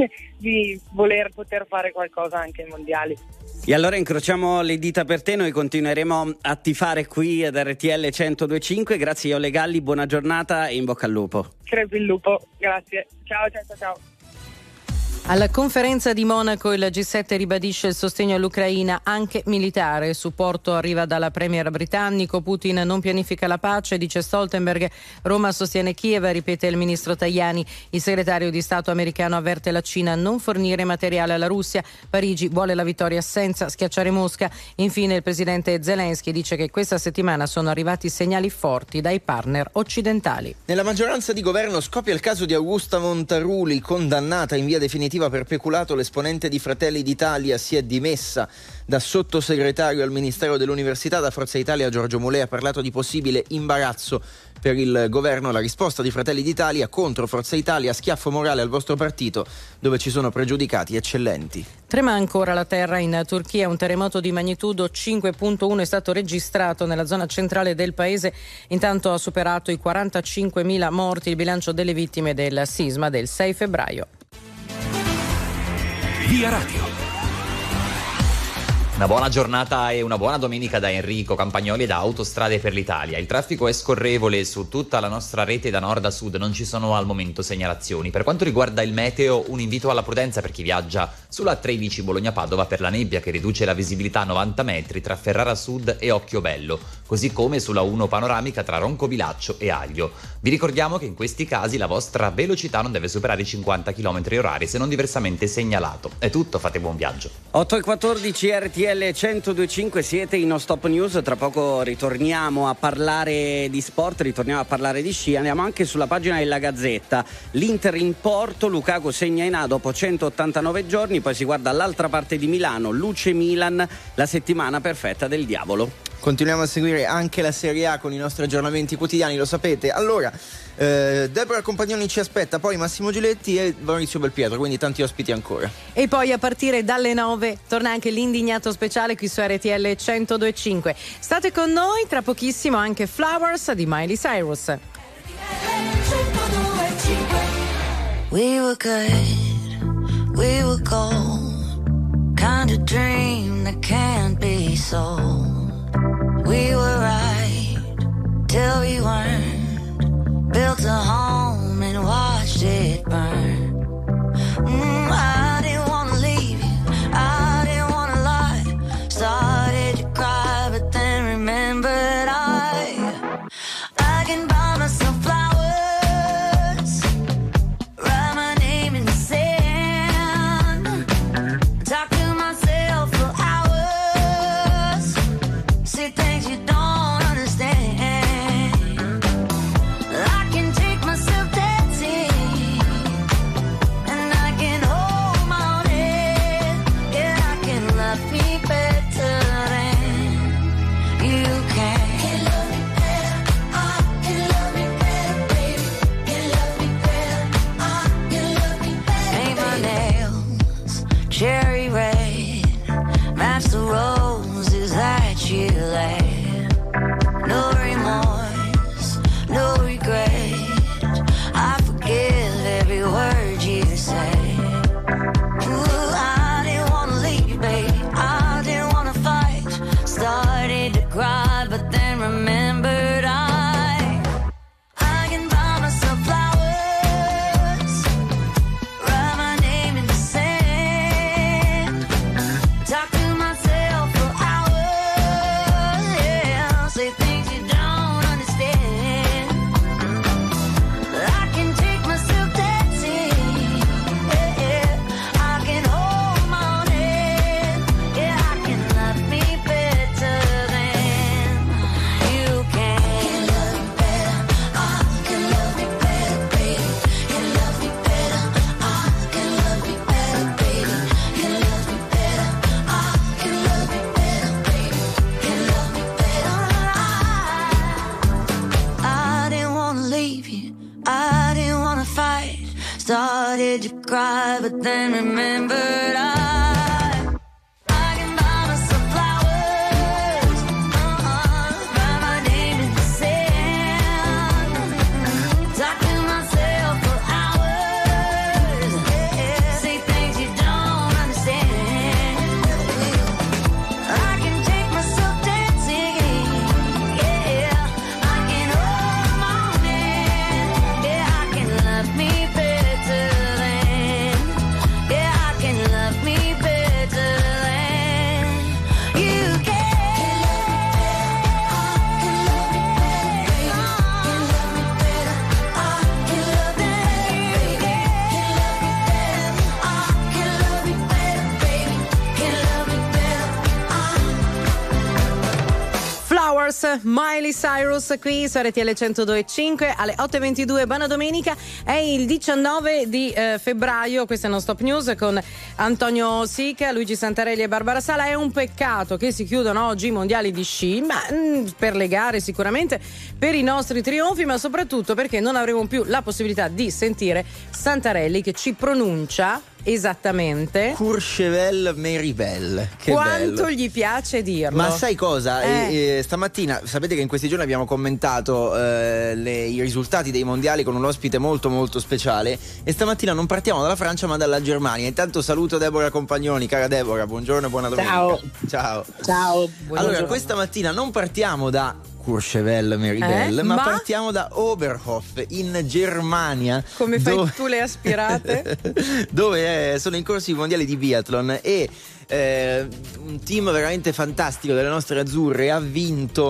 poter fare qualcosa anche ai mondiali. E allora incrociamo le dita per te, noi continueremo a tifare qui ad RTL 102.5. Grazie Iole Galli, buona giornata e in bocca al lupo. Crepi il lupo, grazie. Ciao. Alla conferenza di Monaco il G7 ribadisce il sostegno all'Ucraina anche militare. Il supporto arriva dalla premier britannico. Putin non pianifica la pace, dice Stoltenberg. Roma sostiene Kiev, ripete il ministro Tajani. Il segretario di Stato americano avverte la Cina a non fornire materiale alla Russia. Parigi vuole la vittoria senza schiacciare Mosca. Infine il presidente Zelensky dice che questa settimana sono arrivati segnali forti dai partner occidentali. Nella maggioranza di governo scoppia il caso di Augusta Montaruli, condannata in via definitiva per peculato. L'esponente di Fratelli d'Italia si è dimessa da sottosegretario al Ministero dell'Università. Da Forza Italia Giorgio Mulè ha parlato di possibile imbarazzo per il governo. La risposta di Fratelli d'Italia contro Forza Italia: schiaffo morale al vostro partito dove ci sono pregiudicati eccellenti. Trema ancora la terra in Turchia. Un terremoto di magnitudo 5.1 è stato registrato nella zona centrale del paese. Intanto ha superato i 45.000 morti il bilancio delle vittime del sisma del 6 febbraio. Via Radio. Una buona giornata e una buona domenica da Enrico Campagnoli da Autostrade per l'Italia. Il traffico è scorrevole su tutta la nostra rete da nord a sud, non ci sono al momento segnalazioni. Per quanto riguarda il meteo, un invito alla prudenza per chi viaggia sulla 13 Bologna-Padova per la nebbia che riduce la visibilità a 90 metri tra Ferrara Sud e Occhiobello, così come sulla 1 panoramica tra Roncobilaccio e Aglio. Vi ricordiamo che in questi casi la vostra velocità non deve superare i 50 km/h se non diversamente segnalato. È tutto, fate buon viaggio. 8:14 RTL 102.5, siete in No Stop News. Tra poco ritorniamo a parlare di sport, ritorniamo a parlare di sci. Andiamo anche sulla pagina della Gazzetta. L'Inter in porto, Lukaku segna in A dopo 189 giorni. Poi si guarda all'altra parte di Milano, Luce Milan, la settimana perfetta del diavolo. continuiamo a seguire anche la Serie A con i nostri aggiornamenti quotidiani, lo sapete. Allora, Deborah Compagnoni ci aspetta, poi Massimo Giletti e Maurizio Belpietro, quindi tanti ospiti ancora. E poi a partire dalle 9 torna anche l'indignato speciale qui su RTL 102.5. State con noi, tra pochissimo anche Flowers di Miley Cyrus. We were good, we were gold, kind of dream that can't be sold. We were right till we weren't, built a home and watched it burn. I didn't want to leave you, I didn't want to lie, started to cry but then remembered I can buy myself flowers, write my name in the sand, talk to myself for hours, say things you don't understand. I can take myself dancing, and I can hold my own head. Yeah, I can love me better than you can. Cherry red, match the roses that you laid. No remorse, no regret, I forgive every word you say. Ooh, I didn't wanna leave, babe, I didn't wanna fight. Started to cry, but then remembered I can buy myself flowers, write my name in the sand, talk to myself for hours, yeah, say things you don't understand. I can take myself dancing, yeah, I can hold my own head, yeah, I can love me better than you can. Can love me better, I can love me better, baby. Can love me better, I can love me better, baby. Can love me better, I can love me better, baby. Can love me better, I didn't wanna leave you, I didn't wanna fight. Started to cry, but then remembered I can buy myself flowers, write my name in the sand, talk to myself for hours, yeah, say things you don't understand. I can take myself dancing, yeah, I can hold my own hand, yeah, I can love me better than, yeah, I can love me better than you can. Flowers, Miley Cyrus qui su RTL 102.5 alle 8.22. Buona domenica, è il 19 di febbraio, questa è Non Stop News con Antonio Sica, Luigi Santarelli e Barbara Sala. È un peccato che si chiudano oggi i mondiali di sci, ma per le gare sicuramente, per i nostri trionfi, ma soprattutto perché non avremo più la possibilità di sentire Santarelli che ci pronuncia esattamente Courchevel-Méribel. Che quanto bello. Gli piace dirlo. Ma sai cosa? Stamattina sapete che in questi giorni abbiamo commentato i risultati dei mondiali con un ospite molto molto speciale, e stamattina non partiamo dalla Francia ma dalla Germania. Intanto saluto Deborah Compagnoni. Cara Deborah, buongiorno e buona domenica. Ciao. Allora, questa mattina non partiamo da Courchevel-Méribel, ma partiamo da Oberhof in Germania. Come fai tu le aspirate? Dove sono in corso i mondiali di biathlon e un team veramente fantastico delle nostre azzurre ha vinto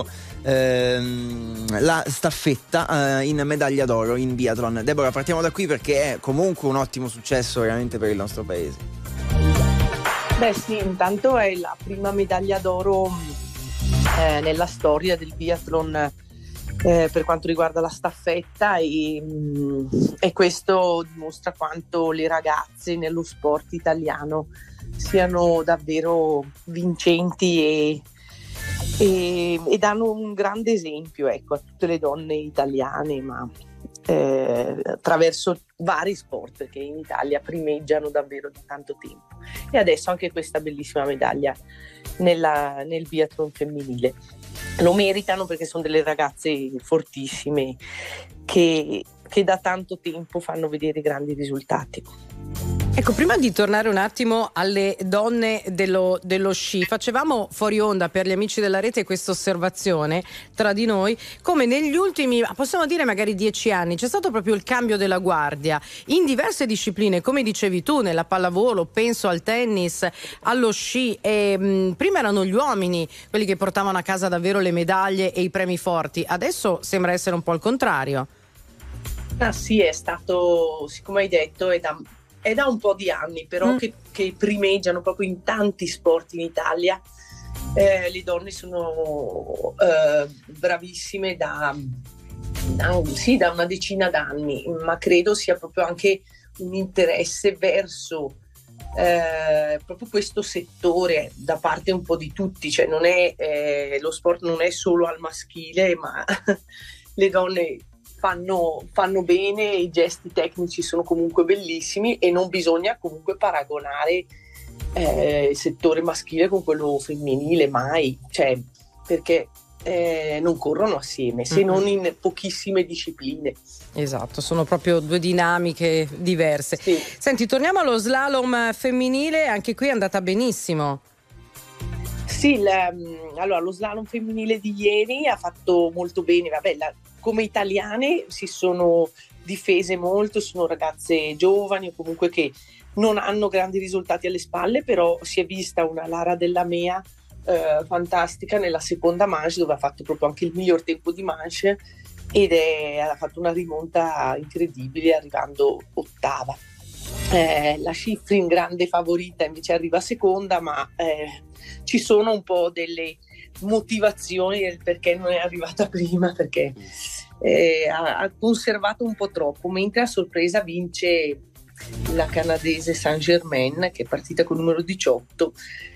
la staffetta in medaglia d'oro in biathlon. Deborah, partiamo da qui perché è comunque un ottimo successo veramente per il nostro paese. Beh sì, intanto è la prima medaglia d'oro nella storia del biathlon per quanto riguarda la staffetta e questo dimostra quanto le ragazze nello sport italiano siano davvero vincenti e danno un grande esempio, ecco, a tutte le donne italiane, ma attraverso vari sport che in Italia primeggiano davvero da tanto tempo. E adesso anche questa bellissima medaglia nel biathlon femminile. Lo meritano perché sono delle ragazze fortissime che da tanto tempo fanno vedere grandi risultati. Ecco, prima di tornare un attimo alle donne dello sci, facevamo fuori onda per gli amici della rete questa osservazione tra di noi, come negli ultimi, possiamo dire magari 10 anni, c'è stato proprio il cambio della guardia in diverse discipline, come dicevi tu, nella pallavolo, penso al tennis, allo sci, e prima erano gli uomini quelli che portavano a casa davvero le medaglie e i premi forti, adesso sembra essere un po' il contrario. Ah sì, è stato, siccome hai detto, è da un po' di anni però che primeggiano proprio in tanti sport in Italia. Le donne sono bravissime da una decina d'anni, ma credo sia proprio anche un interesse verso proprio questo settore da parte un po' di tutti, cioè non è lo sport non è solo al maschile, ma le donne fanno bene, i gesti tecnici sono comunque bellissimi e non bisogna comunque paragonare il settore maschile con quello femminile, mai, cioè, perché non corrono assieme, se non in pochissime discipline. Esatto, sono proprio due dinamiche diverse. Sì. Senti, torniamo allo slalom femminile, anche qui è andata benissimo. Sì, allora lo slalom femminile di ieri ha fatto molto bene, vabbè, come italiane si sono difese molto, sono ragazze giovani o comunque che non hanno grandi risultati alle spalle, però si è vista una Lara Della Mea fantastica nella seconda manche, dove ha fatto proprio anche il miglior tempo di manche ha fatto una rimonta incredibile arrivando ottava. La Schifrin, grande favorita, invece arriva seconda, ma ci sono un po' delle motivazioni del perché non è arrivata prima, perché ha conservato un po' troppo, mentre a sorpresa vince la canadese Saint-Germain, che è partita con il numero 18,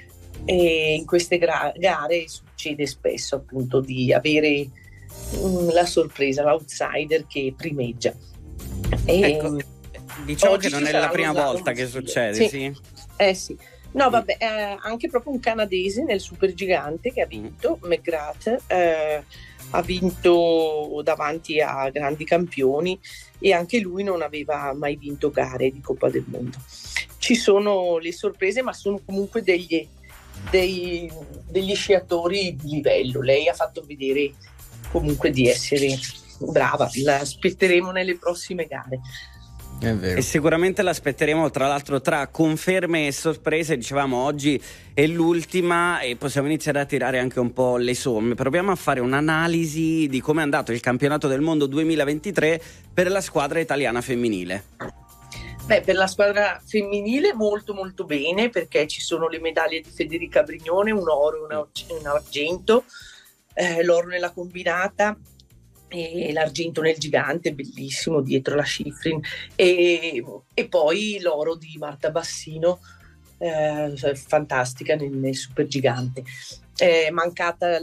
e in queste gare succede spesso appunto di avere la sorpresa, l'outsider che primeggia. Ecco, diciamo che non è la prima volta che succede, sì? Sì. No, vabbè, anche proprio un canadese nel supergigante che ha vinto, McGrath, ha vinto davanti a grandi campioni e anche lui non aveva mai vinto gare di Coppa del Mondo. Ci sono le sorprese, ma sono comunque degli sciatori di livello. Lei ha fatto vedere comunque di essere brava, la aspetteremo nelle prossime gare. È vero. E sicuramente l'aspetteremo, tra l'altro, tra conferme e sorprese. Dicevamo, oggi è l'ultima e possiamo iniziare a tirare anche un po' le somme. Proviamo a fare un'analisi di come è andato il campionato del mondo 2023 per la squadra italiana femminile. Per la squadra femminile molto molto bene, perché ci sono le medaglie di Federica Brignone, un oro e un argento, l'oro nella combinata e l'argento nel gigante, bellissimo, dietro la Schifrin, e poi l'oro di Marta Bassino, fantastica nel supergigante. È mancata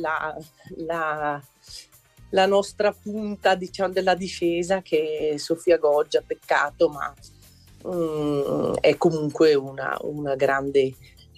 la nostra punta, diciamo, della discesa, che è Sofia Goggia, peccato, ma è comunque una grande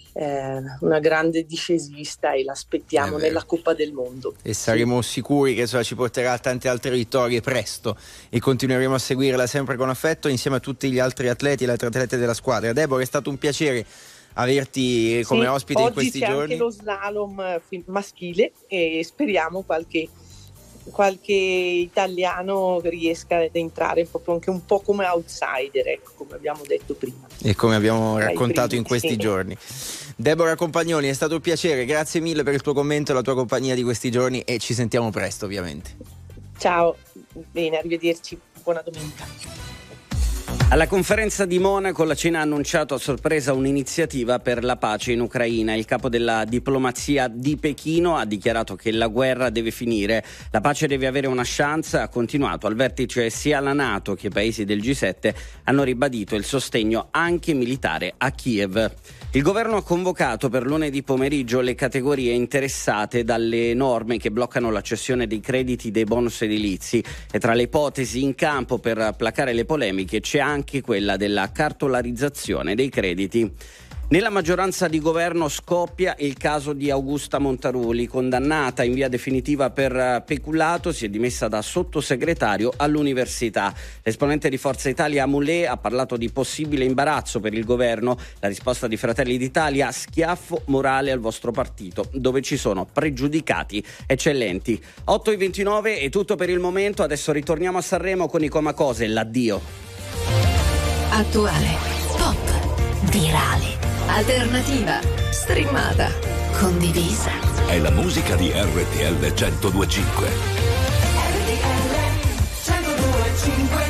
discesista e l'aspettiamo nella Coppa del Mondo. E saremo sicuri che ci porterà a tante altre vittorie presto e continueremo a seguirla sempre con affetto insieme a tutti gli altri atleti e le altre atlete della squadra. Deborah, è stato un piacere averti come ospite in questi giorni. Oggi c'è anche lo slalom maschile e speriamo qualche italiano riesca ad entrare proprio anche un po' come outsider, ecco, come abbiamo detto prima e come abbiamo raccontato in questi giorni. Deborah Compagnoni, è stato un piacere, grazie mille per il tuo commento e la tua compagnia di questi giorni e ci sentiamo presto, ovviamente. Ciao, bene, arrivederci, buona domenica. Alla conferenza di Monaco la Cina ha annunciato a sorpresa un'iniziativa per la pace in Ucraina. Il capo della diplomazia di Pechino ha dichiarato che la guerra deve finire, la pace deve avere una chance. Ha continuato: al vertice sia la NATO che i paesi del G7 hanno ribadito il sostegno anche militare a Kiev. Il governo ha convocato per lunedì pomeriggio le categorie interessate dalle norme che bloccano la cessione dei crediti dei bonus edilizi, e tra le ipotesi in campo per placare le polemiche c'è anche quella della cartolarizzazione dei crediti. Nella maggioranza di governo scoppia il caso di Augusta Montaruli, condannata in via definitiva per peculato, si è dimessa da sottosegretario all'università. L'esponente di Forza Italia Amulé ha parlato di possibile imbarazzo per il governo. La risposta di Fratelli d'Italia: schiaffo morale al vostro partito, dove ci sono pregiudicati eccellenti. 8:29 è tutto per il momento, adesso ritorniamo a Sanremo con i Comacose, l'addio. Attuale, pop, virale, alternativa, streamata, condivisa. È la musica di RTL 102.5. RTL 102.5.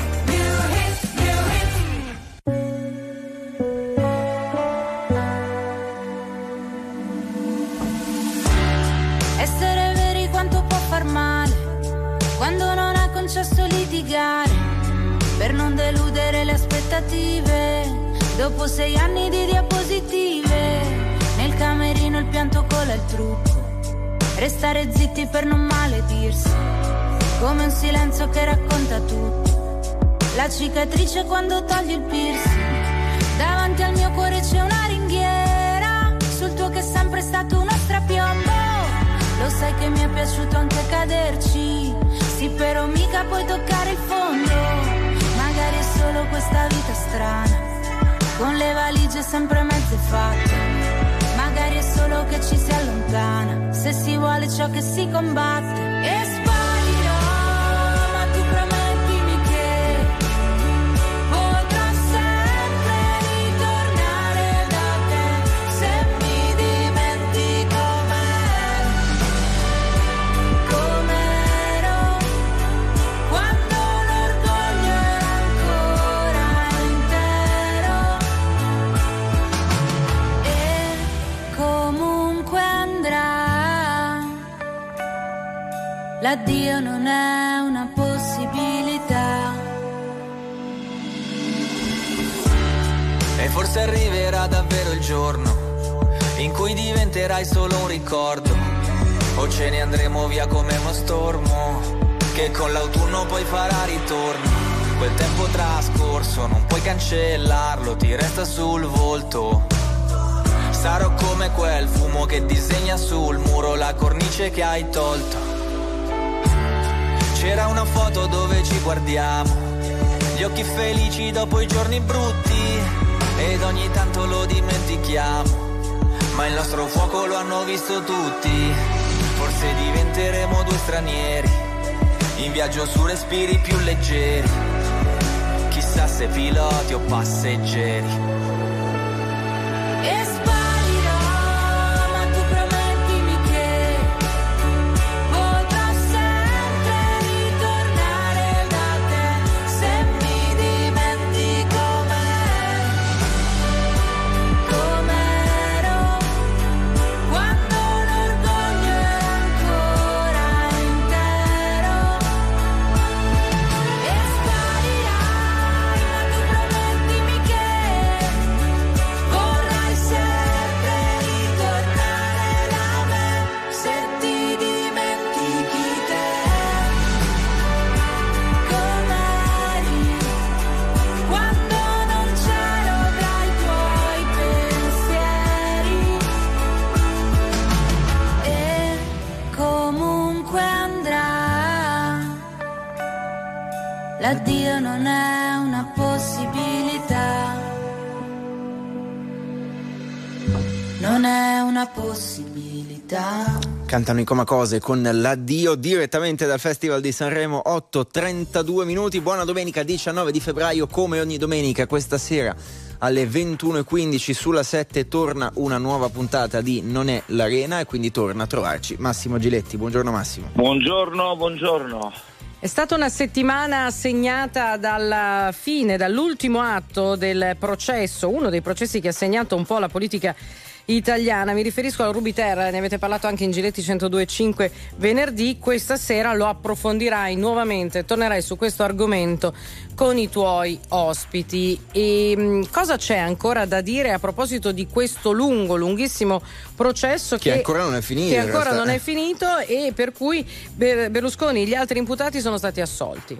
Essere veri quanto può far male quando non ha concesso litigare per non deludere le aspettative. Dopo 6 anni di diapositive, nel camerino il pianto cola il trucco. Restare zitti per non maledirsi, come un silenzio che racconta tutto. La cicatrice quando togli il piercing. Davanti al mio cuore c'è una ringhiera, sul tuo che è sempre stato uno strapiombo. Lo sai che mi è piaciuto anche caderci, sì, però mica puoi toccare il fondo. Magari è solo questa vita strana, con le valigie sempre mezze fatte. Magari è solo che ci si allontana, se si vuole ciò che si combatte. E sparirò, ma tu promettimi che potrò sempre ritornare da te, se mi dimentico com'ero, quando l'orgoglio era ancora intero. E comunque andrà, l'addio non è una possibilità. E forse arriverà davvero il giorno in cui diventerai solo un ricordo, o ce ne andremo via come uno stormo che con l'autunno poi farà ritorno. Quel tempo trascorso non puoi cancellarlo, ti resta sul volto. Sarò come quel fumo che disegna sul muro la cornice che hai tolto. C'era una foto dove ci guardiamo, gli occhi felici dopo i giorni brutti, ed ogni tanto lo dimentichiamo, ma il nostro fuoco lo hanno visto tutti. Forse diventeremo due stranieri in viaggio su respiri più leggeri, chissà se piloti o passeggeri. E sparirò, ma tu promettimi che potrò sempre ritornare da te, se mi dimentico com'ero, quando l'orgoglio era ancora intero. E sparirai, ma tu promettimi che vorrai sempre ritornare da me, se ti dimentichi te com'eri, quando non c'ero tra i tuoi pensieri. E comunque andrà, l'addio non è una possibilità. Non è una possibilità. Cantano i Comacose con l'addio direttamente dal Festival di Sanremo. 8:32 minuti. Buona domenica 19 di febbraio. Come ogni domenica questa sera alle 21:15 sulla 7 torna una nuova puntata di Non è l'Arena, e quindi torna a trovarci Massimo Giletti. Buongiorno Massimo. Buongiorno. È stata una settimana segnata dalla fine, dall'ultimo atto del processo, uno dei processi che ha segnato un po' la politica italiana. Mi riferisco al Rubiter, ne avete parlato anche in Giletti 102.5 venerdì. Questa sera lo approfondirai nuovamente, tornerai su questo argomento con i tuoi ospiti. E cosa c'è ancora da dire a proposito di questo lunghissimo processo che ancora non è finito, che ancora non è finito, e per cui Berlusconi e gli altri imputati sono stati assolti?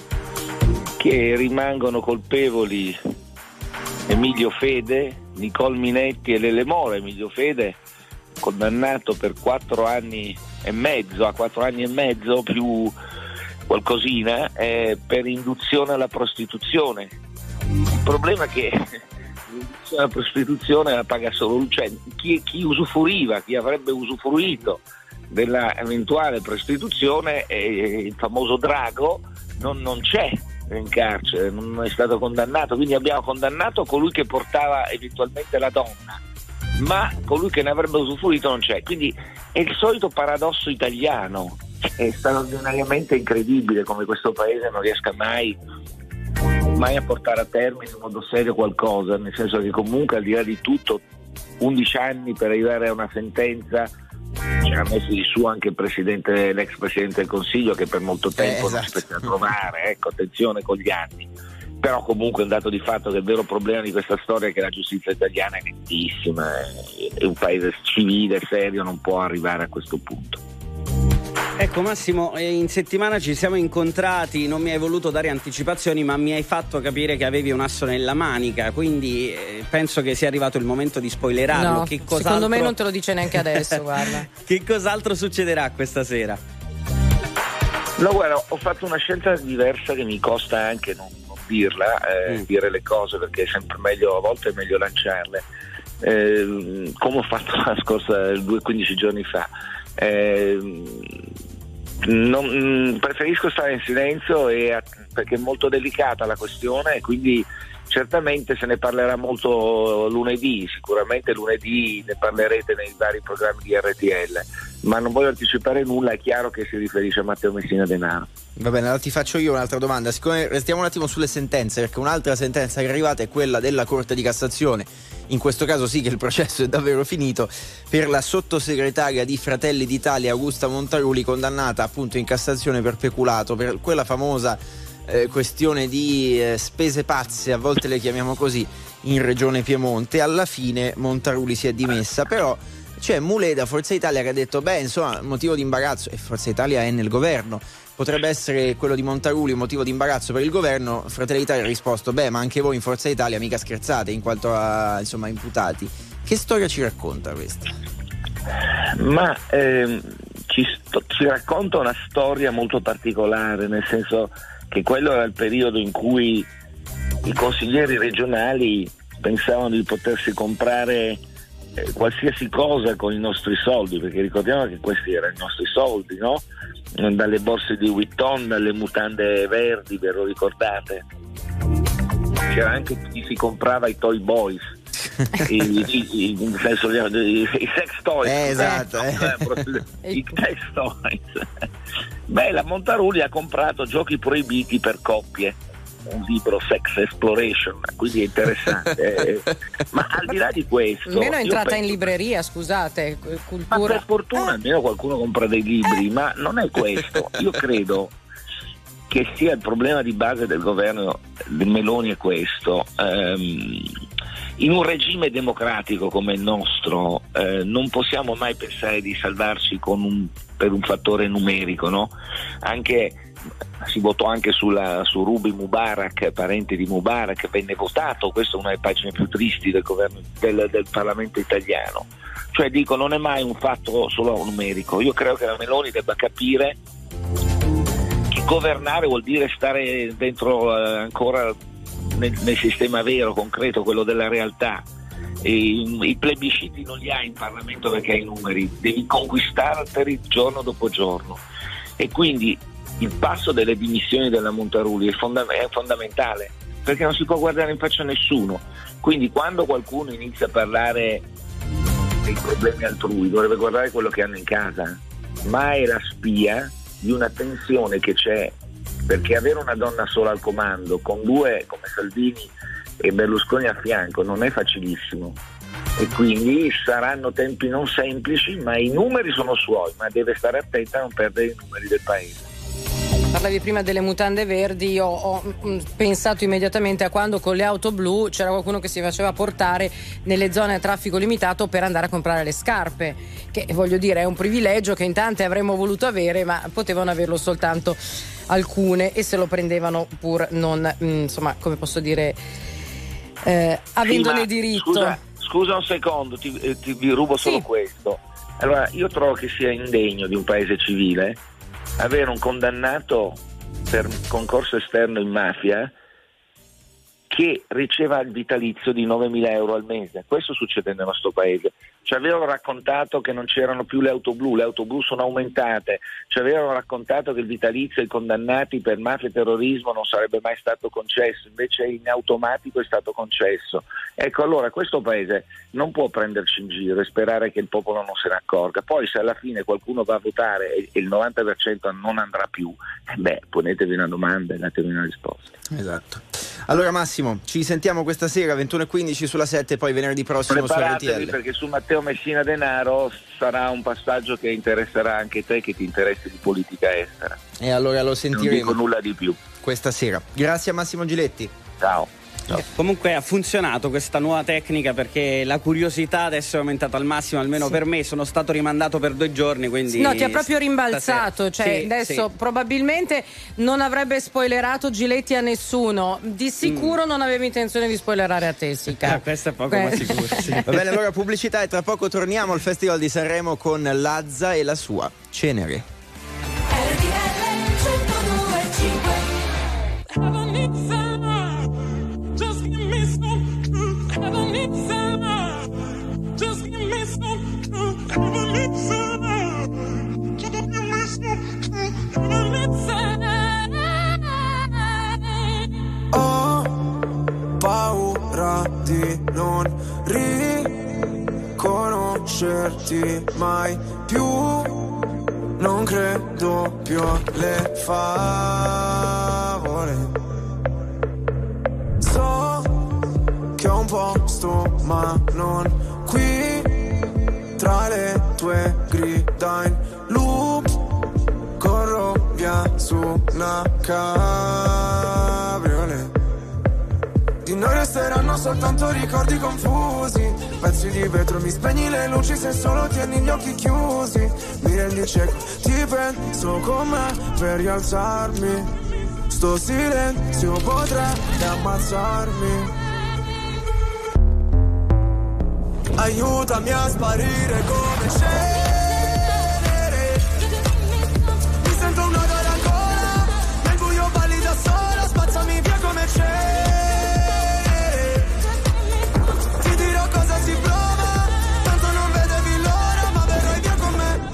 Che rimangono colpevoli Emilio Fede, Nicole Minetti e Lele Mora. Emilio Fede condannato per 4 anni e mezzo, a 4 anni e mezzo più qualcosina, per induzione alla prostituzione. Il problema è che l'induzione alla prostituzione la paga solo, cioè chi usufruiva, chi avrebbe usufruito della eventuale prostituzione, il famoso drago, non c'è in carcere, non è stato condannato, quindi abbiamo condannato colui che portava eventualmente la donna, ma colui che ne avrebbe usufruito non c'è. Quindi è il solito paradosso italiano, è straordinariamente incredibile come questo paese non riesca mai a portare a termine in modo serio qualcosa, nel senso che comunque al di là di tutto 11 anni per arrivare a una sentenza. Ci ha messo di su anche l'ex presidente del Consiglio, che per molto tempo non si poteva trovare, ecco, attenzione con gli anni. Però comunque è un dato di fatto che il vero problema di questa storia è che la giustizia italiana è lentissima, e un paese civile, serio, non può arrivare a questo punto. Ecco Massimo, in settimana ci siamo incontrati, non mi hai voluto dare anticipazioni, ma mi hai fatto capire che avevi un asso nella manica, quindi penso che sia arrivato il momento di spoilerarlo. No, secondo me non te lo dice neanche adesso, guarda. Che cos'altro succederà questa sera? No, guarda, ho fatto una scelta diversa che mi costa anche non dirla, dire le cose, perché è sempre meglio, a volte è meglio lanciarle, come ho fatto la scorsa 15 giorni fa. Preferisco stare in silenzio perché è molto delicata la questione, e quindi certamente se ne parlerà molto lunedì, sicuramente lunedì ne parlerete nei vari programmi di RTL, ma non voglio anticipare nulla. È chiaro che si riferisce a Matteo Messina Denaro. Va bene, allora ti faccio io un'altra domanda. Siccome restiamo un attimo sulle sentenze, perché un'altra sentenza che è arrivata è quella della Corte di Cassazione, in questo caso sì che il processo è davvero finito, per la sottosegretaria di Fratelli d'Italia Augusta Montaruli, condannata appunto in Cassazione per peculato, per quella famosa questione di spese pazze, a volte le chiamiamo così, in Regione Piemonte. Alla fine Montaruli si è dimessa, però c'è Mulè da Forza Italia che ha detto insomma, motivo di imbarazzo, e Forza Italia è nel governo, potrebbe essere quello di Montaruli un motivo di imbarazzo per il governo. Fratelli d'Italia ha risposto ma anche voi in Forza Italia mica scherzate in quanto a insomma imputati. Che storia ci racconta questa? Ma ci racconta una storia molto particolare, nel senso che quello era il periodo in cui i consiglieri regionali pensavano di potersi comprare qualsiasi cosa con i nostri soldi, perché ricordiamo che questi erano i nostri soldi, no? Dalle borse di Vuitton, dalle mutande verdi, ve lo ricordate? C'era anche chi si comprava i Toy Boys, i sex toys, esatto, i sex toys. Beh, la Montaruli ha comprato Giochi proibiti per coppie, un libro Sex Exploration, quindi è interessante. Ma al di là di questo, almeno è entrata in libreria, scusate, cultura. Ma per fortuna almeno qualcuno compra dei libri, ma non è questo. Io credo che sia il problema di base del governo di Meloni è questo. In un regime democratico come il nostro non possiamo mai pensare di salvarci per un fattore numerico, no? Si votò anche su Ruby Mubarak, parente di Mubarak, venne votato. Questa è una delle pagine più tristi del governo del Parlamento italiano. Cioè dico, non è mai un fatto solo numerico. Io credo che la Meloni debba capire che governare vuol dire stare dentro ancora nel sistema vero, concreto, quello della realtà. I plebisciti non li hai in Parlamento perché hai numeri, devi conquistarteli giorno dopo giorno, e quindi il passo delle dimissioni della Montaruli è fondamentale, perché non si può guardare in faccia a nessuno. Quindi quando qualcuno inizia a parlare dei problemi altrui dovrebbe guardare quello che hanno in casa. Mai la spia di una tensione che c'è perché avere una donna sola al comando con due come Salvini e Berlusconi a fianco non è facilissimo, e quindi saranno tempi non semplici, ma i numeri sono suoi, ma deve stare attenta a non perdere i numeri del paese. Parlavi prima delle mutande verdi, io ho pensato immediatamente a quando con le auto blu c'era qualcuno che si faceva portare nelle zone a traffico limitato per andare a comprare le scarpe, che voglio dire è un privilegio che in tante avremmo voluto avere, ma potevano averlo soltanto alcune e se lo prendevano pur non, insomma, come posso dire, avendone sì, diritto. Scusa un secondo, vi rubo solo questo. Allora, io trovo che sia indegno di un paese civile avere un condannato per concorso esterno in mafia che riceva il vitalizio di 9.000 euro al mese. Questo succede nel nostro paese. Ci avevano raccontato che non c'erano più le auto blu sono aumentate, ci avevano raccontato che il vitalizio ai condannati per mafia e terrorismo non sarebbe mai stato concesso, invece in automatico è stato concesso. Ecco, allora questo paese non può prenderci in giro e sperare che il popolo non se ne accorga. Poi se alla fine qualcuno va a votare e il 90% non andrà più, ponetevi una domanda e datemi una risposta. Esatto. Allora Massimo, ci sentiamo questa sera 21:15 sulla 7, poi venerdì prossimo su RTL. Perché su Matteo Messina Denaro sarà un passaggio che interesserà anche te, che ti interessi di politica estera. E allora lo sentiremo. Non dico nulla di più questa sera. Grazie a Massimo Giletti. Ciao. Comunque ha funzionato questa nuova tecnica, perché la curiosità adesso è aumentata al massimo, almeno per me. Sono stato rimandato per 2 giorni, quindi no, ti ha proprio rimbalzato, cioè adesso probabilmente non avrebbe spoilerato Giletti a nessuno, di sicuro non avevi intenzione di spoilerare a Tessica. Questo è poco ma sicuro. Va bene, allora pubblicità e tra poco torniamo al Festival di Sanremo con Lazza e la sua Cenere. Ho paura di non riconoscerti mai più, non credo più alle favole. So che ho un posto ma non qui, tra le tue grida in loop, corro via su una cabriolet. Di noi resteranno soltanto ricordi confusi, pezzi di vetro, mi spegni le luci se solo tieni gli occhi chiusi. Mi rendi cieco, ti penso con me per rialzarmi, sto silenzio potrebbe ammazzarmi. Aiutami a sparire come cenere, mi sento un nodo alla gola, nel buio balli da sola, spazzami via come cenere. Ti dirò cosa si prova, tanto non vedevi l'ora, ma verrai via con me.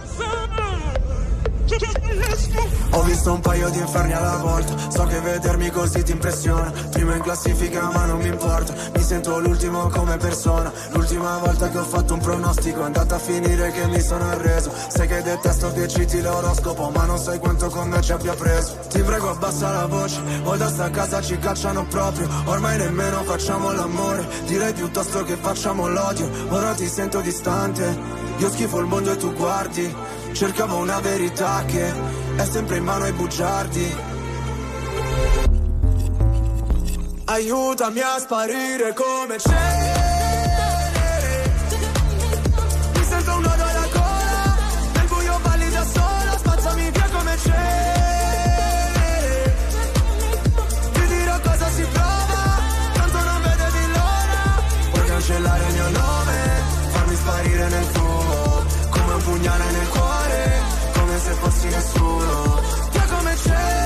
Ho visto un paio di inferni alla volta, so che vedermi così ti impressiona. Prima in classifica ma non mi importa, mi sento l'ultimo come persona. L'ultima volta che ho fatto un pronostico è andata a finire che mi sono arreso. Sai che detesto che citi l'oroscopo, ma non sai quanto con me ci abbia preso. Ti prego abbassa la voce, o da sta casa ci cacciano proprio. Ormai nemmeno facciamo l'amore, direi piuttosto che facciamo l'odio. Ora ti sento distante, io schifo il mondo e tu guardi. Cercavo una verità che è sempre in mano ai bugiardi. Aiutami a sparire come cenere, mi sento un nodo alla gola, nel buio balli da sola, spazzami via come cenere. Ti dirò cosa si prova, tanto non vedevi l'ora. Puoi cancellare il mio nome, farmi sparire nel fuoco, come un pugnale nel cuore, come se fossi nessuno. Via come cenere.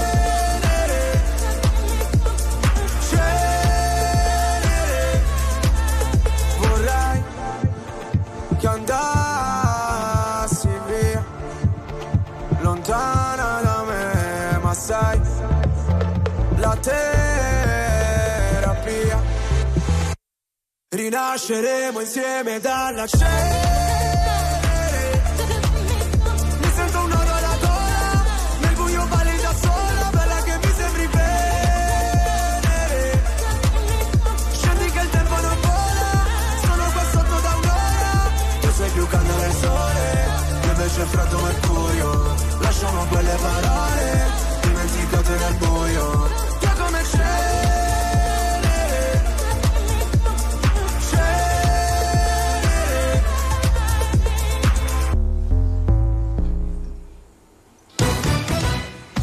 Che andassi via, lontana da me, ma sai, la terapia. Rinasceremo insieme dalla cenere. Mi sento un nodo alla gola, nel buio balli da sola,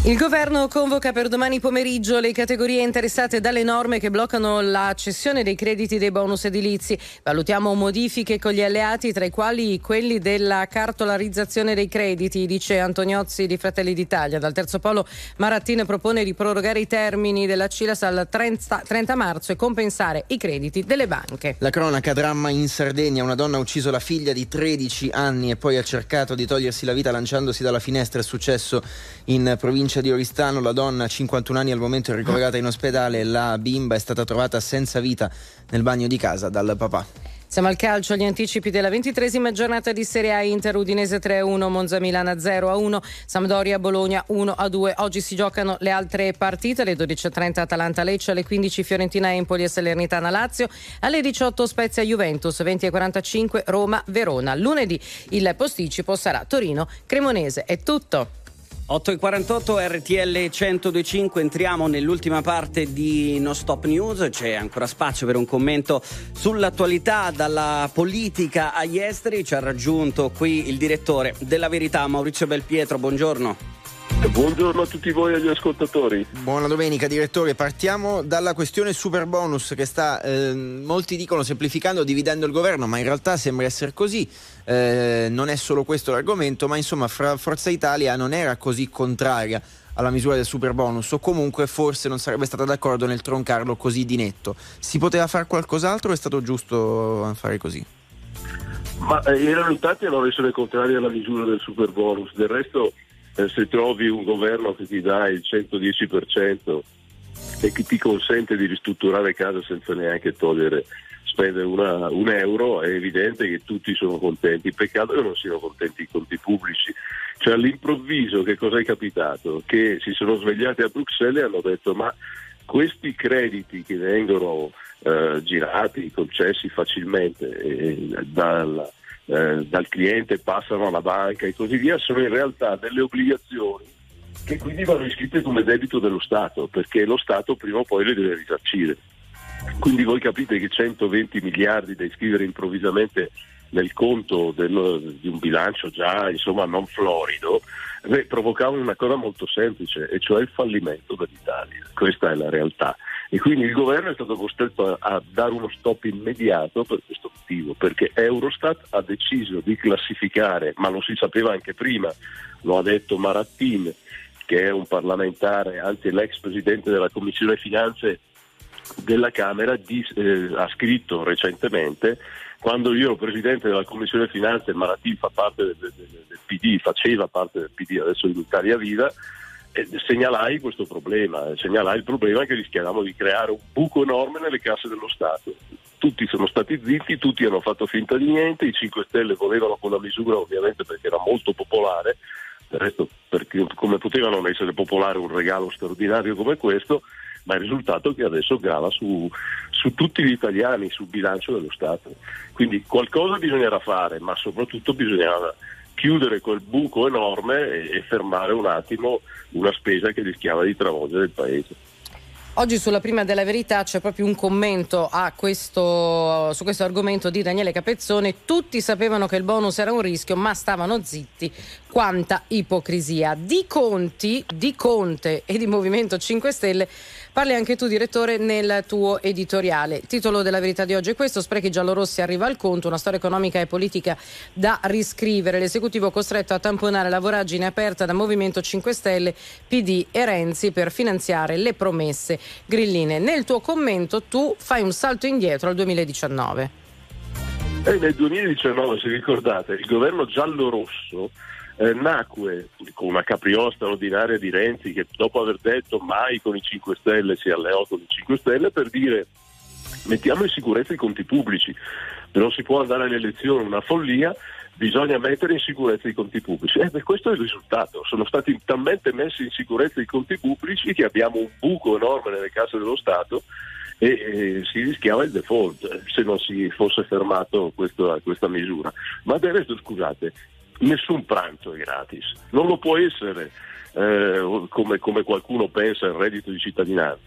Il governo convoca per domani pomeriggio le categorie interessate dalle norme che bloccano la cessione dei crediti dei bonus edilizi. Valutiamo modifiche con gli alleati, tra i quali quelli della cartolarizzazione dei crediti, dice Antoniozzi di Fratelli d'Italia. Dal terzo polo Marattin propone di prorogare i termini della CILAS al 30 marzo e compensare i crediti delle banche. La cronaca, dramma in Sardegna, una donna ha ucciso la figlia di 13 anni e poi ha cercato di togliersi la vita lanciandosi dalla finestra. È successo in provincia di Oristano. La donna, 51 anni al momento, è ricoverata in ospedale. La bimba è stata trovata senza vita nel bagno di casa dal papà. Siamo al calcio, agli anticipi della 23esima giornata di Serie A. Inter Udinese 3-1, Monza Milano 0-1, Sampdoria Bologna 1-2. Oggi si giocano le altre partite, alle 12:30 Atalanta Lecce, alle 15 Fiorentina Empoli e Salernitana Lazio, alle 18 Spezia Juventus, 20:45 Roma Verona. Lunedì il posticipo sarà Torino Cremonese. È tutto. 8:48 RTL 102.5, entriamo nell'ultima parte di No Stop News. C'è ancora spazio per un commento sull'attualità, dalla politica agli esteri. Ci ha raggiunto qui il direttore della Verità, Maurizio Belpietro. Buongiorno. Buongiorno a tutti voi e agli ascoltatori. Buona domenica, direttore. Partiamo dalla questione super bonus che sta, molti dicono, semplificando, dividendo il governo, ma in realtà sembra essere così. Non è solo questo l'argomento, ma insomma Forza Italia non era così contraria alla misura del super bonus, o comunque forse non sarebbe stata d'accordo nel troncarlo così di netto. Si poteva fare qualcos'altro o è stato giusto fare così? Ma erano in tanti a non essere contrari alla misura del super bonus. Del resto, se trovi un governo che ti dà il 110% e che ti consente di ristrutturare casa senza neanche spendere un euro, è evidente che tutti sono contenti. Peccato che non siano contenti i conti pubblici. Cioè, all'improvviso che cosa è capitato? Che si sono svegliati a Bruxelles e hanno detto: ma questi crediti che vengono girati, concessi facilmente dal cliente, passano alla banca e così via, sono in realtà delle obbligazioni che quindi vanno iscritte come debito dello Stato, perché lo Stato prima o poi le deve risarcire. Quindi voi capite che 120 miliardi da iscrivere improvvisamente nel conto di un bilancio già insomma non florido provocavano una cosa molto semplice, e cioè il fallimento dell'Italia. Questa è la realtà. E quindi il governo è stato costretto a dare uno stop immediato per questo motivo, perché Eurostat ha deciso di classificare, ma lo si sapeva anche prima, lo ha detto Marattin, che è un parlamentare, anzi l'ex presidente della Commissione Finanze della Camera, ha scritto recentemente, quando io ero presidente della Commissione Finanze, Marattin fa parte del PD, faceva parte del PD, adesso in Italia Viva, segnalai questo problema, segnalai il problema che rischiavamo di creare un buco enorme nelle casse dello Stato. Tutti sono stati zitti, tutti hanno fatto finta di niente, i 5 Stelle volevano quella misura ovviamente perché era molto popolare, del resto perché come poteva non essere popolare un regalo straordinario come questo, ma il risultato è che adesso grava su tutti gli italiani, sul bilancio dello Stato. Quindi qualcosa bisognerà fare, ma soprattutto bisognava chiudere quel buco enorme e fermare un attimo una spesa che rischiava di travolgere il paese. Oggi sulla Prima della Verità c'è proprio un commento su questo argomento di Daniele Capezzone. Tutti sapevano che il bonus era un rischio, ma stavano zitti. Quanta ipocrisia. Di Conte e di Movimento 5 Stelle parli anche tu, direttore, nel tuo editoriale. Il titolo della Verità di oggi è questo: sprechi giallorossi, arriva al conto, una storia economica e politica da riscrivere. L'esecutivo costretto a tamponare la voragine aperta da Movimento 5 Stelle, PD e Renzi per finanziare le promesse grilline. Nel tuo commento tu fai un salto indietro al 2019. Nel 2019, se ricordate, il governo giallo-rosso nacque con una capriola straordinaria di Renzi, che dopo aver detto mai con i 5 Stelle si alleò con i 5 Stelle, per dire: mettiamo in sicurezza i conti pubblici, non si può andare alle elezioni, una follia, bisogna mettere in sicurezza i conti pubblici. Questo è il risultato, sono stati talmente messi in sicurezza i conti pubblici che abbiamo un buco enorme nelle casse dello Stato e si rischiava il default se non si fosse fermato questa misura. Ma del resto, scusate, nessun pranzo è gratis, non lo può essere come qualcuno pensa il reddito di cittadinanza,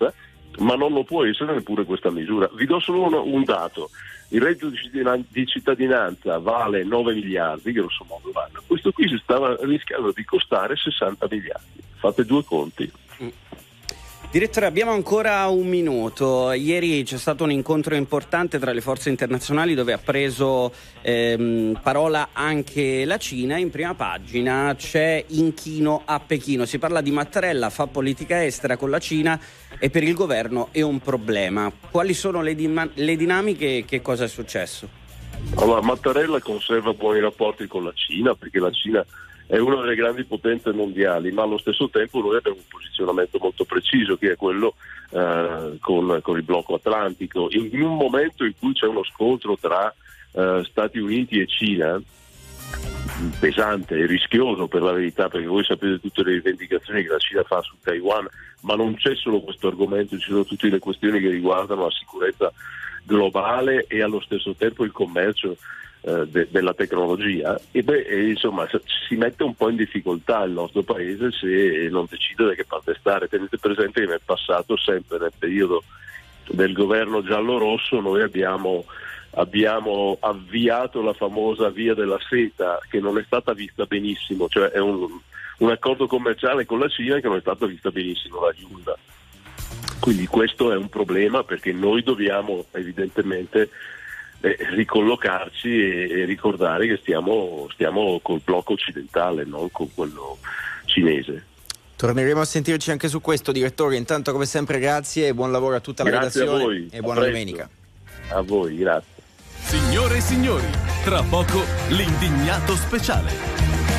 ma non lo può essere neppure questa misura. Vi do solo un dato: il reddito di cittadinanza vale 9 miliardi, grosso modo l'anno, questo qui si stava rischiando di costare 60 miliardi, fate due conti. Direttore, abbiamo ancora un minuto. Ieri c'è stato un incontro importante tra le forze internazionali dove ha preso parola anche la Cina. In prima pagina c'è inchino a Pechino. Si parla di Mattarella, fa politica estera con la Cina e per il governo è un problema. Quali sono le dinamiche e che cosa è successo? Allora, Mattarella conserva buoni rapporti con la Cina perché la Cina è una delle grandi potenze mondiali, ma allo stesso tempo noi abbiamo un posizionamento molto preciso, che è quello con il blocco atlantico. In un momento in cui c'è uno scontro tra Stati Uniti e Cina, pesante e rischioso per la verità, perché voi sapete tutte le rivendicazioni che la Cina fa su Taiwan, ma non c'è solo questo argomento, ci sono tutte le questioni che riguardano la sicurezza globale e allo stesso tempo il commercio della tecnologia, e insomma si mette un po' in difficoltà il nostro paese se non decide da che parte stare. Tenete presente che nel passato, sempre nel periodo del governo giallo-rosso, noi abbiamo avviato la famosa via della seta, che non è stata vista benissimo, cioè è un accordo commerciale con la Cina che non è stata vista benissimo da Hyundai. Quindi questo è un problema, perché noi dobbiamo evidentemente ricollocarci e ricordare che stiamo col blocco occidentale, non con quello cinese. Torneremo a sentirci anche su questo, direttore. Intanto, come sempre, grazie e buon lavoro a tutta la redazione. A voi, e buona domenica. A voi, grazie. Signore e signori, tra poco l'indignato speciale.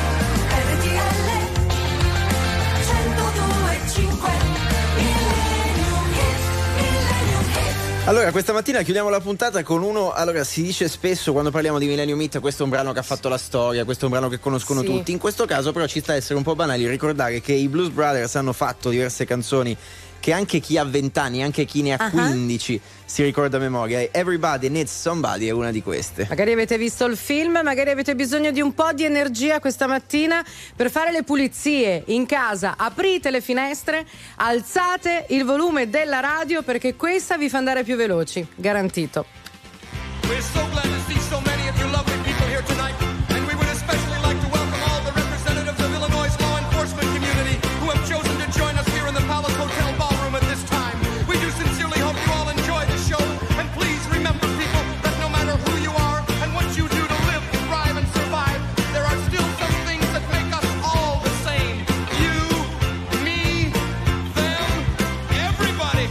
Allora, questa mattina chiudiamo la puntata con uno. Allora, si dice spesso quando parliamo di Millennium Hit, questo è un brano che ha fatto la storia, questo è un brano che conoscono tutti. In questo caso però ci sta a essere un po' banali ricordare che i Blues Brothers hanno fatto diverse canzoni che anche chi ha 20 anni, anche chi ne ha 15 si ricorda a memoria. Everybody Needs Somebody è una di queste. Magari avete visto il film, magari avete bisogno di un po' di energia questa mattina per fare le pulizie in casa. Aprite le finestre, alzate il volume della radio, perché questa vi fa andare più veloci, garantito. We're so glad to see so many of you lovely people here tonight, and we would especially like to welcome all the representatives of Illinois' law enforcement community who have chosen to join us here in the Palace Hotel ballroom at this time. We do sincerely hope you all enjoy the show, and please remember, people, that no matter who you are and what you do to live, thrive, and survive, there are still some things that make us all the same. You, me, them, everybody.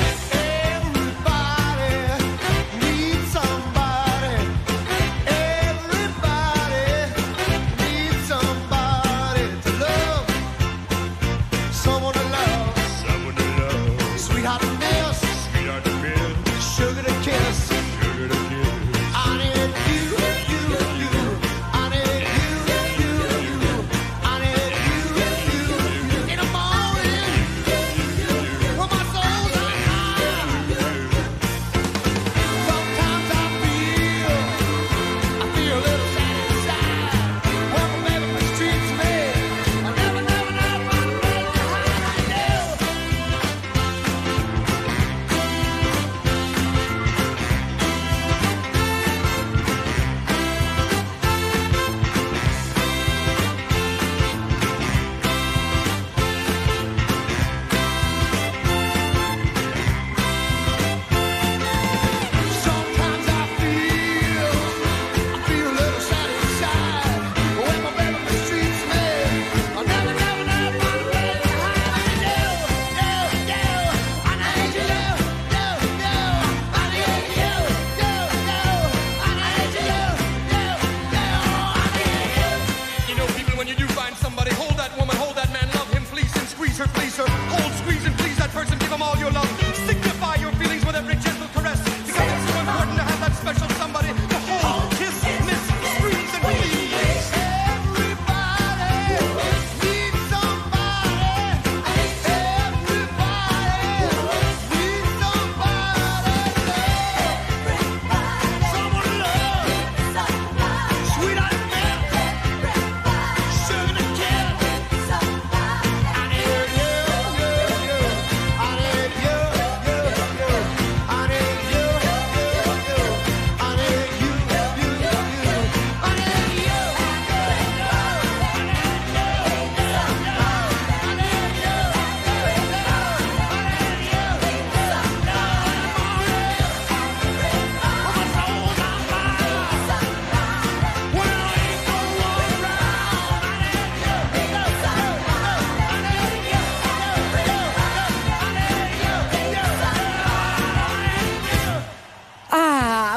Everybody needs somebody.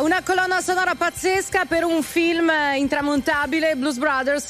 una colonna sonora pazzesca per un film intramontabile, Blues Brothers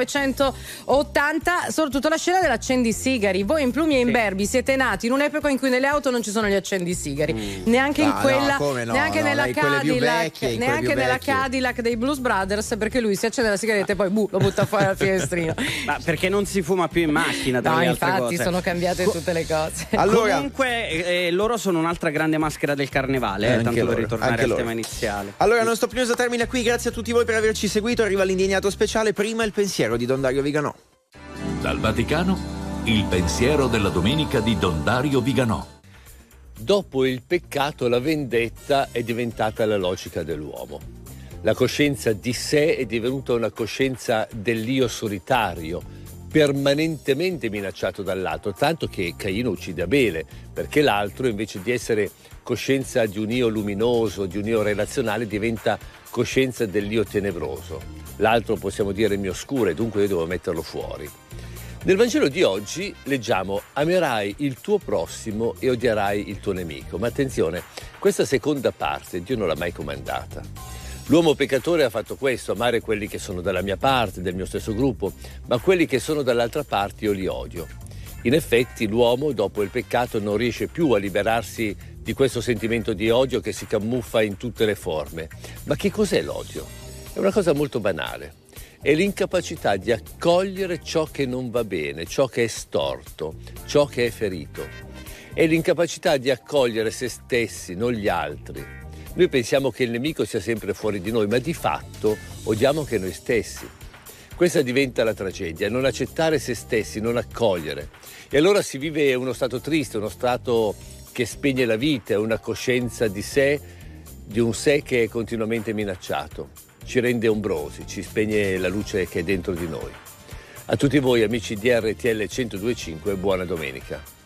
1980, soprattutto la scena dell'accendisigari. Voi in Plumi e Imberbi siete nati in un'epoca in cui nelle auto non ci sono gli accendisigari, neanche in quella, neanche nella Cadillac, neanche nella Cadillac dei Blues Brothers, perché lui si accende la sigaretta e poi lo butta fuori dal finestrino. Ma perché non si fuma più in macchina? No, infatti sono cambiate tutte le cose. Allora, comunque loro sono un'altra grande maschera del carnevale, tanto per ritornare al tema iniziale. Allora, non Stop News termina qui, grazie a tutti voi per averci seguito. Arriva l'indignato speciale, prima il pensiero di Don Dario Viganò. Dal Vaticano, il pensiero della domenica di Don Dario Viganò. Dopo il peccato, la vendetta è diventata la logica dell'uomo. La coscienza di sé è divenuta una coscienza dell'io solitario, permanentemente minacciato dall'altro, tanto che Caino uccide Abele, perché l'altro, invece di essere coscienza di un io luminoso, di un io relazionale, diventa coscienza dell'io tenebroso. L'altro possiamo dire mi oscura e dunque io devo metterlo fuori. Nel Vangelo di oggi leggiamo: amerai il tuo prossimo e odierai il tuo nemico. Ma attenzione, questa seconda parte Dio non l'ha mai comandata. L'uomo peccatore ha fatto questo: amare quelli che sono dalla mia parte, del mio stesso gruppo, ma quelli che sono dall'altra parte io li odio. In effetti l'uomo dopo il peccato non riesce più a liberarsi di questo sentimento di odio che si camuffa in tutte le forme. Ma che cos'è l'odio? È una cosa molto banale. È l'incapacità di accogliere ciò che non va bene, ciò che è storto, ciò che è ferito. È l'incapacità di accogliere se stessi, non gli altri. Noi pensiamo che il nemico sia sempre fuori di noi, ma di fatto odiamo anche noi stessi. Questa diventa la tragedia, non accettare se stessi, non accogliere. E allora si vive uno stato triste, uno stato che spegne la vita, una coscienza di sé, di un sé che è continuamente minacciato. Ci rende ombrosi, ci spegne la luce che è dentro di noi. A tutti voi amici di RTL 102.5, buona domenica.